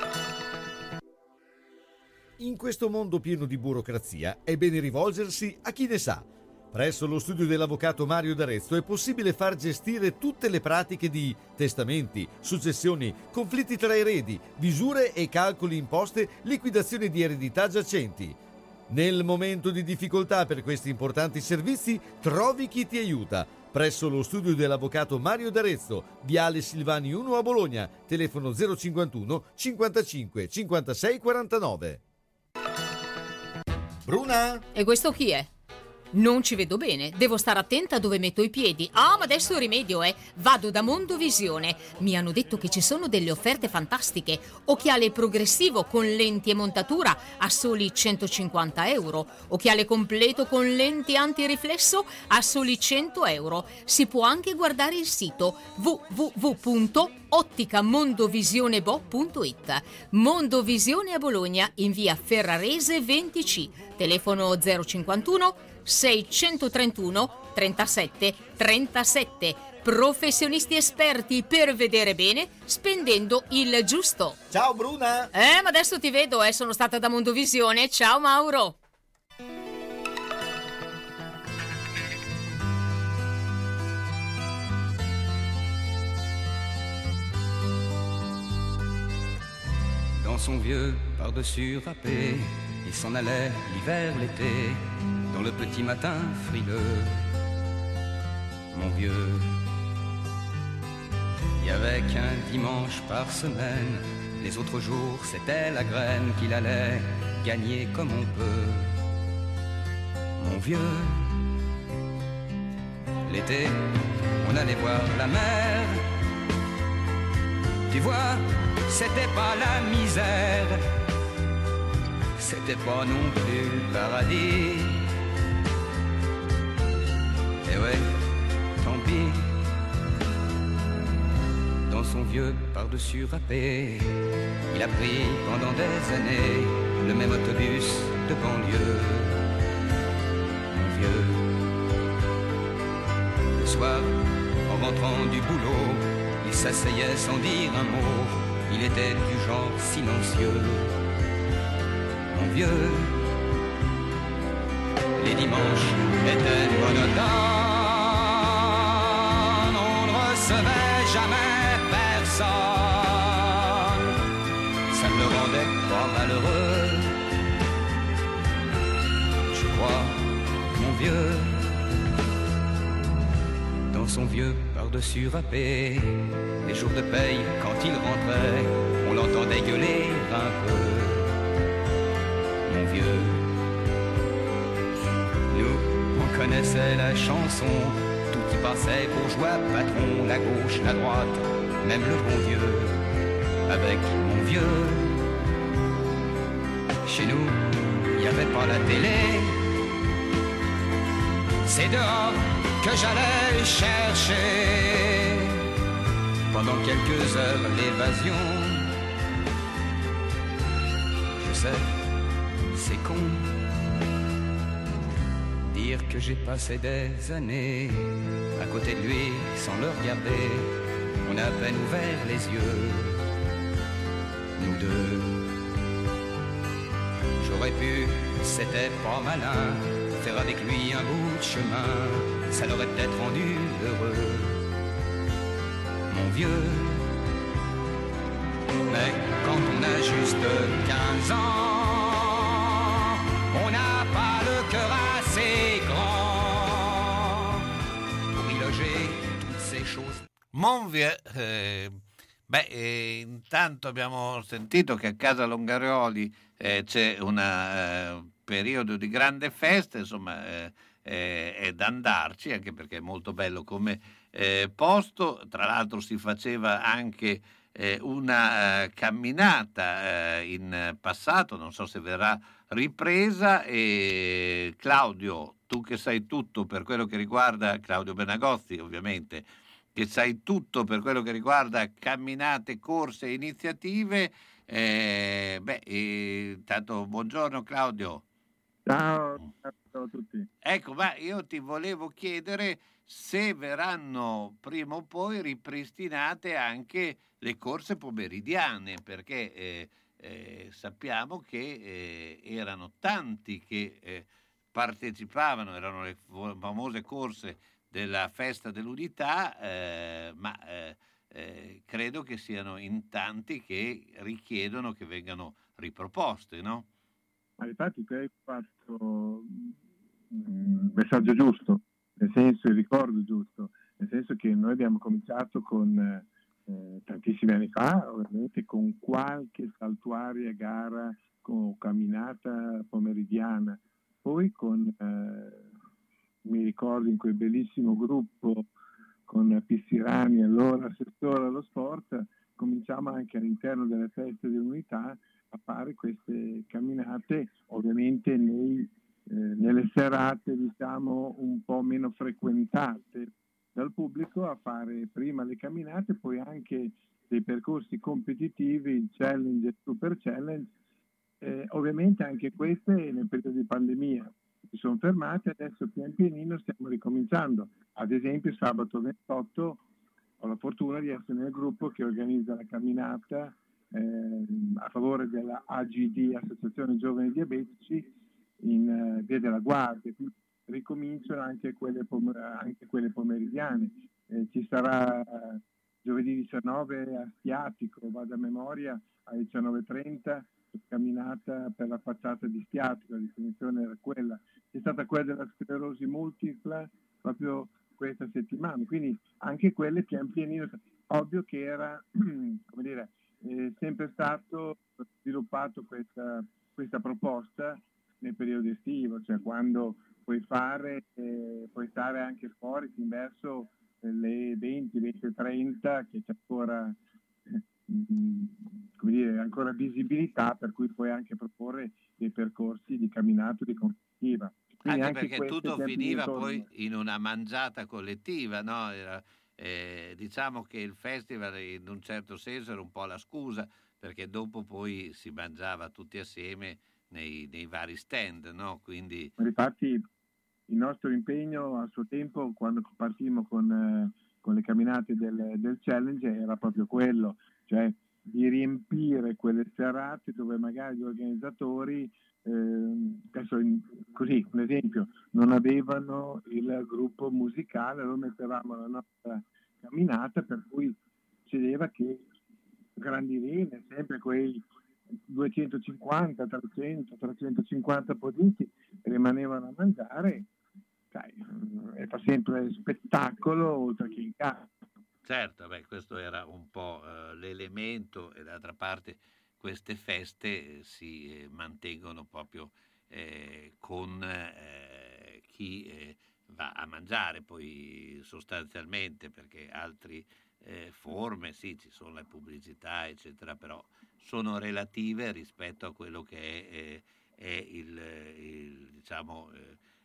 In questo mondo pieno di burocrazia è bene rivolgersi a chi ne sa. Presso lo studio dell'avvocato Mario D'Arezzo è possibile far gestire tutte le pratiche di testamenti, successioni, conflitti tra eredi, visure e calcoli imposte, liquidazione di eredità giacenti. Nel momento di difficoltà per questi importanti servizi, trovi chi ti aiuta. Presso lo studio dell'avvocato Mario D'Arezzo, Viale Silvani uno a Bologna, telefono zero cinquantuno cinquantacinque cinquantasei quarantanove. Bruna? E questo chi è? Non ci vedo bene, devo stare attenta dove metto i piedi. Ah, ma adesso rimedio, eh. Vado da Mondovisione. Mi hanno detto che ci sono delle offerte fantastiche. Occhiale progressivo con lenti e montatura a soli centocinquanta euro. Occhiale completo con lenti antiriflesso a soli cento euro. Si può anche guardare il sito w w w punto otticamondovisione bo punto it. Mondovisione a Bologna in via Ferrarese venti C. Telefono zero cinquantuno seicentotrentuno trentasette trentasette. Professionisti esperti per vedere bene spendendo il giusto. Ciao Bruna! Eh, ma adesso ti vedo, eh, sono stata da Mondovisione. Ciao Mauro! Dans son vieux par-dessus râpé, il s'en allait l'hiver, l'été, dans le petit matin frileux. Mon vieux, il y avait qu'un dimanche par semaine, les autres jours c'était la graine qu'il allait gagner comme on peut. Mon vieux, l'été, on allait voir la mer. Tu vois, c'était pas la misère, c'était pas non plus le paradis. Et ouais, tant pis. Dans son vieux par-dessus râpé, il a pris pendant des années le même autobus de banlieue. Mon vieux, le soir, en rentrant du boulot, il s'asseyait sans dire un mot, il était du genre silencieux. Mon vieux, les dimanches étaient monotones, on ne recevait jamais personne, ça ne le rendait pas malheureux. Je crois, mon vieux, dans son vieux par-dessus râpé, les jours de paye, quand il rentrait, on l'entendait gueuler un peu. Mon vieux, nous, on connaissait la chanson, tout y passait, bourgeois, patron, la gauche, la droite, même le bon Dieu. Avec mon vieux, chez nous, il n'y avait pas la télé, c'est dehors que j'allais chercher pendant quelques heures l'évasion. Je sais, c'est con, dire que j'ai passé des années à côté de lui sans le regarder. On a à peine ouvert les yeux, nous deux. J'aurais pu, c'était pas malin, faire avec lui un bout de chemin, ça l'aurait peut-être rendu heureux, mon vieux. Mais quand on a juste quinze ans, on n'a pas le cœur assez grand pour y loger toutes ces choses. Monvie, eh, beh, eh, intanto abbiamo sentito che a casa Longarioli eh, c'è un eh, periodo di grande festa, insomma eh, eh, è da andarci, anche perché è molto bello come eh, posto. Tra l'altro si faceva anche eh, una eh, camminata eh, in passato, non so se verrà ripresa. E Claudio, tu che sai tutto per quello che riguarda, Claudio Benagozzi ovviamente, che sai tutto per quello che riguarda camminate, corse, iniziative. Eh, beh, eh, intanto buongiorno Claudio. Ciao, ciao a tutti. Ecco, ma io ti volevo chiedere se verranno prima o poi ripristinate anche le corse pomeridiane, perché eh, eh, sappiamo che eh, erano tanti che eh, partecipavano, erano le famose corse della festa dell'unità, eh, ma eh, eh, credo che siano in tanti che richiedono che vengano riproposte, no? Ma infatti tu hai fatto un messaggio giusto, nel senso, il ricordo giusto, nel senso che noi abbiamo cominciato con eh, tantissimi anni fa, ovviamente con qualche saltuaria gara con camminata pomeridiana, poi con eh, mi ricordo in quel bellissimo gruppo con Pissirani, allora assessore allo sport, cominciamo anche all'interno delle feste dell'unità a fare queste camminate, ovviamente nei, eh, nelle serate diciamo un po' meno frequentate dal pubblico, a fare prima le camminate, poi anche dei percorsi competitivi, il challenge e il super challenge, eh, ovviamente anche queste nel periodo di pandemia si sono fermate, adesso pian pianino stiamo ricominciando. Ad esempio sabato ventotto ho la fortuna di essere nel gruppo che organizza la camminata eh, a favore della A G D, Associazione Giovani Diabetici, in uh, Via della Guardia. Quindi ricominciano anche quelle, pom- anche quelle pomeridiane. Eh, ci sarà uh, giovedì diciannove a Stiatico, vado a memoria, alle diciannove e trenta, camminata per la facciata di Stiatico, la definizione era quella. C'è stata quella della sclerosi multipla proprio questa settimana, quindi anche quelle pian pianino. Ovvio che era, come dire, è sempre stato sviluppato questa, questa proposta nel periodo estivo, cioè quando puoi fare, eh, puoi stare anche fuori fin verso le venti, venti e trenta, che c'è ancora, eh, come dire, ancora visibilità, per cui puoi anche proporre dei percorsi di camminata di competitiva. Anche, anche perché tutto finiva poi in una mangiata collettiva, no? Era, eh, diciamo che il festival in un certo senso era un po' la scusa, perché dopo poi si mangiava tutti assieme nei, nei vari stand, no? Quindi... Infatti il nostro impegno a suo tempo, quando partimmo con, eh, con le camminate del, del challenge, era proprio quello, cioè di riempire quelle serate dove magari gli organizzatori, eh, adesso in, così un esempio, non avevano il gruppo musicale, allora mettevamo la nostra camminata, per cui succedeva che grandi linee, sempre quei duecentocinquanta, trecento, trecentocinquanta podisti rimanevano a mangiare, sai, e fa sempre spettacolo oltre che in casa. Certo, beh, questo era un po' eh, l'elemento, e d'altra parte queste feste eh, si eh, mantengono proprio eh, con eh, chi eh, va a mangiare, poi sostanzialmente, perché altre eh, forme, sì, ci sono le pubblicità, eccetera, però sono relative rispetto a quello che è, eh, è il, il diciamo, eh,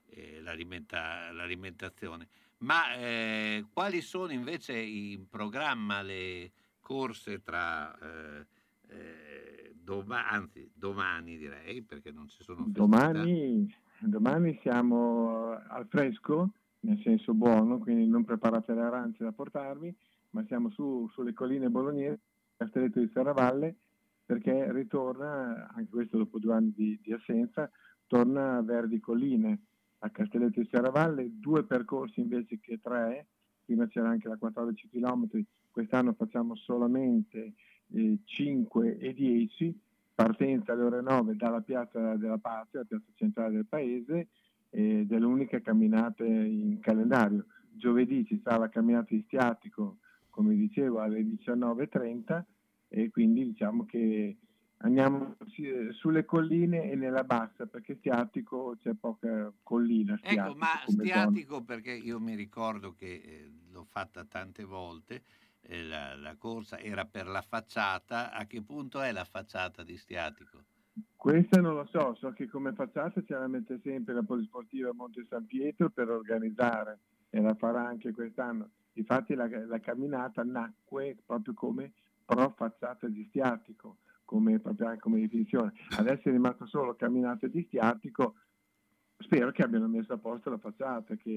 eh, l'alimenta- l'alimentazione. Ma eh, quali sono invece in programma le corse tra eh, eh, doma- anzi domani direi, perché non ci sono festività? Domani, domani siamo al fresco, nel senso buono, quindi non preparate le arance da portarvi, ma siamo su, sulle colline bolognesi, Castelletto di Serravalle, perché ritorna, anche questo dopo due anni di, di assenza, torna Verdi Colline a Castelletto di Serravalle, due percorsi invece che tre, prima c'era anche la quattordici chilometri, quest'anno facciamo solamente eh, cinque e dieci, partenza alle ore nove dalla piazza della Pace, la piazza centrale del paese, ed è l'unica camminata in calendario. Giovedì ci sarà la camminata di Stiatico, come dicevo, alle diciannove e trenta, e quindi diciamo che andiamo sulle colline e nella bassa, perché Stiatico c'è poca collina. Stiatico, Ecco, ma come Stiatico, zona. Perché io mi ricordo che eh, l'ho fatta tante volte, eh, la, la corsa era per la facciata. A che punto è la facciata di Stiatico? Questa non lo so, so che come facciata ce la mette sempre la Polisportiva Monte San Pietro per organizzare, e la farà anche quest'anno. Infatti la, la camminata nacque proprio come pro facciata di Stiatico, come, proprio come definizione. Adesso è rimasto solo camminata di Stiatico, spero che abbiano messo a posto la facciata, che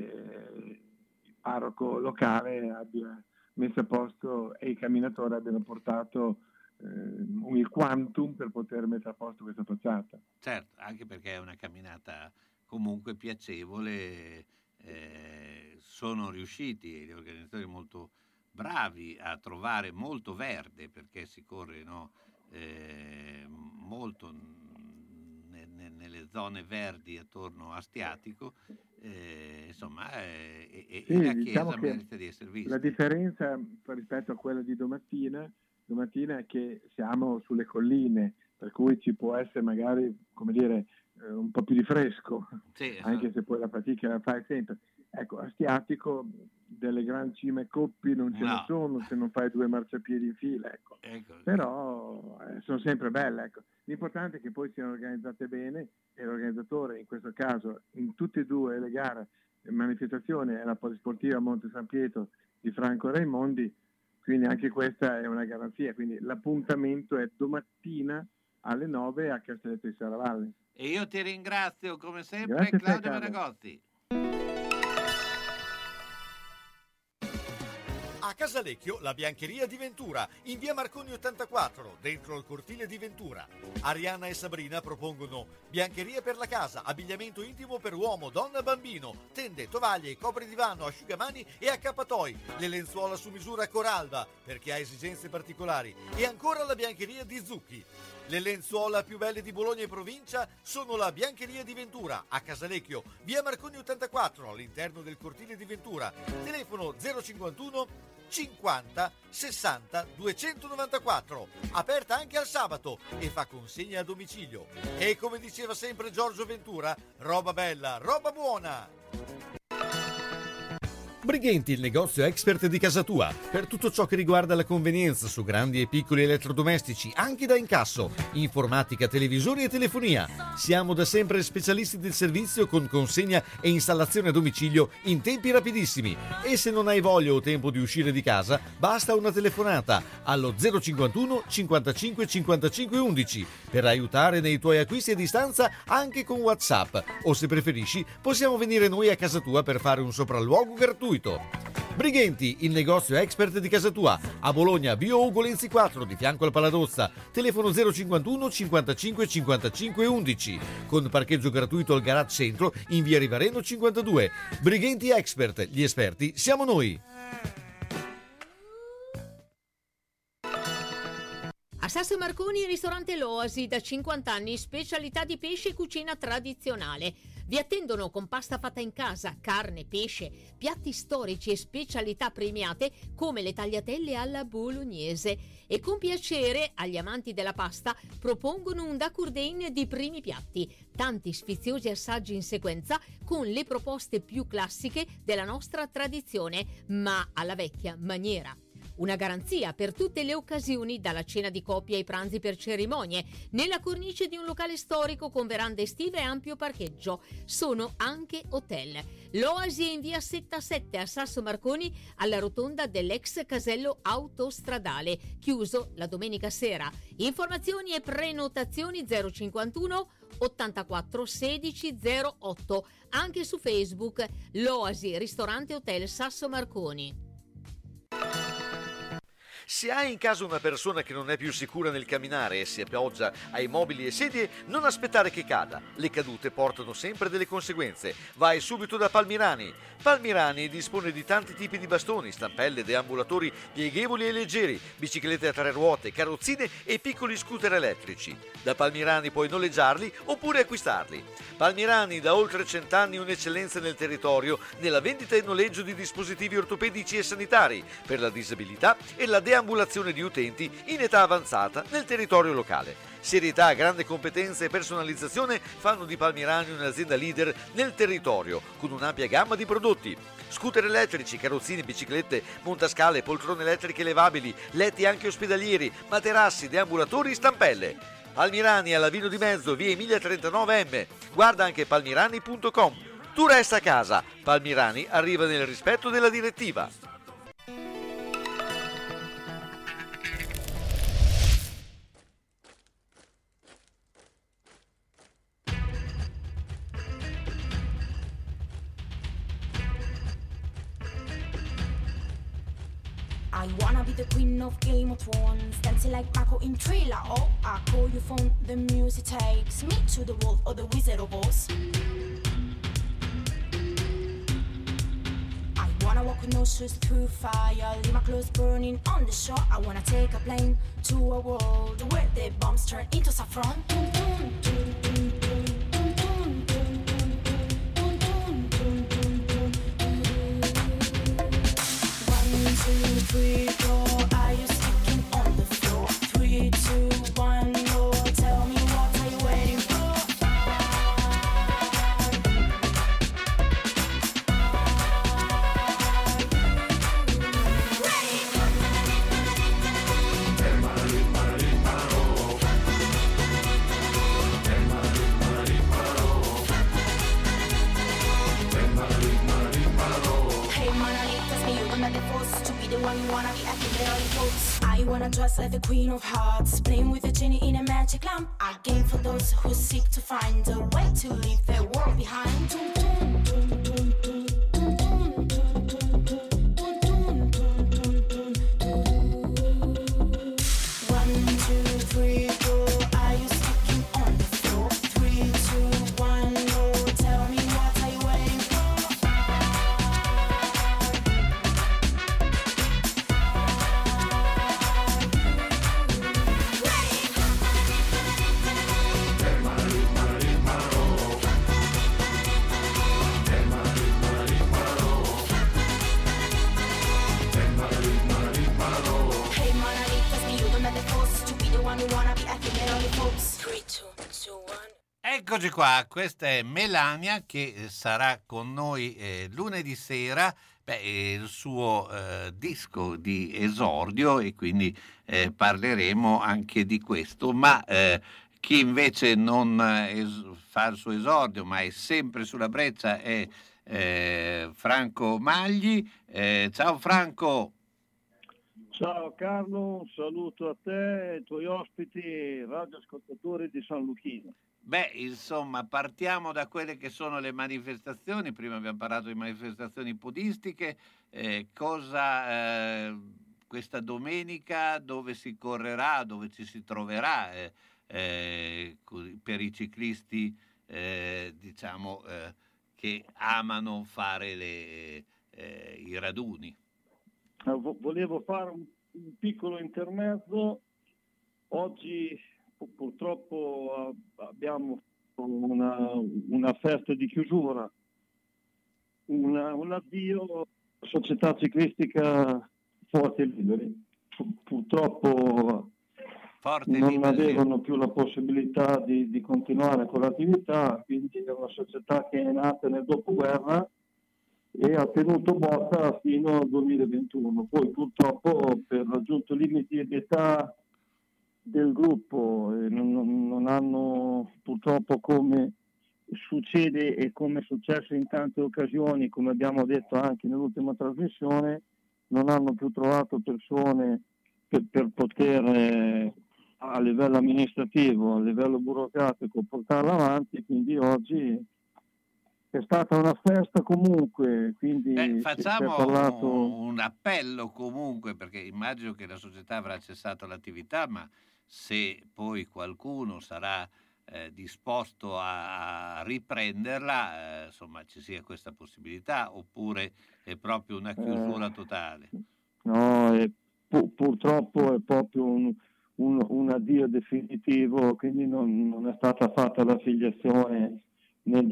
il parroco locale abbia messo a posto e i camminatori abbiano portato eh, il quantum per poter mettere a posto questa facciata. Certo, anche perché è una camminata comunque piacevole, eh, sono riusciti gli organizzatori molto bravi a trovare molto verde, perché si corre no, eh, molto ne, ne, nelle zone verdi attorno a Stiatico, eh, insomma eh, e, sì, e la diciamo chiesa merita di essere vista. La differenza rispetto a quella di domattina domattina è che siamo sulle colline, per cui ci può essere magari, come dire, eh, un po' più di fresco, sì, esatto. Anche se poi la fatica la fai sempre. Ecco, a Stiatico delle gran cime coppi non ce no. ne sono se non fai due marciapiedi in fila, ecco. Ecco. Però eh, sono sempre belle, ecco. L'importante è che poi siano organizzate bene, e l'organizzatore in questo caso in tutte e due le gare, le manifestazioni, è la Polisportiva Monte San Pietro di Franco Raimondi, quindi anche questa è una garanzia, quindi l'appuntamento è domattina alle nove a Castelletto di Serravalle. E io ti ringrazio come sempre. Grazie Claudio te, Maragotti. A Casalecchio la Biancheria di Ventura, in via Marconi ottantaquattro, dentro il cortile di Ventura. Arianna e Sabrina propongono biancheria per la casa, abbigliamento intimo per uomo, donna, bambino, tende, tovaglie, copridivano, asciugamani e accappatoi, le lenzuola su misura Coralba per chi ha esigenze particolari, e ancora la Biancheria di Zucchi. Le lenzuola più belle di Bologna e provincia sono la Biancheria di Ventura, a Casalecchio, via Marconi ottantaquattro, all'interno del cortile di Ventura. Telefono zero cinquantuno cinquanta sessanta duecentonovantaquattro, aperta anche al sabato e fa consegna a domicilio. E come diceva sempre Giorgio Ventura, roba bella, roba buona! Brighenti, il negozio expert di casa tua, per tutto ciò che riguarda la convenienza su grandi e piccoli elettrodomestici, anche da incasso, informatica, televisori e telefonia. Siamo da sempre specialisti del servizio con consegna e installazione a domicilio in tempi rapidissimi. E se non hai voglia o tempo di uscire di casa, basta una telefonata allo zero cinquantuno cinquantacinque cinquantacinque undici per aiutare nei tuoi acquisti a distanza anche con WhatsApp, o se preferisci possiamo venire noi a casa tua per fare un sopralluogo gratuito. Brighenti, il negozio expert di casa tua, a Bologna, via Ugo Lenzi quattro, di fianco al Paladozza, telefono zero cinquantuno cinquantacinque cinquantacinque undici, con parcheggio gratuito al garage centro in via Rivareno cinquantadue. Brighenti Expert, gli esperti siamo noi. A Sasso Marconi, ristorante L'Oasi, da cinquanta anni, specialità di pesce e cucina tradizionale. Vi attendono con pasta fatta in casa, carne, pesce, piatti storici e specialità premiate come le tagliatelle alla bolognese. E con piacere, agli amanti della pasta, propongono un dacurdain di primi piatti. Tanti sfiziosi assaggi in sequenza con le proposte più classiche della nostra tradizione, ma alla vecchia maniera. una garanzia per tutte le occasioni, dalla cena di coppia ai pranzi per cerimonie, nella cornice di un locale storico con verande estive e ampio parcheggio. Sono anche hotel. L'Oasi è in via settantasette a Sasso Marconi, alla rotonda dell'ex casello autostradale, chiuso la domenica sera. Informazioni e prenotazioni zero cinquantuno ottantaquattro sedici zero otto, anche su Facebook l'Oasi Ristorante Hotel Sasso Marconi. Se hai in casa una persona che non è più sicura nel camminare e si appoggia ai mobili e sedie, non aspettare che cada. Le cadute portano sempre delle conseguenze. Vai subito da Palmirani. Palmirani dispone di tanti tipi di bastoni, stampelle, deambulatori pieghevoli e leggeri, biciclette a tre ruote, carrozzine e piccoli scooter elettrici. Da Palmirani puoi noleggiarli oppure acquistarli. Palmirani, da oltre cent'anni un'eccellenza nel territorio nella vendita e noleggio di dispositivi ortopedici e sanitari per la disabilità e la deambulazione di utenti in età avanzata nel territorio locale. Serietà, grande competenza e personalizzazione fanno di Palmirani un'azienda leader nel territorio, con un'ampia gamma di prodotti. Scooter elettrici, carrozzine, biciclette, montascale, poltrone elettriche levabili, letti anche ospedalieri, materassi, deambulatori, stampelle. Palmirani alla Vino di Mezzo, via Emilia trentanove emme. Guarda anche palmirani punto com. Tu resta a casa. Palmirani arriva nel rispetto della direttiva. I wanna be the queen of Game of Thrones, dancing like Mako in Thriller. Oh, I call your phone, the music takes me to the world of the Wizard of Oz. I wanna walk with no shoes through fire, leave my clothes burning on the shore. I wanna take a plane to a world where the bombs turn into saffron. Dun, dun, dun, dun, dun, dun, dun, dun, dun, dun, dun, dun, dun, dun. One, two, three, four. Are you sticking on the floor? Three, two, one, go. Tell me what are you waiting for? I wanna dress like the queen of hearts, playing with a genie in a magic lamp. A game for those who seek to find a way to leave their world behind. Dun, dun, dun, dun, dun, dun, dun, dun, dun, dun, dun, dun, dun, dun. One, two, three, go. Are you sticking on the floor? Three, two, one, go. Tell me what are you waiting for? Eccoci qua, questa è Melania che sarà con noi eh, lunedì sera. Beh, è il suo eh, disco di esordio e quindi eh, parleremo anche di questo, ma eh, chi invece non es- fa il suo esordio ma è sempre sulla breccia è eh, Franco Magli. Eh, ciao Franco! Ciao Carlo, un saluto a te e ai tuoi ospiti radioascoltatori di San Luchino. Beh, insomma, partiamo da quelle che sono le manifestazioni. Prima abbiamo parlato di manifestazioni podistiche. Eh, cosa eh, questa domenica, dove si correrà, dove ci si troverà eh, eh, per i ciclisti, eh, diciamo, eh, che amano fare le, eh, i raduni? Volevo fare un, un piccolo intermezzo. Oggi purtroppo abbiamo una, una festa di chiusura, una, un addio società ciclistica Forte Liberi. Purtroppo Forte non Liberi. avevano più la possibilità di, di continuare con l'attività, quindi è una società che è nata nel dopoguerra e ha tenuto botta fino al duemilaventuno. Poi purtroppo per raggiunto limiti di età del gruppo eh, non, non- non hanno, purtroppo, come succede e come è successo in tante occasioni, come abbiamo detto anche nell'ultima trasmissione, non hanno più trovato persone per, per poter eh, a livello amministrativo, a livello burocratico portarla avanti, quindi oggi è stata una festa comunque, quindi Beh, si, si è facciamo parlato. un, un appello comunque, perché immagino che la società avrà cessato l'attività, ma se poi qualcuno sarà eh, disposto a, a riprenderla, eh, insomma, ci sia questa possibilità, oppure è proprio una chiusura Eh, totale. No, è pu- purtroppo è proprio un, un- un addio definitivo, quindi non, non è stata fatta l'affiliazione nel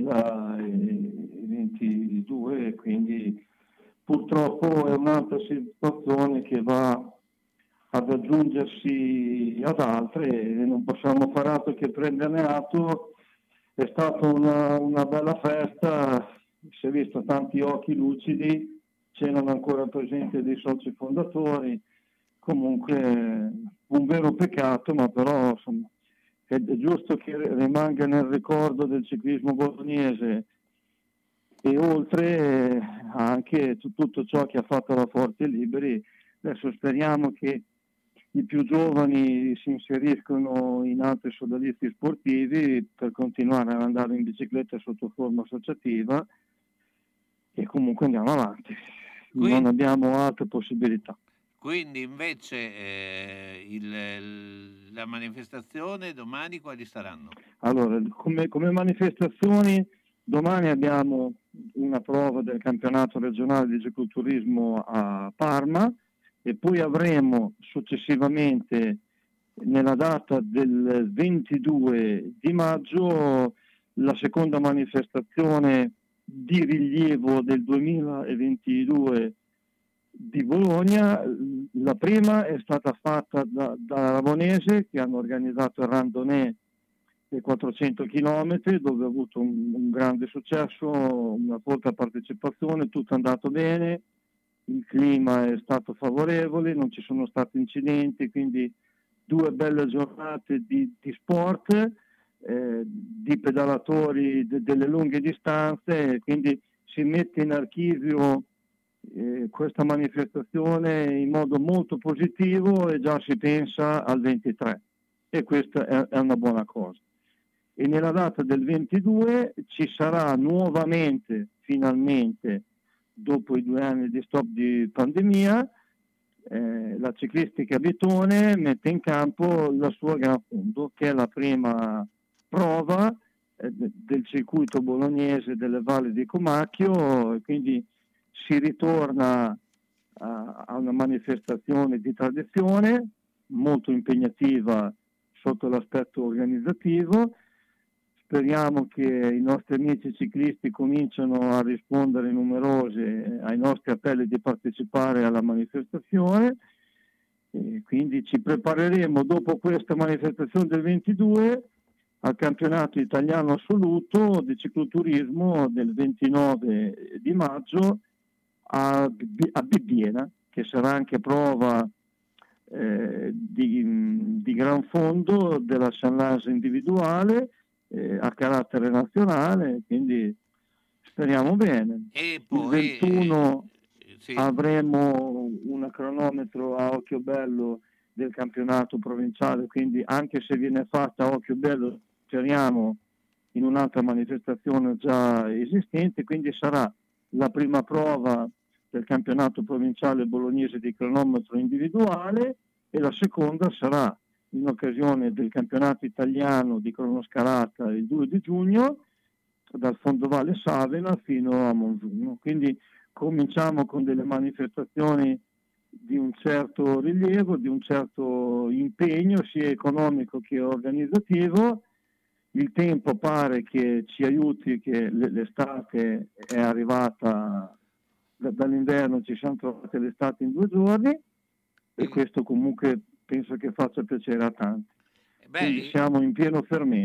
duemilaventidue, quindi purtroppo è un'altra situazione che va ad aggiungersi ad altre e non possiamo fare altro che prenderne atto. È stata una, una bella festa, si è visto tanti occhi lucidi, c'erano ancora presenti dei soci fondatori, comunque un vero peccato, ma però insomma, è è giusto che rimanga nel ricordo del ciclismo bolognese e oltre eh, anche tu- tutto ciò che ha fatto la Forte Liberi. Adesso speriamo che i più giovani si inseriscono in altri sodalizi sportivi per continuare ad andare in bicicletta sotto forma associativa e comunque andiamo avanti. Non abbiamo altre possibilità. Quindi invece eh, il- il- la manifestazione domani quali saranno? Allora, come, come manifestazioni, domani abbiamo una prova del campionato regionale di cicloturismo a Parma e poi avremo successivamente, nella data del ventidue di maggio, la seconda manifestazione di rilievo del duemilaventidue di Bologna. La prima è stata fatta da, da Ravonese, che hanno organizzato il randonnée dei quattrocento chilometri, dove ha avuto un, un grande successo, una folta partecipazione, tutto è andato bene, il clima è stato favorevole, non ci sono stati incidenti, quindi due belle giornate di, di sport, eh, di pedalatori de- delle lunghe distanze, quindi si mette in archivio eh, questa manifestazione in modo molto positivo e già si pensa al ventitré e questa è, è una buona cosa. E nella data del ventidue ci sarà nuovamente, finalmente, dopo i due anni di stop di pandemia, eh, la ciclistica Bitone mette in campo la sua Gran Fondo, che è la prima prova eh, de- del circuito bolognese delle valli di Comacchio, e quindi si ritorna a, a una manifestazione di tradizione molto impegnativa sotto l'aspetto organizzativo. Speriamo che i nostri amici ciclisti cominciano a rispondere numerosi ai nostri appelli di partecipare alla manifestazione e quindi ci prepareremo dopo questa manifestazione del ventidue al campionato italiano assoluto di cicloturismo del ventinove di maggio a, Bi- a Bibbiena, che sarà anche prova eh, di, di gran fondo della Sanlase individuale eh, a carattere nazionale, quindi speriamo bene. E Il ventuno avremo un cronometro a Occhiobello del campionato provinciale, quindi anche se viene fatta a Occhiobello speriamo in un'altra manifestazione già esistente, quindi sarà la prima prova del campionato provinciale bolognese di cronometro individuale e la seconda sarà in occasione del campionato italiano di cronoscalata il due di giugno dal Fondovalle Savena fino a Mongiugno. Quindi cominciamo con delle manifestazioni di un certo rilievo, di un certo impegno sia economico che organizzativo. Il tempo pare che ci aiuti, che l- l'estate è arrivata da- dall'inverno, ci siamo trovati l'estate in due giorni e questo comunque penso che faccia piacere a tanti. Beh, Quindi siamo in pieno fermento.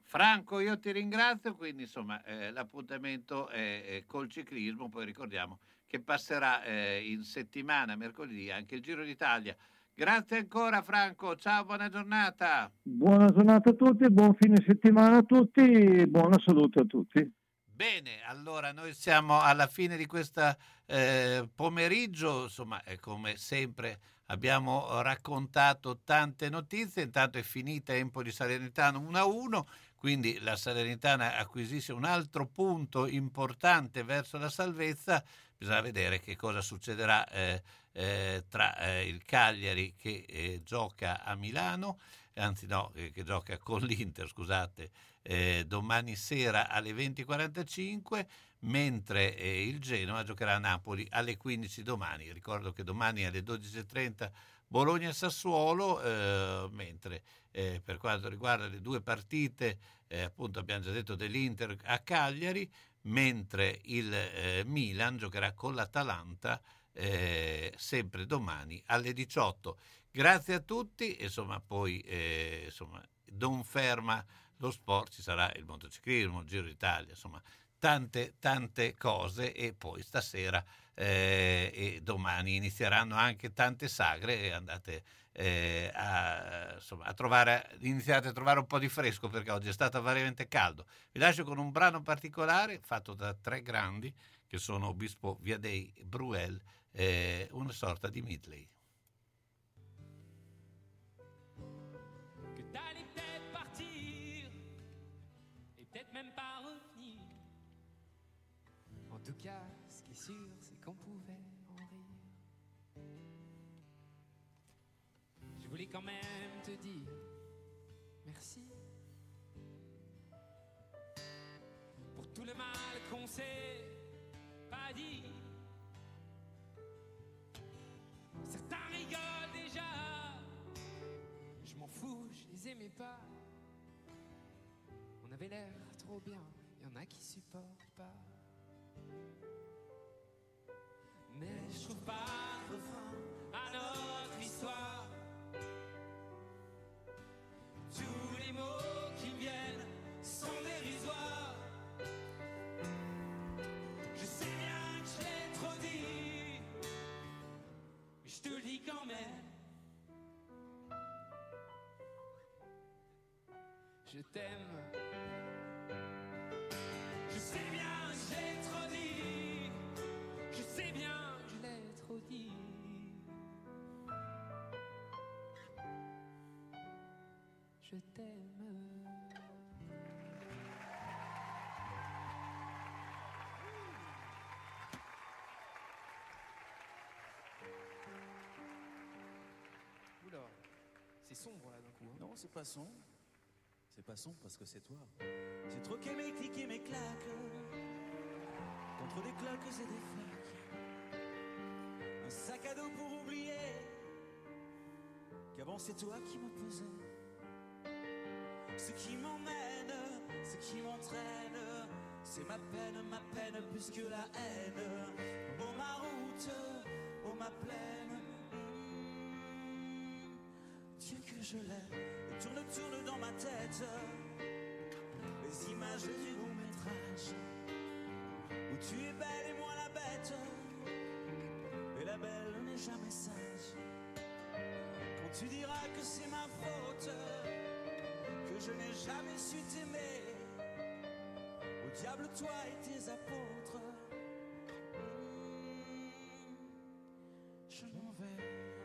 Franco, io ti ringrazio, quindi insomma eh, l'appuntamento è, è col ciclismo, poi ricordiamo che passerà eh, in settimana, mercoledì, anche il Giro d'Italia. Grazie ancora Franco, ciao, buona giornata. Buona giornata a tutti, buon fine settimana a tutti e buona salute a tutti. Bene, allora noi siamo alla fine di questo eh, pomeriggio, insomma è come sempre abbiamo raccontato tante notizie, intanto è finita Empoli Salernitana uno a uno, quindi la Salernitana acquisisce un altro punto importante verso la salvezza. Bisogna vedere che cosa succederà eh, eh, tra eh, il Cagliari che eh, gioca a Milano, anzi no, eh, che gioca con l'Inter, scusate, eh, domani sera alle venti e quarantacinque, mentre eh, il Genoa giocherà a Napoli alle quindici domani. Ricordo che domani alle dodici e trenta Bologna-Sassuolo, eh, mentre eh, per quanto riguarda le due partite, eh, appunto abbiamo già detto dell'Inter a Cagliari, mentre il eh, Milan giocherà con l'Atalanta eh, sempre domani alle diciotto. Grazie a tutti, insomma poi eh, insomma, non ferma lo sport, ci sarà il motociclismo, il Giro d'Italia, insomma tante tante cose, e poi stasera eh, e domani inizieranno anche tante sagre e andate eh, a, insomma, a trovare, iniziate a trovare un po' di fresco perché oggi è stato veramente caldo. Vi lascio con un brano particolare fatto da tre grandi che sono Obispo Viadei e Bruel, eh, una sorta di medley. Même pas revenir. En tout cas, ce qui est sûr, c'est qu'on pouvait en rire. Je voulais quand même te dire merci pour tout le mal qu'on s'est pas dit. Certains rigolent déjà, je m'en fous, je les aimais pas. On avait l'air trop bien, y en a qui supportent pas. Mais je trouve pas de refrain à notre histoire. Tous les mots qui viennent sont dérisoires. Je sais bien que je l'ai trop dit, mais je te le dis quand même. Je t'aime. Je sais bien, je l'ai trop dit. Je sais bien, je l'ai trop dit. Je t'aime. Oula, c'est sombre là d'un coup. Hein. Non, c'est pas sombre. C'est pas sombre parce que c'est toi. J'ai troqué mes clics et mes claques contre des cloques et des flaques. Un sac à dos pour oublier qu'avant c'est toi qui me pesais. Ce qui m'emmène, ce qui m'entraîne, c'est ma peine, ma peine plus que la haine. Oh ma route, oh ma plaine, Dieu que je l'aime. Et tourne, tourne dans ma tête les images du long métrage où tu es belle et moi la bête. Et la belle n'est jamais sage. Quand tu diras que c'est ma faute, que je n'ai jamais su t'aimer, au diable toi et tes apôtres. Je m'en vais.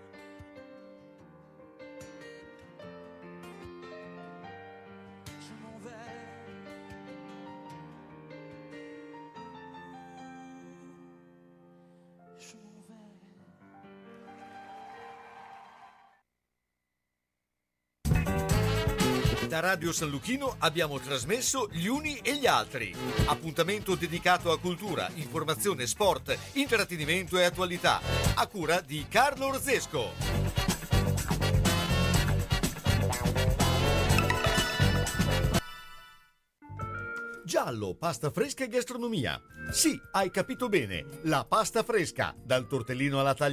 Da Radio San Luchino abbiamo trasmesso Gli Uni e gli Altri. Appuntamento dedicato a cultura, informazione, sport, intrattenimento e attualità. A cura di Carlo Orzesco. Giallo, pasta fresca e gastronomia. Sì, hai capito bene, la pasta fresca, dal tortellino alla tagliata